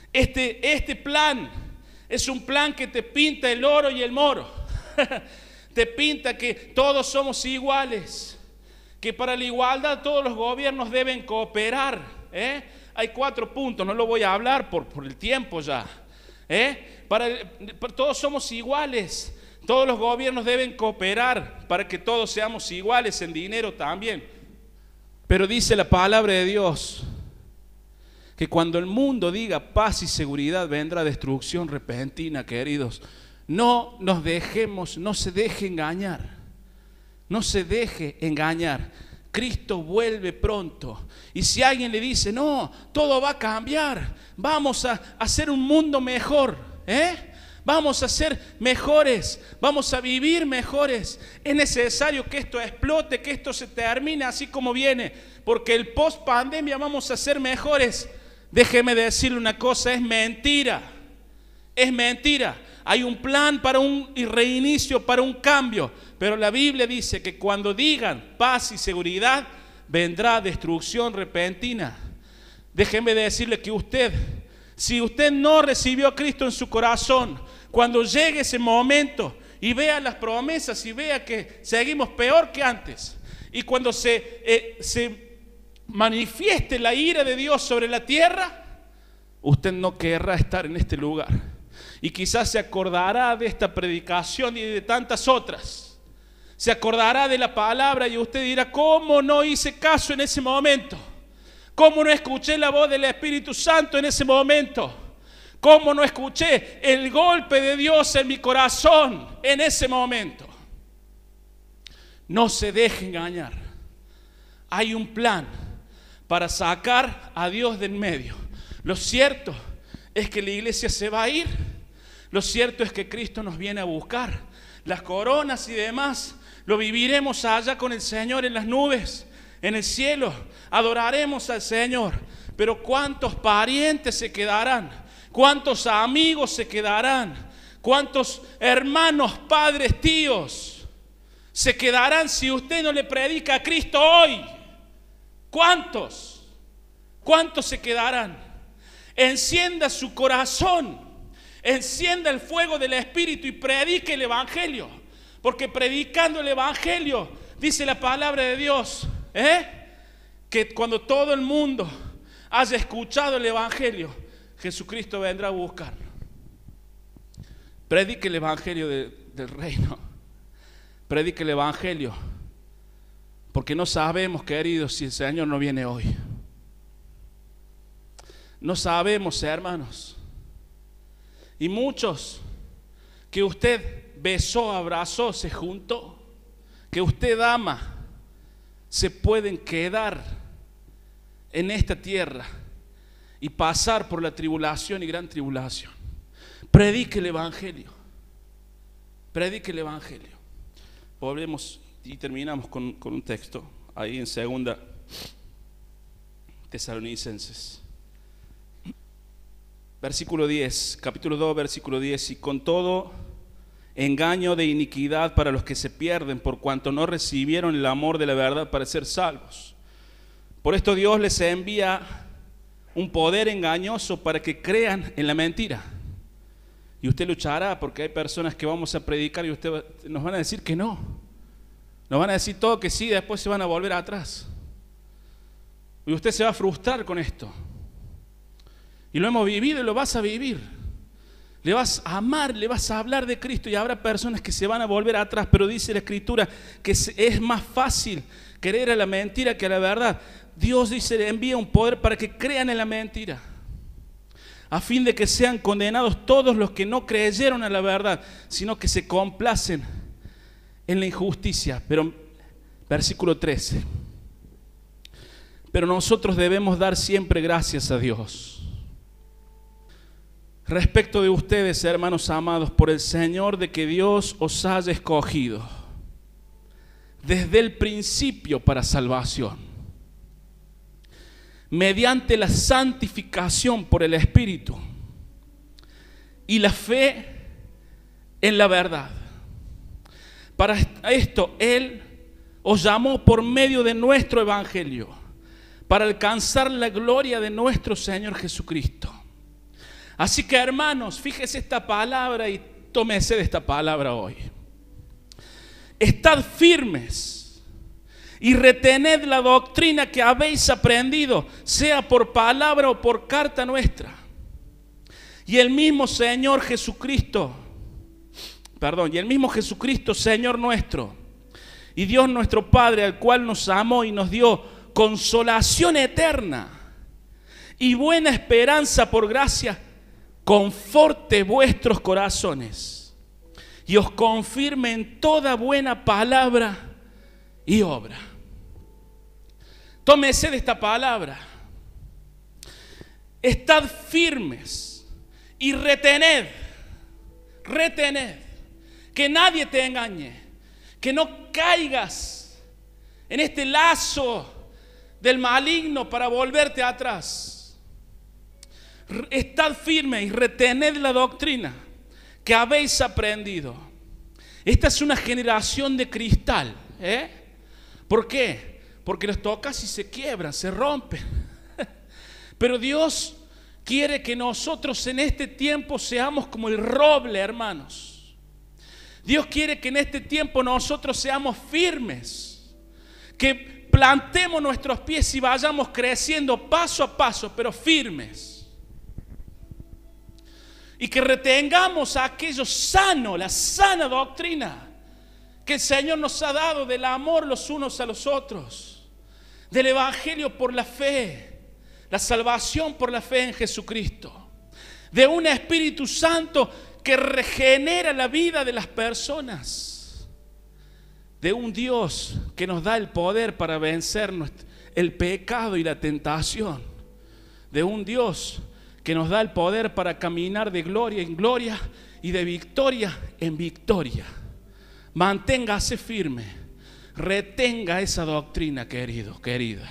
Este, este plan es un plan que te pinta el oro y el moro. te pinta que todos somos iguales, que para la igualdad todos los gobiernos deben cooperar. ¿eh? Hay cuatro puntos, no lo voy a hablar por, por el tiempo ya. ¿eh? Para, para, todos somos iguales, todos los gobiernos deben cooperar para que todos seamos iguales en dinero también. Pero dice la palabra de Dios que cuando el mundo diga paz y seguridad vendrá destrucción repentina, queridos. No nos dejemos, no se deje engañar, no se deje engañar. Cristo vuelve pronto. Y si alguien le dice, no, todo va a cambiar, vamos a hacer un mundo mejor, ¿eh? Vamos a ser mejores, vamos a vivir mejores. Es necesario que esto explote, que esto se termine así como viene, porque el post pandemia vamos a ser mejores. Déjeme decirle una cosa, es mentira, es mentira. Hay un plan para un reinicio, para un cambio, pero la Biblia dice que cuando digan paz y seguridad, vendrá destrucción repentina. Déjeme decirle que usted, si usted no recibió a Cristo en su corazón, cuando llegue ese momento y vea las promesas y vea que seguimos peor que antes, y cuando se, eh, se manifieste la ira de Dios sobre la tierra, usted no querrá estar en este lugar. Y quizás se acordará de esta predicación y de tantas otras. Se acordará de la palabra y usted dirá, ¿cómo no hice caso en ese momento? ¿Cómo no escuché la voz del Espíritu Santo en ese momento? ¿Cómo no escuché el golpe de Dios en mi corazón en ese momento? No se deje engañar. Hay un plan para sacar a Dios del medio. Lo cierto es que la iglesia se va a ir. Lo cierto es que Cristo nos viene a buscar. Las coronas y demás lo viviremos allá con el Señor en las nubes, en el cielo. Adoraremos al Señor. Pero ¿cuántos parientes se quedarán? ¿Cuántos amigos se quedarán? ¿Cuántos hermanos, padres, tíos se quedarán si usted no le predica a Cristo hoy? ¿Cuántos? ¿Cuántos se quedarán? Encienda su corazón, encienda el fuego del Espíritu y predique el Evangelio. Porque predicando el Evangelio, dice la palabra de Dios, ¿eh? que cuando todo el mundo haya escuchado el Evangelio, Jesucristo vendrá a buscarlo. Predique el Evangelio de, del reino. Predique el Evangelio. Porque no sabemos, queridos, si el Señor no viene hoy. No sabemos, hermanos. Y muchos que usted besó, abrazó, se juntó, que usted ama, se pueden quedar en esta tierra y pasar por la tribulación y gran tribulación. Predique el Evangelio. Predique el Evangelio. Volvemos y terminamos con, con un texto ahí en segunda Tesalonicenses. Versículo diez, capítulo dos, versículo diez. Y con todo engaño de iniquidad para los que se pierden, por cuanto no recibieron el amor de la verdad para ser salvos. Por esto Dios les envía un poder engañoso para que crean en la mentira. Y usted luchará, porque hay personas que vamos a predicar y usted nos van a decir que no. Nos van a decir todo que sí, después se van a volver atrás. Y usted se va a frustrar con esto. Y lo hemos vivido y lo vas a vivir. Le vas a amar, le vas a hablar de Cristo y habrá personas que se van a volver atrás, pero dice la Escritura que es más fácil querer a la mentira que a la verdad. Dios dice, le envía un poder para que crean en la mentira, a fin de que sean condenados todos los que no creyeron a la verdad, sino que se complacen en la injusticia. Pero, versículo trece, pero nosotros debemos dar siempre gracias a Dios respecto de ustedes, hermanos amados, por el Señor, de que Dios os haya escogido desde el principio para salvación, mediante la santificación por el Espíritu y la fe en la verdad. Para esto Él os llamó por medio de nuestro Evangelio, para alcanzar la gloria de nuestro Señor Jesucristo. Así que, hermanos, fíjese esta palabra y tómese de esta palabra hoy. estad firmes y retened la doctrina que habéis aprendido, sea por palabra o por carta nuestra. Y el mismo Señor Jesucristo, perdón, y el mismo Jesucristo, Señor nuestro, y Dios nuestro Padre, al cual nos amó y nos dio consolación eterna y buena esperanza por gracia, conforte vuestros corazones y os confirme en toda buena palabra y obra. Tómese de esta palabra. Estad firmes y retened, retened, que nadie te engañe, que no caigas en este lazo del maligno para volverte atrás. Estad firme y retened la doctrina que habéis aprendido. Esta es una generación de cristal, ¿eh? ¿Por qué? Porque los tocas y se quiebran, se rompen. Pero Dios quiere que nosotros en este tiempo seamos como el roble, hermanos. Dios quiere que en este tiempo nosotros seamos firmes, que plantemos nuestros pies y vayamos creciendo paso a paso, pero firmes. Y que retengamos aquello sano, la sana doctrina que el Señor nos ha dado del amor los unos a los otros, del evangelio por la fe, la salvación por la fe en Jesucristo, de un Espíritu Santo que regenera la vida de las personas, de un Dios que nos da el poder para vencer el pecado y la tentación, de un Dios que nos da el poder para caminar de gloria en gloria y de victoria en victoria. Manténgase firme, retenga esa doctrina, querido, querida.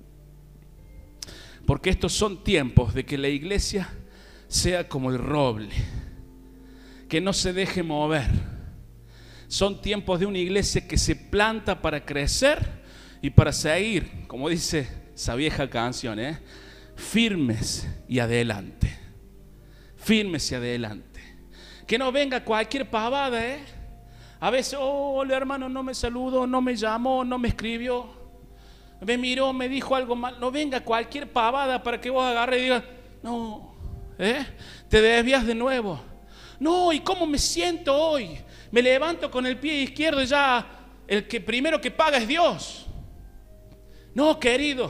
Porque estos son tiempos de que la iglesia sea como el roble, que no se deje mover. Son tiempos de una iglesia que se planta para crecer y para seguir, como dice esa vieja canción, ¿eh? Firmes y adelante. Firmes y adelante. Que no venga cualquier pavada, ¿eh? A veces, oh, el hermano no me saludó, no me llamó, no me escribió, me miró, me dijo algo mal. No venga cualquier pavada para que vos agarres y digas, no, ¿eh? Te desvías de nuevo. No, ¿y cómo me siento hoy? Me levanto con el pie izquierdo y ya el que primero que paga es Dios. No, querido,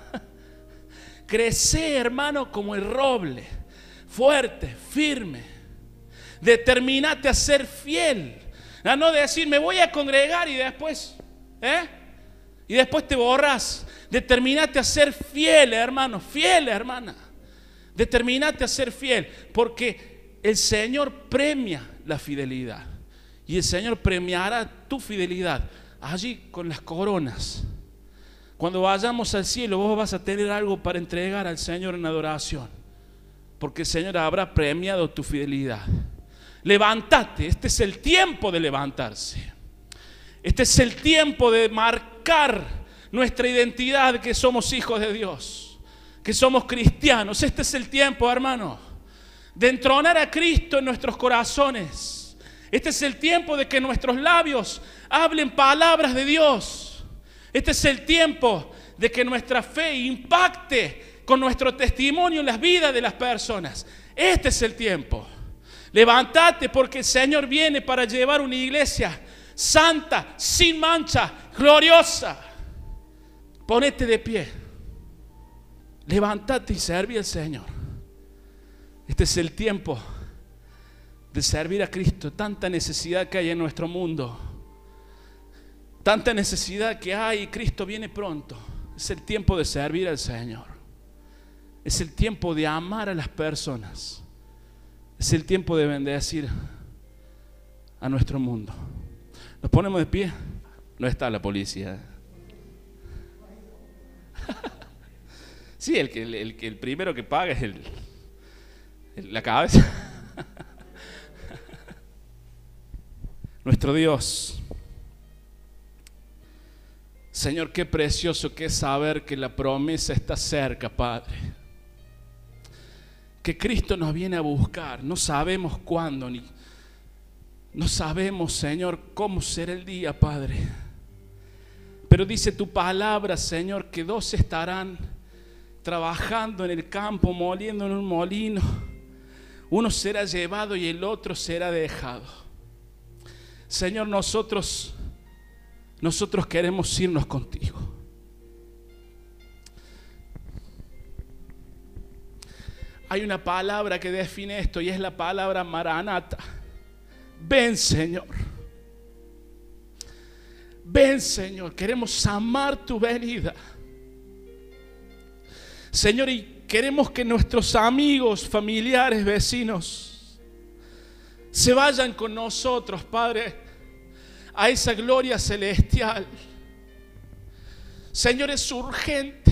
crece, hermano, como el roble, fuerte, firme. Determinate a ser fiel, a no decir me voy a congregar y después, ¿eh? Y después te borras. Determinate a ser fiel, hermano, fiel, hermana. Determinate a ser fiel, porque el Señor premia la fidelidad. Y el Señor premiará tu fidelidad allí con las coronas. Cuando vayamos al cielo, vos vas a tener algo para entregar al Señor en adoración, porque el Señor habrá premiado tu fidelidad. Levántate, este es el tiempo de levantarse. Este es el tiempo de marcar nuestra identidad, que somos hijos de Dios, que somos cristianos. Este es el tiempo, hermano, de entronar a Cristo en nuestros corazones. Este es el tiempo de que nuestros labios hablen palabras de Dios. Este es el tiempo de que nuestra fe impacte con nuestro testimonio en las vidas de las personas. Este es el tiempo. Levántate, porque el Señor viene para llevar una iglesia santa, sin mancha, gloriosa. Ponete de pie. Levántate y serví al Señor. Este es el tiempo de servir a Cristo. Tanta necesidad que hay en nuestro mundo. Tanta necesidad que hay y Cristo viene pronto. Es el tiempo de servir al Señor. Es el tiempo de amar a las personas. Es el tiempo de bendecir a nuestro mundo. Nos ponemos de pie. No está la policía. Sí, el, que, el, el, el primero que paga es el, el, la cabeza. Nuestro Dios. Señor, qué precioso que es saber que la promesa está cerca, Padre. Que Cristo nos viene a buscar. No sabemos cuándo ni, No sabemos, Señor, cómo será el día, Padre. Pero dice tu palabra, Señor, que dos estarán trabajando en el campo, moliendo en un molino. Uno será llevado y el otro será dejado. Señor, nosotros, nosotros queremos irnos contigo. Hay una palabra que define esto y es la palabra Maranata. Ven, Señor. Ven, Señor. Queremos amar tu venida. Señor, y queremos que nuestros amigos, familiares, vecinos se vayan con nosotros, Padre, a esa gloria celestial. Señor, es urgente.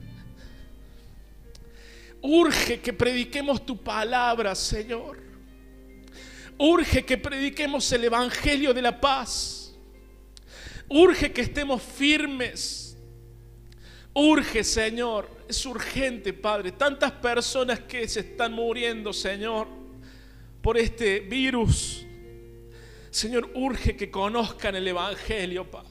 Urge que prediquemos tu palabra, Señor. Urge que prediquemos el evangelio de la paz. Urge que estemos firmes. Urge, Señor. Es urgente, Padre. Tantas personas que se están muriendo, Señor, por este virus. Señor, urge que conozcan el evangelio, Padre.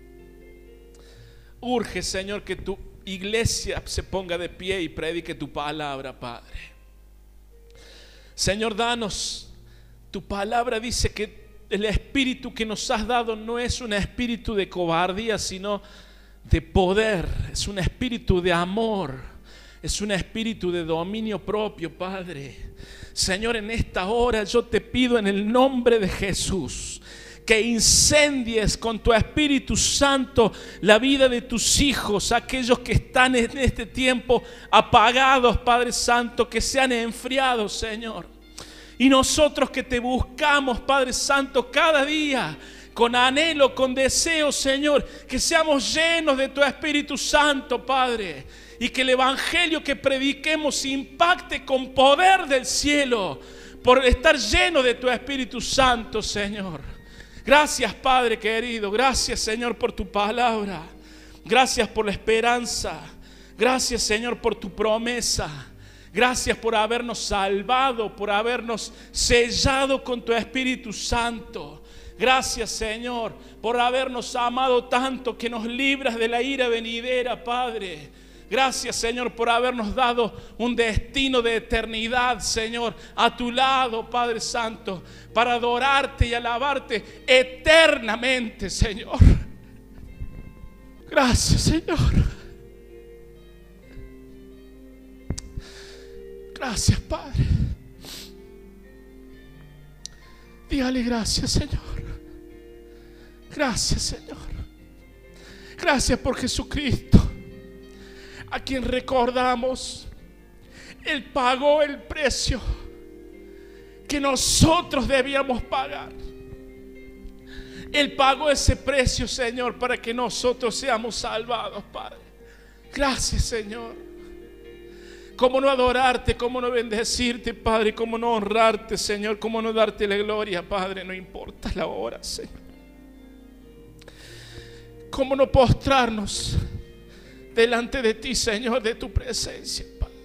Urge, Señor, que tu iglesia se ponga de pie y predique tu palabra, Padre. Señor, danos. Tu palabra dice que el espíritu que nos has dado no es un espíritu de cobardía, sino de poder. Es un espíritu de amor. Es un espíritu de dominio propio, Padre. Señor, en esta hora yo te pido en el nombre de Jesús que incendies con tu Espíritu Santo la vida de tus hijos, aquellos que están en este tiempo apagados, Padre Santo, que se han enfriado, Señor. Y nosotros que te buscamos, Padre Santo, cada día, con anhelo, con deseo, Señor, que seamos llenos de tu Espíritu Santo, Padre, y que el evangelio que prediquemos impacte con poder del cielo, por estar lleno de tu Espíritu Santo, Señor. Gracias, Padre querido. Gracias, Señor, por tu palabra. Gracias por la esperanza. Gracias, Señor, por tu promesa. Gracias por habernos salvado, por habernos sellado con tu Espíritu Santo. Gracias, Señor, por habernos amado tanto que nos libras de la ira venidera, Padre. Gracias, Señor, por habernos dado un destino de eternidad, Señor, a tu lado, Padre Santo, para adorarte y alabarte eternamente, Señor. Gracias, Señor. Gracias, Padre. Dígale gracias, Señor. Gracias, Señor. Gracias por Jesucristo, a quien recordamos. Él pagó el precio que nosotros debíamos pagar. Él pagó ese precio, Señor, para que nosotros seamos salvados, Padre. Gracias, Señor. Cómo no adorarte, cómo no bendecirte, Padre, cómo no honrarte, Señor, cómo no darte la gloria, Padre, no importa la hora, Señor. Cómo no postrarnos delante de ti, Señor, de tu presencia, Padre.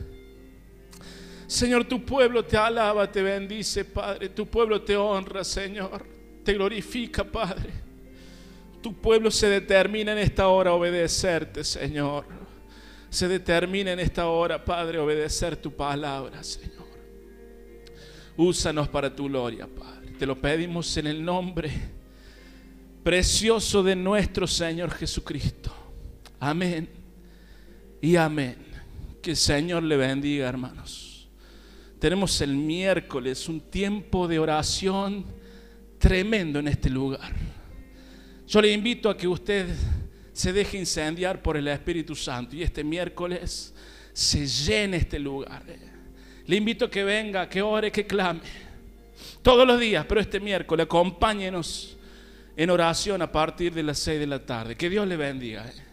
Señor, tu pueblo te alaba, te bendice, Padre. Tu pueblo te honra, Señor. Te glorifica, Padre. Tu pueblo se determina en esta hora a obedecerte, Señor. Se determina en esta hora, Padre, obedecer tu palabra, Señor. Úsanos para tu gloria, Padre. Te lo pedimos en el nombre precioso de nuestro Señor Jesucristo. Amén y amén. Que el Señor le bendiga, hermanos. Tenemos el miércoles un tiempo de oración tremendo en este lugar. Yo le invito a que usted se deje incendiar por el Espíritu Santo y este miércoles se llene este lugar. Le invito a que venga, que ore, que clame todos los días, pero este miércoles acompáñenos en oración a partir de las seis de la tarde. Que Dios le bendiga.